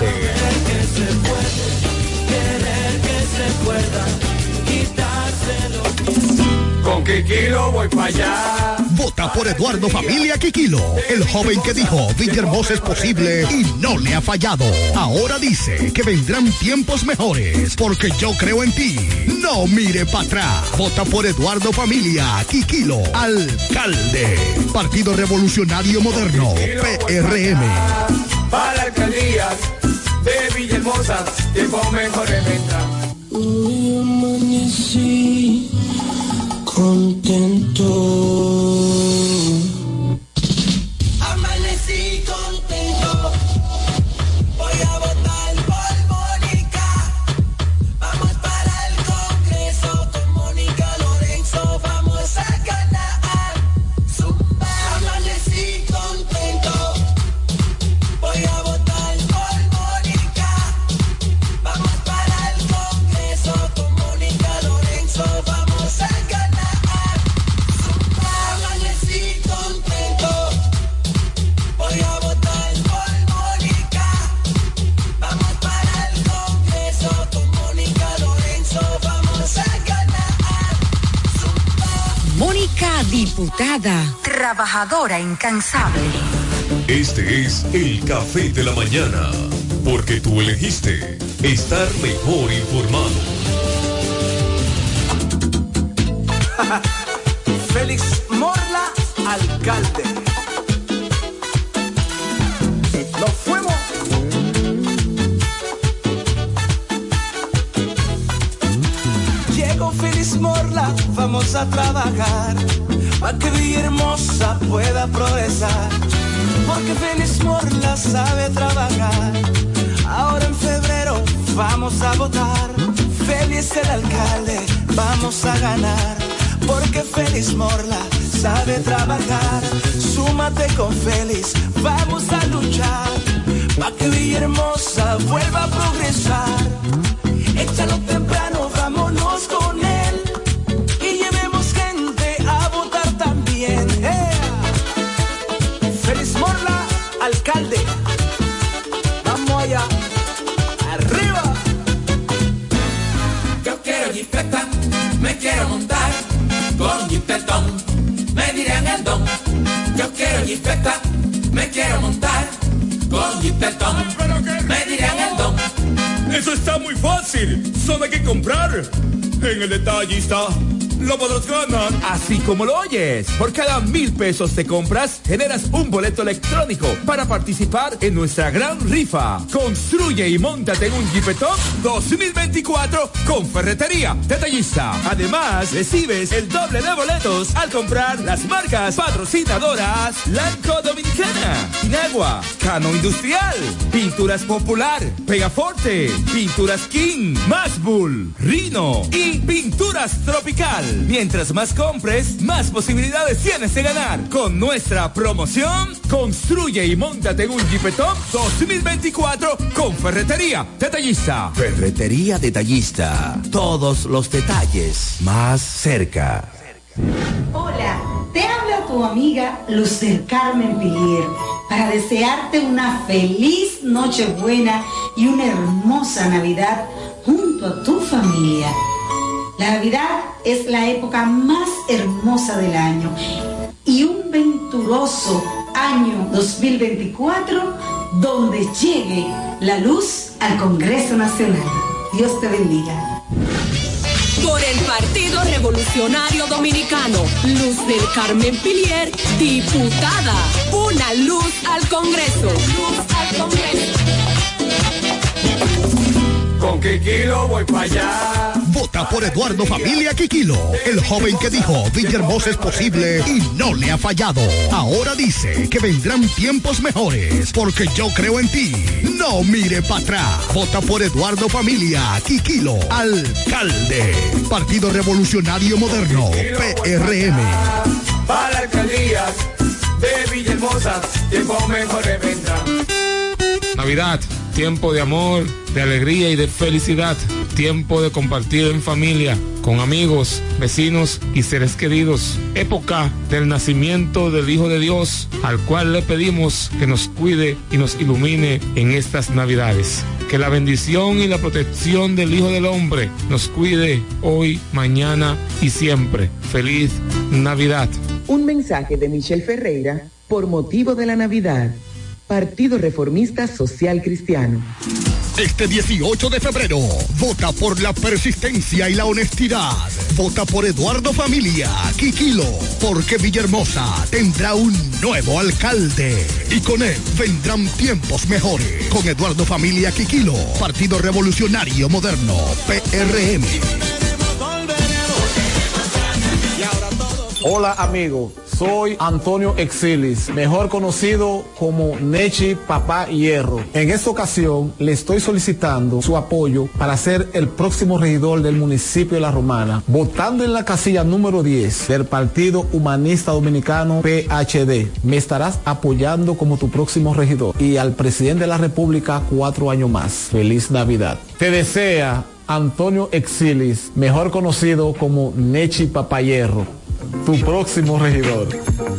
Con Kikilo voy para allá. Vota por Eduardo Familia Kikilo, el joven que dijo Villahermosa es posible y no le ha fallado. Ahora dice que vendrán tiempos mejores, porque yo creo en ti. No mire para atrás. Vota por Eduardo Familia Kikilo, alcalde. Partido Revolucionario Moderno, P R M. Para la alcaldía de Villahermosa, tiempo mejor vendrá. Hoy amanecí contento. Amanecí contento. Voy a votar por Mónica. Vamos para el Congreso con Mónica Lorenzo. Vamos a ganar. Zumba. Amanecí contento. Voy a votar por Mónica. Vamos para el Congreso con Mónica Lorenzo. Vamos a ganar. Mónica, diputada, trabajadora incansable. Este es el Café de la Mañana, porque tú elegiste estar mejor informado. Félix Morla, alcalde. Nos fuimos. Llegó Félix Morla, vamos a trabajar para que Villahermosa pueda progresar. Porque Félix Morla sabe trabajar. Ahora en febrero vamos a votar. Félix el alcalde, vamos a ganar. Porque Félix Morla sabe trabajar. Súmate con Félix, vamos a luchar para que Villahermosa vuelva a progresar. Échalo temprano, vámonos con él y llevemos gente a votar también. ¡Eh! Félix Morla, alcalde. Vamos allá, arriba. Yo quiero jipeta, me quiero montar con jipetón, me dirán el don. Yo quiero jipeta, me quiero montar con jipetón, me dirán el don. Eso está muy fácil, solo hay que comprar en el detallista lo podrás ganar así como lo oyes. Por cada mil pesos de compras, generas un boleto electrónico para participar en nuestra gran rifa. Construye y móntate en un Jeepetop dos mil veinticuatro con Ferretería Detallista. Además, recibes el doble de boletos al comprar las marcas patrocinadoras Lanco Dominicana, Inagua, Cano Industrial, Pinturas Popular, Pegaforte, Pinturas King, Masbull, Rino y Pinturas Tropical. Mientras más compres, más posibilidades tienes de ganar. Con nuestra promoción, construye y móntate en un Jeepetop dos mil veinticuatro con Ferretería Detallista. Ferretería Detallista. Todos los detalles más cerca. Hola, te habla tu amiga Luz del Carmen Pilier para desearte una feliz Nochebuena y una hermosa Navidad junto a tu familia. La Navidad es la época más hermosa del año y un venturoso año dos mil veinticuatro donde llegue la luz al Congreso Nacional. Dios te bendiga. Por el Partido Revolucionario Dominicano, Luz del Carmen Pilier, diputada. Una luz al Congreso. Luz al Congreso. Con Kikilo voy para allá. Vota por Eduardo Familia Kikilo, el joven que dijo Villahermosa es posible y no le ha fallado. Ahora dice que vendrán tiempos mejores, porque yo creo en ti. No mire para atrás. Vota por Eduardo Familia Kikilo, alcalde. Partido Revolucionario Moderno, P R M. Para alcaldías de Villahermosa, tiempos mejores vendrán. Navidad, tiempo de amor, de alegría y de felicidad. Tiempo de compartir en familia, con amigos, vecinos y seres queridos. Época del nacimiento del Hijo de Dios, al cual le pedimos que nos cuide y nos ilumine en estas Navidades. Que la bendición y la protección del Hijo del Hombre nos cuide hoy, mañana y siempre. Feliz Navidad. Un mensaje de Michelle Ferreira por motivo de la Navidad. Partido Reformista Social Cristiano. Este dieciocho de febrero, vota por la persistencia y la honestidad. Vota por Eduardo Familia Kikilo, porque Villahermosa tendrá un nuevo alcalde. Y con él vendrán tiempos mejores. Con Eduardo Familia Kikilo, Partido Revolucionario Moderno, P R M. Hola amigo, soy Antonio Exilis, mejor conocido como Nechi Papá Hierro. En esta ocasión le estoy solicitando su apoyo para ser el próximo regidor del municipio de La Romana, votando en la casilla número diez del Partido Humanista Dominicano P H D. Me estarás apoyando como tu próximo regidor y al presidente de la República cuatro años más. Feliz Navidad. Te desea Antonio Exilis, mejor conocido como Nechi Papá Hierro, tu próximo regidor.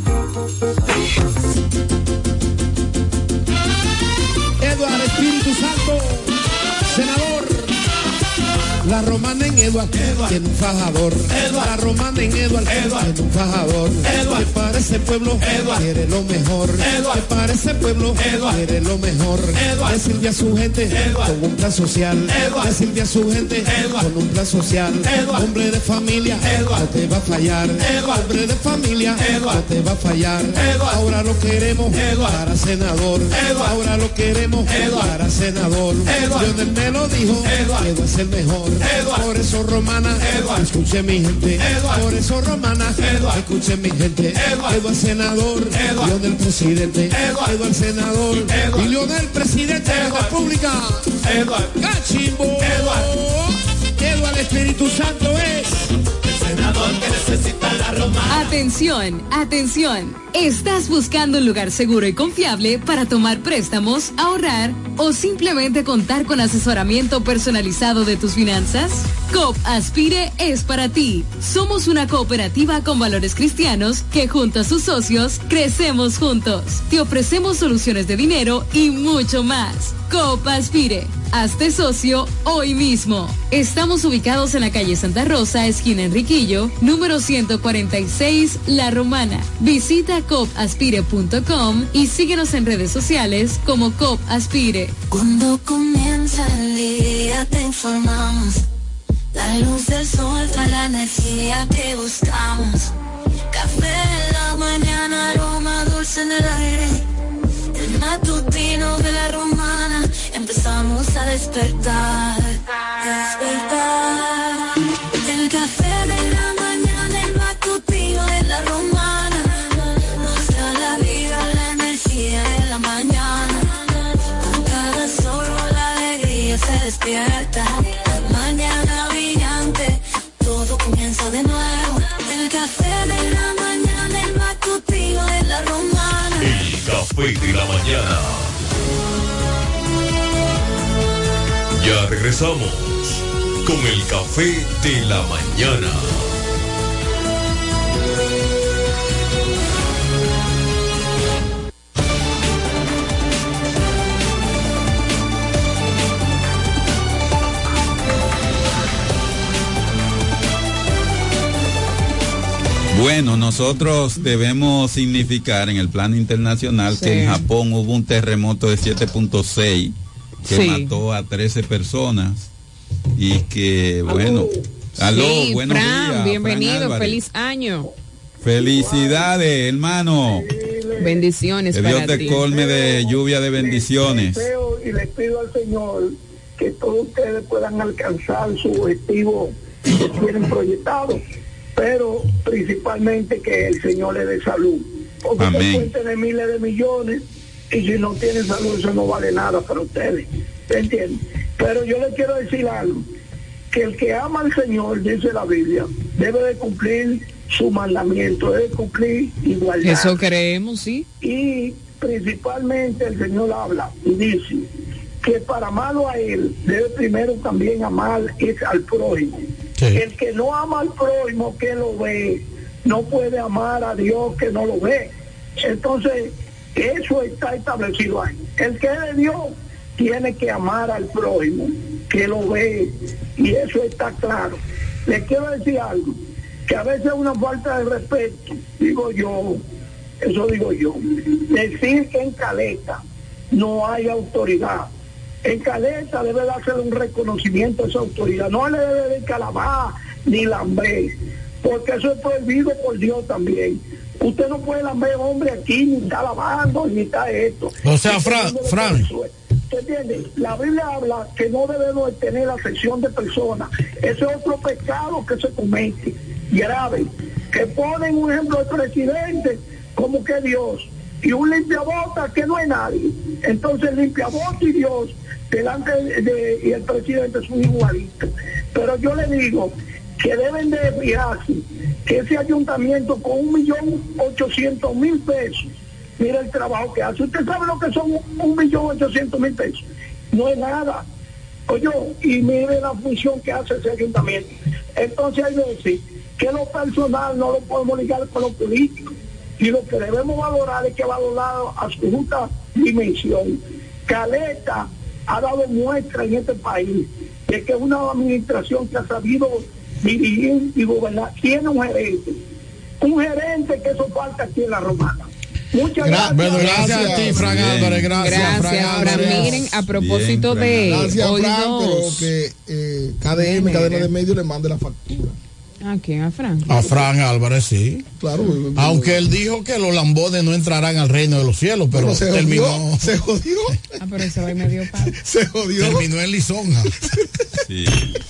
Eduardo Espíritu Santo, senador. La romana en Eduard, tiene un fajador. Eduard. La romana en Eduard, Eduard. tiene un fajador. Eduard. Que para ese pueblo Eduard. quiere lo mejor. Eduard. Que para ese pueblo Eduard. quiere lo mejor. Eduard. Que sirve a su gente Eduard. con un plan social. Eduard. Que sirve a su gente Eduard. con un plan social. Eduard. Hombre de familia, Eduard. no te va a fallar. Eduard. Hombre de familia, Eduard. no te va a fallar. Eduard. Ahora lo queremos Eduard. para senador. Eduard. Ahora lo queremos Eduard. para senador. Eduard. Lionel me lo dijo, Eduard. Eduard es el mejor. Eduard. Por eso romana, Eduard. escuche mi gente. Eduard. Por eso romana, Eduard. escuche mi gente. Eduard, Eduard senador, Eduard. Lionel presidente. Eduard, Eduard senador, Eduard. y Lionel presidente Eduard. de la República. Eduard Cachimbo. Eduard. Eduard Espíritu Santo es el senador que necesita la romana. Atención, atención. ¿Estás buscando un lugar seguro y confiable para tomar préstamos, ahorrar o simplemente contar con asesoramiento personalizado de tus finanzas? Coop Aspire es para ti. Somos una cooperativa con valores cristianos que junto a sus socios crecemos juntos. Te ofrecemos soluciones de dinero y mucho más. Coop Aspire. Hazte socio hoy mismo. Estamos ubicados en la calle Santa Rosa, esquina Enriquillo, número ciento cuarenta y seis, La Romana. Visita coop aspire punto com y síguenos en redes sociales como Coop Aspire. Cuando comienza el día te informamos La luz del sol trae la energía que buscamos. Café en la mañana, aroma dulce en el aire. El matutino de la Romana, empezamos a despertar. Despertar. El café de la mañana, el matutino de la Romana. Nos da la vida, la energía de la mañana. Con cada sorbo la alegría se despierta. Mañana brillante, todo comienza de nuevo. El café de la mañana, el matutino de la Romana. El café de la mañana. Ya regresamos con el café de la mañana. Bueno, nosotros debemos significar en el plano internacional sí. que en Japón hubo un terremoto de siete punto seis que sí. mató a trece personas y que, bueno, aló, sí, buenos Fran, días. Bienvenido, Fran feliz año. Felicidades, hermano. Bendiciones que para Dios te ti. colme de lluvia de bendiciones. Les deseo y les pido al Señor que todos ustedes puedan alcanzar su objetivo que tienen proyectado, pero principalmente que el Señor le dé salud. Porque Amén. ustedes pueden tener miles de millones y si no tienen salud eso no vale nada para ustedes. ¿Se entiende? Pero yo les quiero decir algo, que el que ama al Señor, dice la Biblia, debe de cumplir su mandamiento, debe cumplir igualdad. Eso creemos, sí. Y principalmente el Señor habla y dice que para amarlo a Él, debe primero también amar es al prójimo. Sí. El que no ama al prójimo que lo ve, no puede amar a Dios que no lo ve. Entonces, eso está establecido ahí. El que es de Dios tiene que amar al prójimo que lo ve, y eso está claro. Les quiero decir algo, que a veces es una falta de respeto, digo yo, eso digo yo, decir que en Caleta no hay autoridad. En Caleta debe dársele un reconocimiento a esa autoridad, no le debe de calabar ni lamber, porque eso es prohibido por Dios también. Usted no puede lamber hombre aquí, ni está lavando, ni está esto. O sea, Fran, Fran. ¿Usted entiende? La Biblia habla que no debemos tener la afección de personas. Ese es otro pecado que se comete, grave, que ponen un ejemplo de presidente como que Dios, y un limpiabotas que no es nadie. Entonces limpiabotas y Dios delante de, de y el presidente son igualitos. Pero yo le digo que deben de fijarse que ese ayuntamiento con un millón ochocientos mil pesos, mira el trabajo que hace. Usted sabe lo que son un millón ochocientos mil pesos, no es nada. Oye, y mire la función que hace ese ayuntamiento. Entonces hay veces que lo personal no lo podemos ligar con lo político, y lo que debemos valorar es que valorar a su justa dimensión. Caleta ha dado muestra en este país de que es una administración que ha sabido dirigir y gobernar. Tiene un gerente, un gerente que eso falta aquí en la Romana. Muchas gracias. Bueno, gracias a ti, Fran Álvarez. Gracias, gracias Fran Ahora Álvarez. miren, a propósito Bien, de gracias, hoy Fran, dos... pero que eh, K D M, cadena de medios, le mande la factura. ¿A quién? ¿A Fran? A Fran Álvarez, sí. Claro. Aunque él dijo que los lambones no entrarán al reino de los cielos, pero, pero se terminó. Jodió, se jodió. Ah, pero ese va y me dio paz. Se jodió. Terminó en Lisonja. Sí.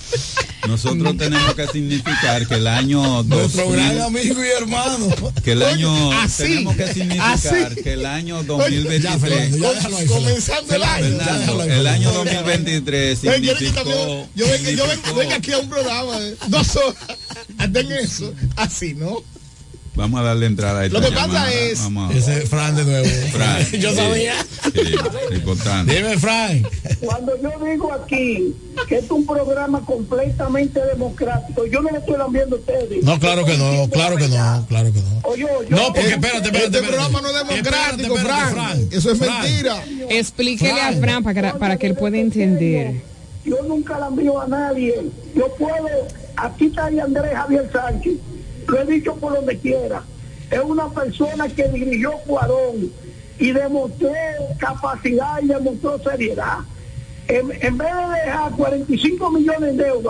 Nosotros tenemos que significar que el año nuestro dos mil, gran amigo y hermano, que el año Oye, así, tenemos que significar así. que el año dos mil veintitrés, Oye, ya, Fernando, ya ahí, comenzando el año, Fernando, el año dos mil veintitrés significó, yo vengo yo vengo ven aquí a un programa de dos horas, anden eso, así, ¿no? Vamos a darle entrada a esta Lo que llamada. pasa es... Vamos a... Ese es Fran de nuevo. Fran. Yo sabía. Sí, sí, importante. Dime, Fran. Cuando yo digo aquí que es un programa completamente democrático, yo no le estoy viendo a ustedes. No, claro que no, claro que no, claro que no. Oye, yo, no, porque espérate, espérate. Este programa no es democrático, espérate, espérate, Fran. Fran. Eso es Fran. mentira. Explíquele Fran. a Fran para que, para que él pueda entender. Yo nunca la envío a nadie. Yo puedo, aquí está ahí Andrés Javier Sánchez. Lo he dicho por donde quiera. Es una persona que dirigió Cuarón y demostró capacidad y demostró seriedad. En, en vez de dejar cuarenta y cinco millones de deuda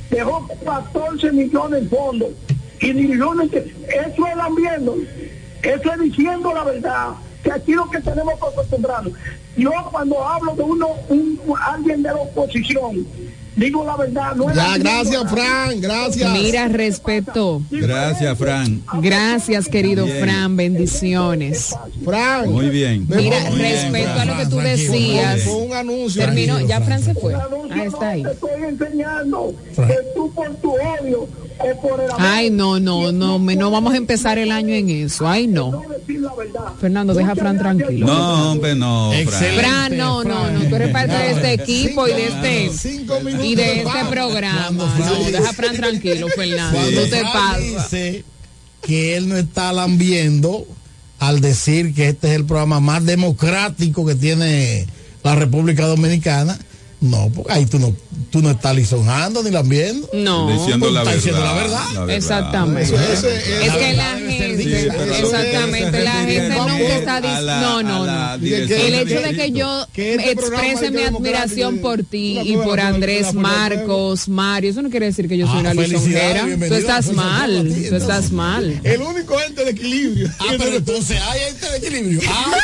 dejó catorce millones en fondos y dirigió una... Eso es lambiendo, eso es diciendo la verdad, que aquí lo que tenemos que acostumbrarnos. Yo cuando hablo de uno, un, alguien de la oposición, digo la verdad. No ya, gracias, Fran, gracias. Mira, respeto. Gracias, Fran. Gracias, querido bien. Fran, bendiciones. Fran. Muy bien. Mira, Muy respeto bien, a lo que tú decías. Fue un anuncio. Terminó, ya Fran se fue. Ahí está ahí. Te estoy enseñando que tú por tu odio o por el amor. Ay, no, no, no, me, no vamos a empezar el año en eso. Ay, no. Fernando, deja a Fran tranquilo. No, hombre, no. Fran, Fran no, no, no, tú eres parte de este equipo y de este y de este programa. No, deja a Fran tranquilo, Fernando. Cuando No te Fran pasa. dice que él no está lambiendo al decir que este es el programa más democrático que tiene la República Dominicana. No, porque ahí tú no, tú no estás lisonjando ni lambiendo. No. Diciendo la estás diciendo la verdad, verdad. la verdad. Exactamente. Eso es, es que la gente, Sí, pero exactamente, la gente nunca está diciendo, no, no, no. El hecho de que yo este exprese mi admiración por ti y por Andrés Marcos, Mario, eso no quiere decir que yo soy una lisonjera. Tú estás mal, tú estás mal. El único ente de equilibrio. Ah, pero entonces hay ente de equilibrio.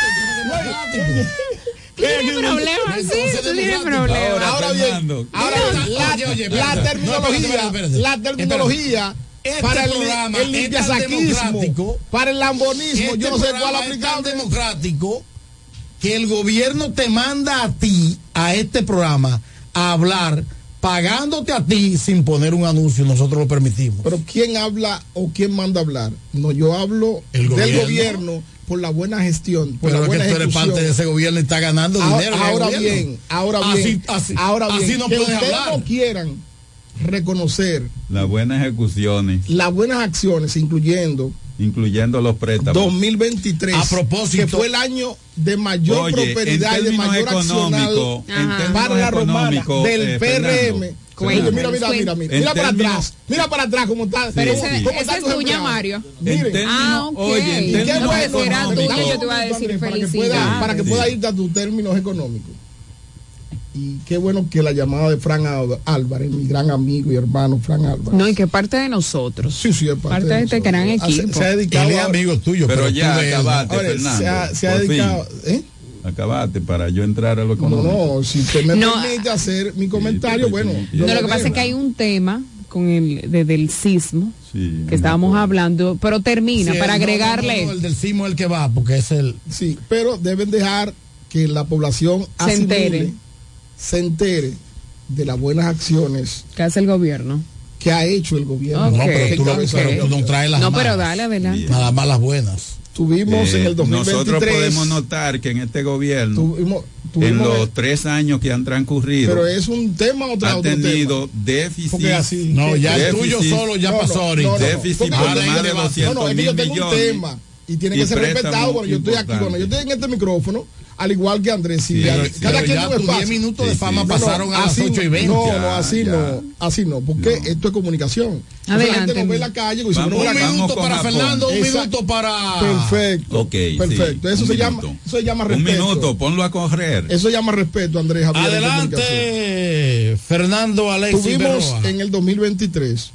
Ah, Tú tienes problemas, sí, tú tienes problemas. Ahora bien, ahora la, la terminología, la terminología para el, programa el limpiasaquismo, para el lambonismo, este yo no sé cuál es tan aplicar. democrático que el gobierno te manda a ti, a este programa, a hablar pagándote a ti sin poner un anuncio, nosotros lo permitimos. Pero ¿quién habla o quién manda a hablar? No, yo hablo ¿El del gobierno? gobierno por la buena gestión, por Pero la buena que tú eres ejecución. parte de ese gobierno y está ganando Ahora, dinero. ahora del bien, gobierno. ahora Así- bien, así- ahora así bien, no que puedes ustedes hablar. no quieran reconocer Las buenas ejecuciones, las buenas acciones, incluyendo incluyendo los préstamos. dos mil veintitrés, A propósito, que fue el año de mayor Oye, prosperidad en y de términos mayor accional económicos, en términos para la romana económicos, del eh, P R M. Fernando, Oye, Fernando. mira, mira, mira, mira, En mira para términos- atrás, mira para atrás cómo está. Pero Sí, ese, sí. cómo esa están es tus tuya, empleados. Mario. En Miren, términos- Ah, ok. Oye, en ¿Y ¿Qué términos no pues es será económicos, tuyo? Yo te iba a decir para que pueda, felicidades. para que Sí. pueda irte a tus términos económicos. Y qué bueno que la llamada de Fran Álvarez, mi gran amigo y hermano Fran Álvarez. No, y que parte de nosotros. Sí, sí, es parte, Parte de este nosotros. gran Ah, se- equipo. Se, ha dedicado Él es a- amigo tuyo, Pero pero, ya tú de él, ¿no? acabaste, ahora, Fernando. se ha, se ha por dedicado. fin. ¿eh? Acabaste para yo entrar a lo No, económico. no, si usted me No, permite hacer mi comentario, te bueno. permití. yo No, lo que dejo. pasa es que hay un tema con el de, del sismo Sí, que estábamos hablando, pero termina Sí, para el- no, agregarle. no, no, el del sismo es el que va, porque es el... Sí, pero deben dejar que la población Se asimile, entere. se entere de las buenas acciones ¿Qué hace el gobierno? que ha hecho el gobierno. Ok, No, pero tú, lo- ok. pero tú no traes las No, pero malas, dale adelante. nada más las buenas. Tuvimos Eh, en el dos mil veintitrés. nosotros podemos notar que en este gobierno, tuvimos, en tuvimos- los tres años que han transcurrido, pero es un tema otra ha otro tenido tema. déficit. Porque así- No, ya el déficit, tuyo solo ya No, pasó no, ahorita. no, no, déficit porque por yo más tengo- de no, doscientos no, es que mil yo tengo un millones. tema y tiene y que ser préstamos respetado porque yo estoy aquí, importantes. bueno, yo estoy en este micrófono, al igual que Andrés. Sí, y pero- cada pero quien ya un tus espacio. diez minutos de Sí, fama sí. pasaron a las así ocho y no, veinte. No, Ya, no, así ya. no, así no, porque No. esto es comunicación. Entonces, la Adelante, gente nos ve en la amigo. calle, y si Vamos, uno ve la Un calle- minuto con para Japón. Fernando, un Exacto. minuto para... Perfecto. Ok, perfecto. sí, eso un se llama, minuto. eso se llama Un respeto. minuto, ponlo a correr. Eso se llama respeto, Andrés Javier. en comunicación. Adelante, Fernando Alexis Tuvimos Berroa. en el dos mil veintitrés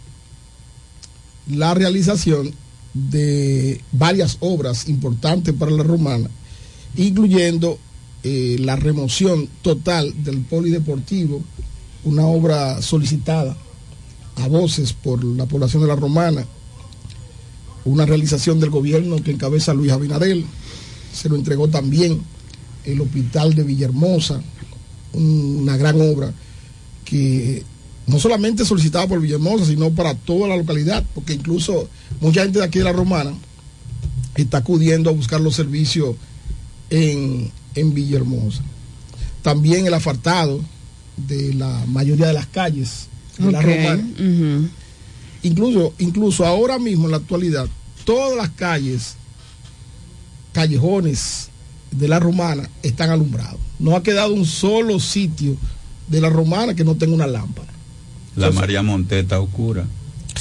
la realización de varias obras importantes para la romana, incluyendo eh, la remoción total del polideportivo, una obra solicitada a voces por la población de la romana, una realización del gobierno que encabeza Luis Abinadel, se lo entregó también el hospital de Villahermosa, una gran obra que no solamente solicitada por Villahermosa, sino para toda la localidad, porque incluso mucha gente de aquí de la Romana está acudiendo a buscar los servicios en, en Villahermosa. También el asfaltado de la mayoría de las calles de la Ok, Romana. ujú. Incluso, incluso ahora mismo en la actualidad, todas las calles, callejones de la Romana están alumbrados. No ha quedado un solo sitio de la Romana que no tenga una lámpara. La Entonces, María Monte está oscura.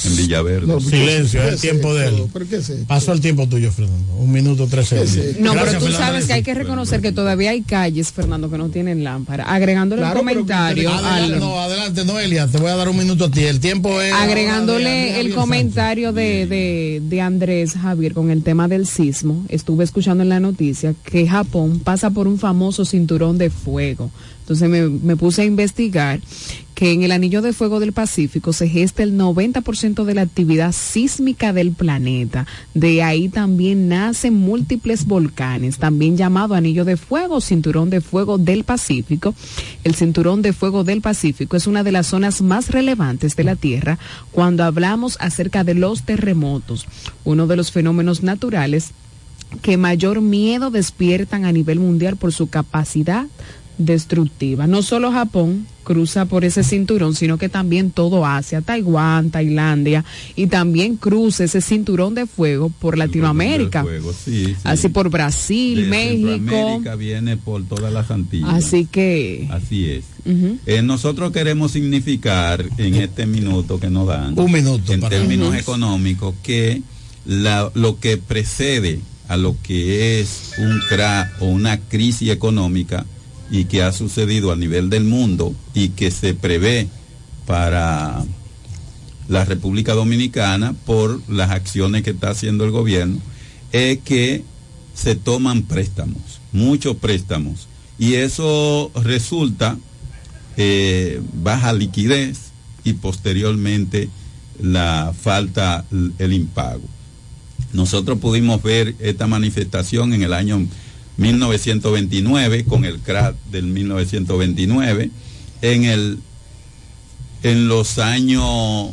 en Villaverde. No, silencio, es el tiempo de él. Pasó el tiempo tuyo, Fernando. Un minuto, tres segundos. No, Gracias, pero tú sabes que hay que reconocer que todavía hay calles, Fernando, que no tienen lámpara. Agregándole claro, el comentario. Adelante, al... no, adelante, Noelia, te voy a dar un minuto a ti. El tiempo es. Agregándole de el comentario de, de, de Andrés Javier con el tema del sismo. Estuve escuchando en la noticia que Japón pasa por un famoso cinturón de fuego. Entonces me, me puse a investigar que en el anillo de fuego del Pacífico se gesta el noventa por ciento de la actividad sísmica del planeta. De ahí también nacen múltiples volcanes, también llamado anillo de fuego, cinturón de fuego del Pacífico. El cinturón de fuego del Pacífico es una de las zonas más relevantes de la Tierra cuando hablamos acerca de los terremotos, uno de los fenómenos naturales que mayor miedo despiertan a nivel mundial por su capacidad destructiva. No solo Japón cruza por ese cinturón, sino que también todo Asia, Taiwán, Tailandia, y también cruza ese cinturón de fuego por Latinoamérica. Fuego, sí, sí. Así por Brasil, de México. América viene por todas las Antillas. Así que. Así es. Uh-huh. Eh, nosotros queremos significar en este minuto que nos dan, un minuto en para términos uh-huh. económicos, que la, lo que precede a lo que es un crack o una crisis económica y que ha sucedido a nivel del mundo y que se prevé para la República Dominicana por las acciones que está haciendo el gobierno, es que se toman préstamos, muchos préstamos, y eso resulta eh, baja liquidez y posteriormente la falta, el impago. Nosotros pudimos ver esta manifestación en el año mil novecientos veintinueve, con el crack del mil novecientos veintinueve, en el en los años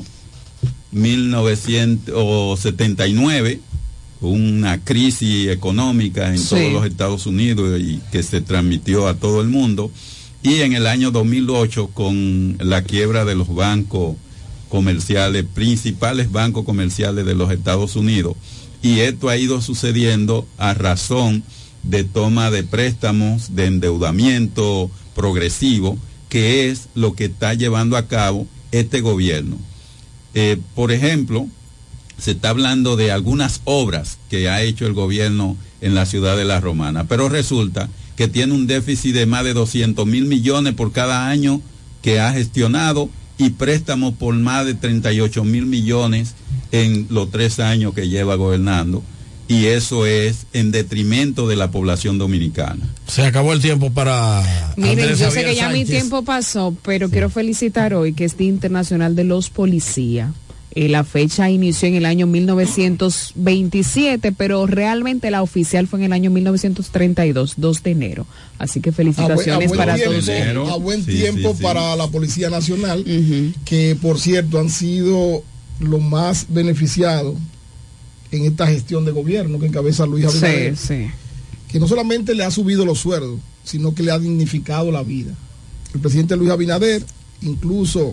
mil novecientos setenta y nueve, una crisis económica en sí. todos los Estados Unidos y que se transmitió a todo el mundo, y en el año dos mil ocho con la quiebra de los bancos comerciales, principales bancos comerciales de los Estados Unidos, y esto ha ido sucediendo a razón de toma de préstamos, de endeudamiento progresivo, que es lo que está llevando a cabo este gobierno. Eh, por ejemplo, se está hablando de algunas obras que ha hecho el gobierno en la ciudad de La Romana, pero resulta que tiene un déficit de más de doscientos mil millones por cada año que ha gestionado y préstamos por más de treinta y ocho mil millones en los tres años que lleva gobernando. Y eso es en detrimento de la población dominicana. Se acabó el tiempo para... Miren, Andrés yo Javier sé que ya Sánchez. Mi tiempo pasó, pero sí. quiero felicitar hoy que es Día Internacional de los Policías. Eh, la fecha inició en el año mil novecientos veintisiete, pero realmente la oficial fue en el año mil novecientos treinta y dos, dos de enero. Así que felicitaciones a buen, a para tiempo, todos. A buen sí, tiempo sí, sí. para la Policía Nacional, uh-huh. que por cierto han sido los más beneficiados en esta gestión de gobierno que encabeza Luis Abinader, sí, sí. que no solamente le ha subido los sueldos, sino que le ha dignificado la vida. El presidente Luis Abinader incluso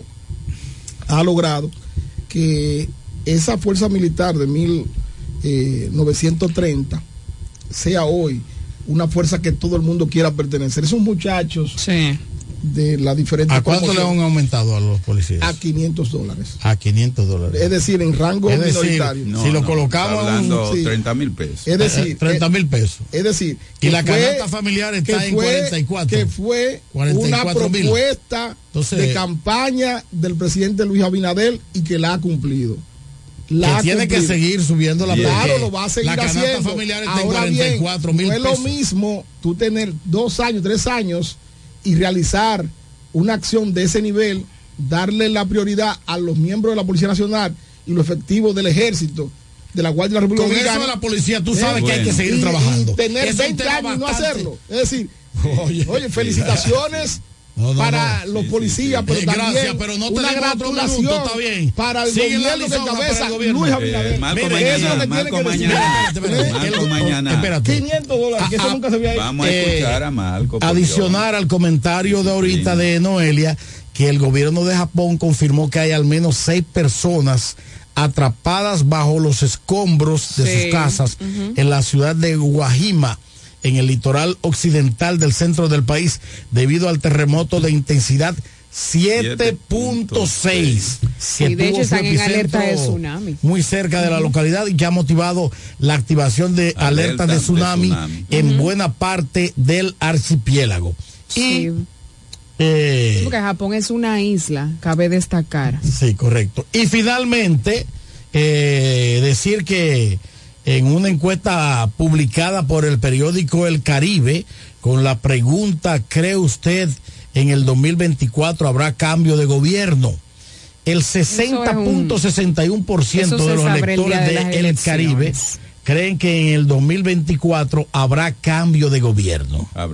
ha logrado que esa fuerza militar de mil novecientos treinta sea hoy una fuerza que todo el mundo quiera pertenecer. Esos muchachos sí. de las diferentes... ¿A cuánto le han aumentado a los policías? A quinientos dólares. A quinientos dólares. Es decir, en rango es decir, minoritario. No, si lo no, colocamos... hablando sí. treinta mil pesos. Es decir... treinta mil pesos. Es decir... Y la canasta familiar está en fue, cuarenta y cuatro. Que fue cuarenta y cuatro una propuesta Entonces, de campaña del presidente Luis Abinader y que la ha cumplido. La que tiene cumplido. Que seguir subiendo la plata. Claro, lo va a seguir la haciendo. La canasta familiar está Ahora en cuarenta y cuatro mil bien, no pesos. No es lo mismo tú tener dos años, tres años y realizar una acción de ese nivel, darle la prioridad a los miembros de la Policía Nacional y los efectivos del Ejército, de la Guardia de la República Con Dominicana. Eso de la policía, tú sabes eh, que hay que seguir y, trabajando. Y tener Eso veinte años y no hacerlo. Es decir, oye, oye felicitaciones. No, no, para no. los sí, sí, policías, sí. pero Eh, también gracias, pero no una gratulación minuto, está bien. para el Sigue gobierno que encabeza Luis Abinader. Eh, Marco Mire, mañana, eso es lo que Marco tiene que mañana, decir. Marco, Marco mañana. Espérate. quinientos dólares, que eso a, nunca se había hecho. Vamos a escuchar eh, a Marco. Adicionar al comentario de ahorita sí. de Noelia, que el gobierno de Japón confirmó que hay al menos seis personas atrapadas bajo los escombros de sí. sus casas uh-huh. en la ciudad de Guajima, en el litoral occidental del centro del país, debido al terremoto de intensidad siete punto seis. Sí, de hecho están en alerta de tsunami. Muy cerca de la localidad y que ha motivado la activación de alerta, alerta de, tsunami de tsunami en uh-huh. buena parte del archipiélago. Sí. Y, eh, porque Japón es una isla, cabe destacar. Sí, correcto. Y finalmente, eh, decir que en una encuesta publicada por el periódico El Caribe, con la pregunta, ¿cree usted en el dos mil veinticuatro habrá cambio de gobierno? El sesenta punto sesenta y uno por ciento de los electores de, de El Caribe creen que en el dos mil veinticuatro habrá cambio de gobierno. Habrá.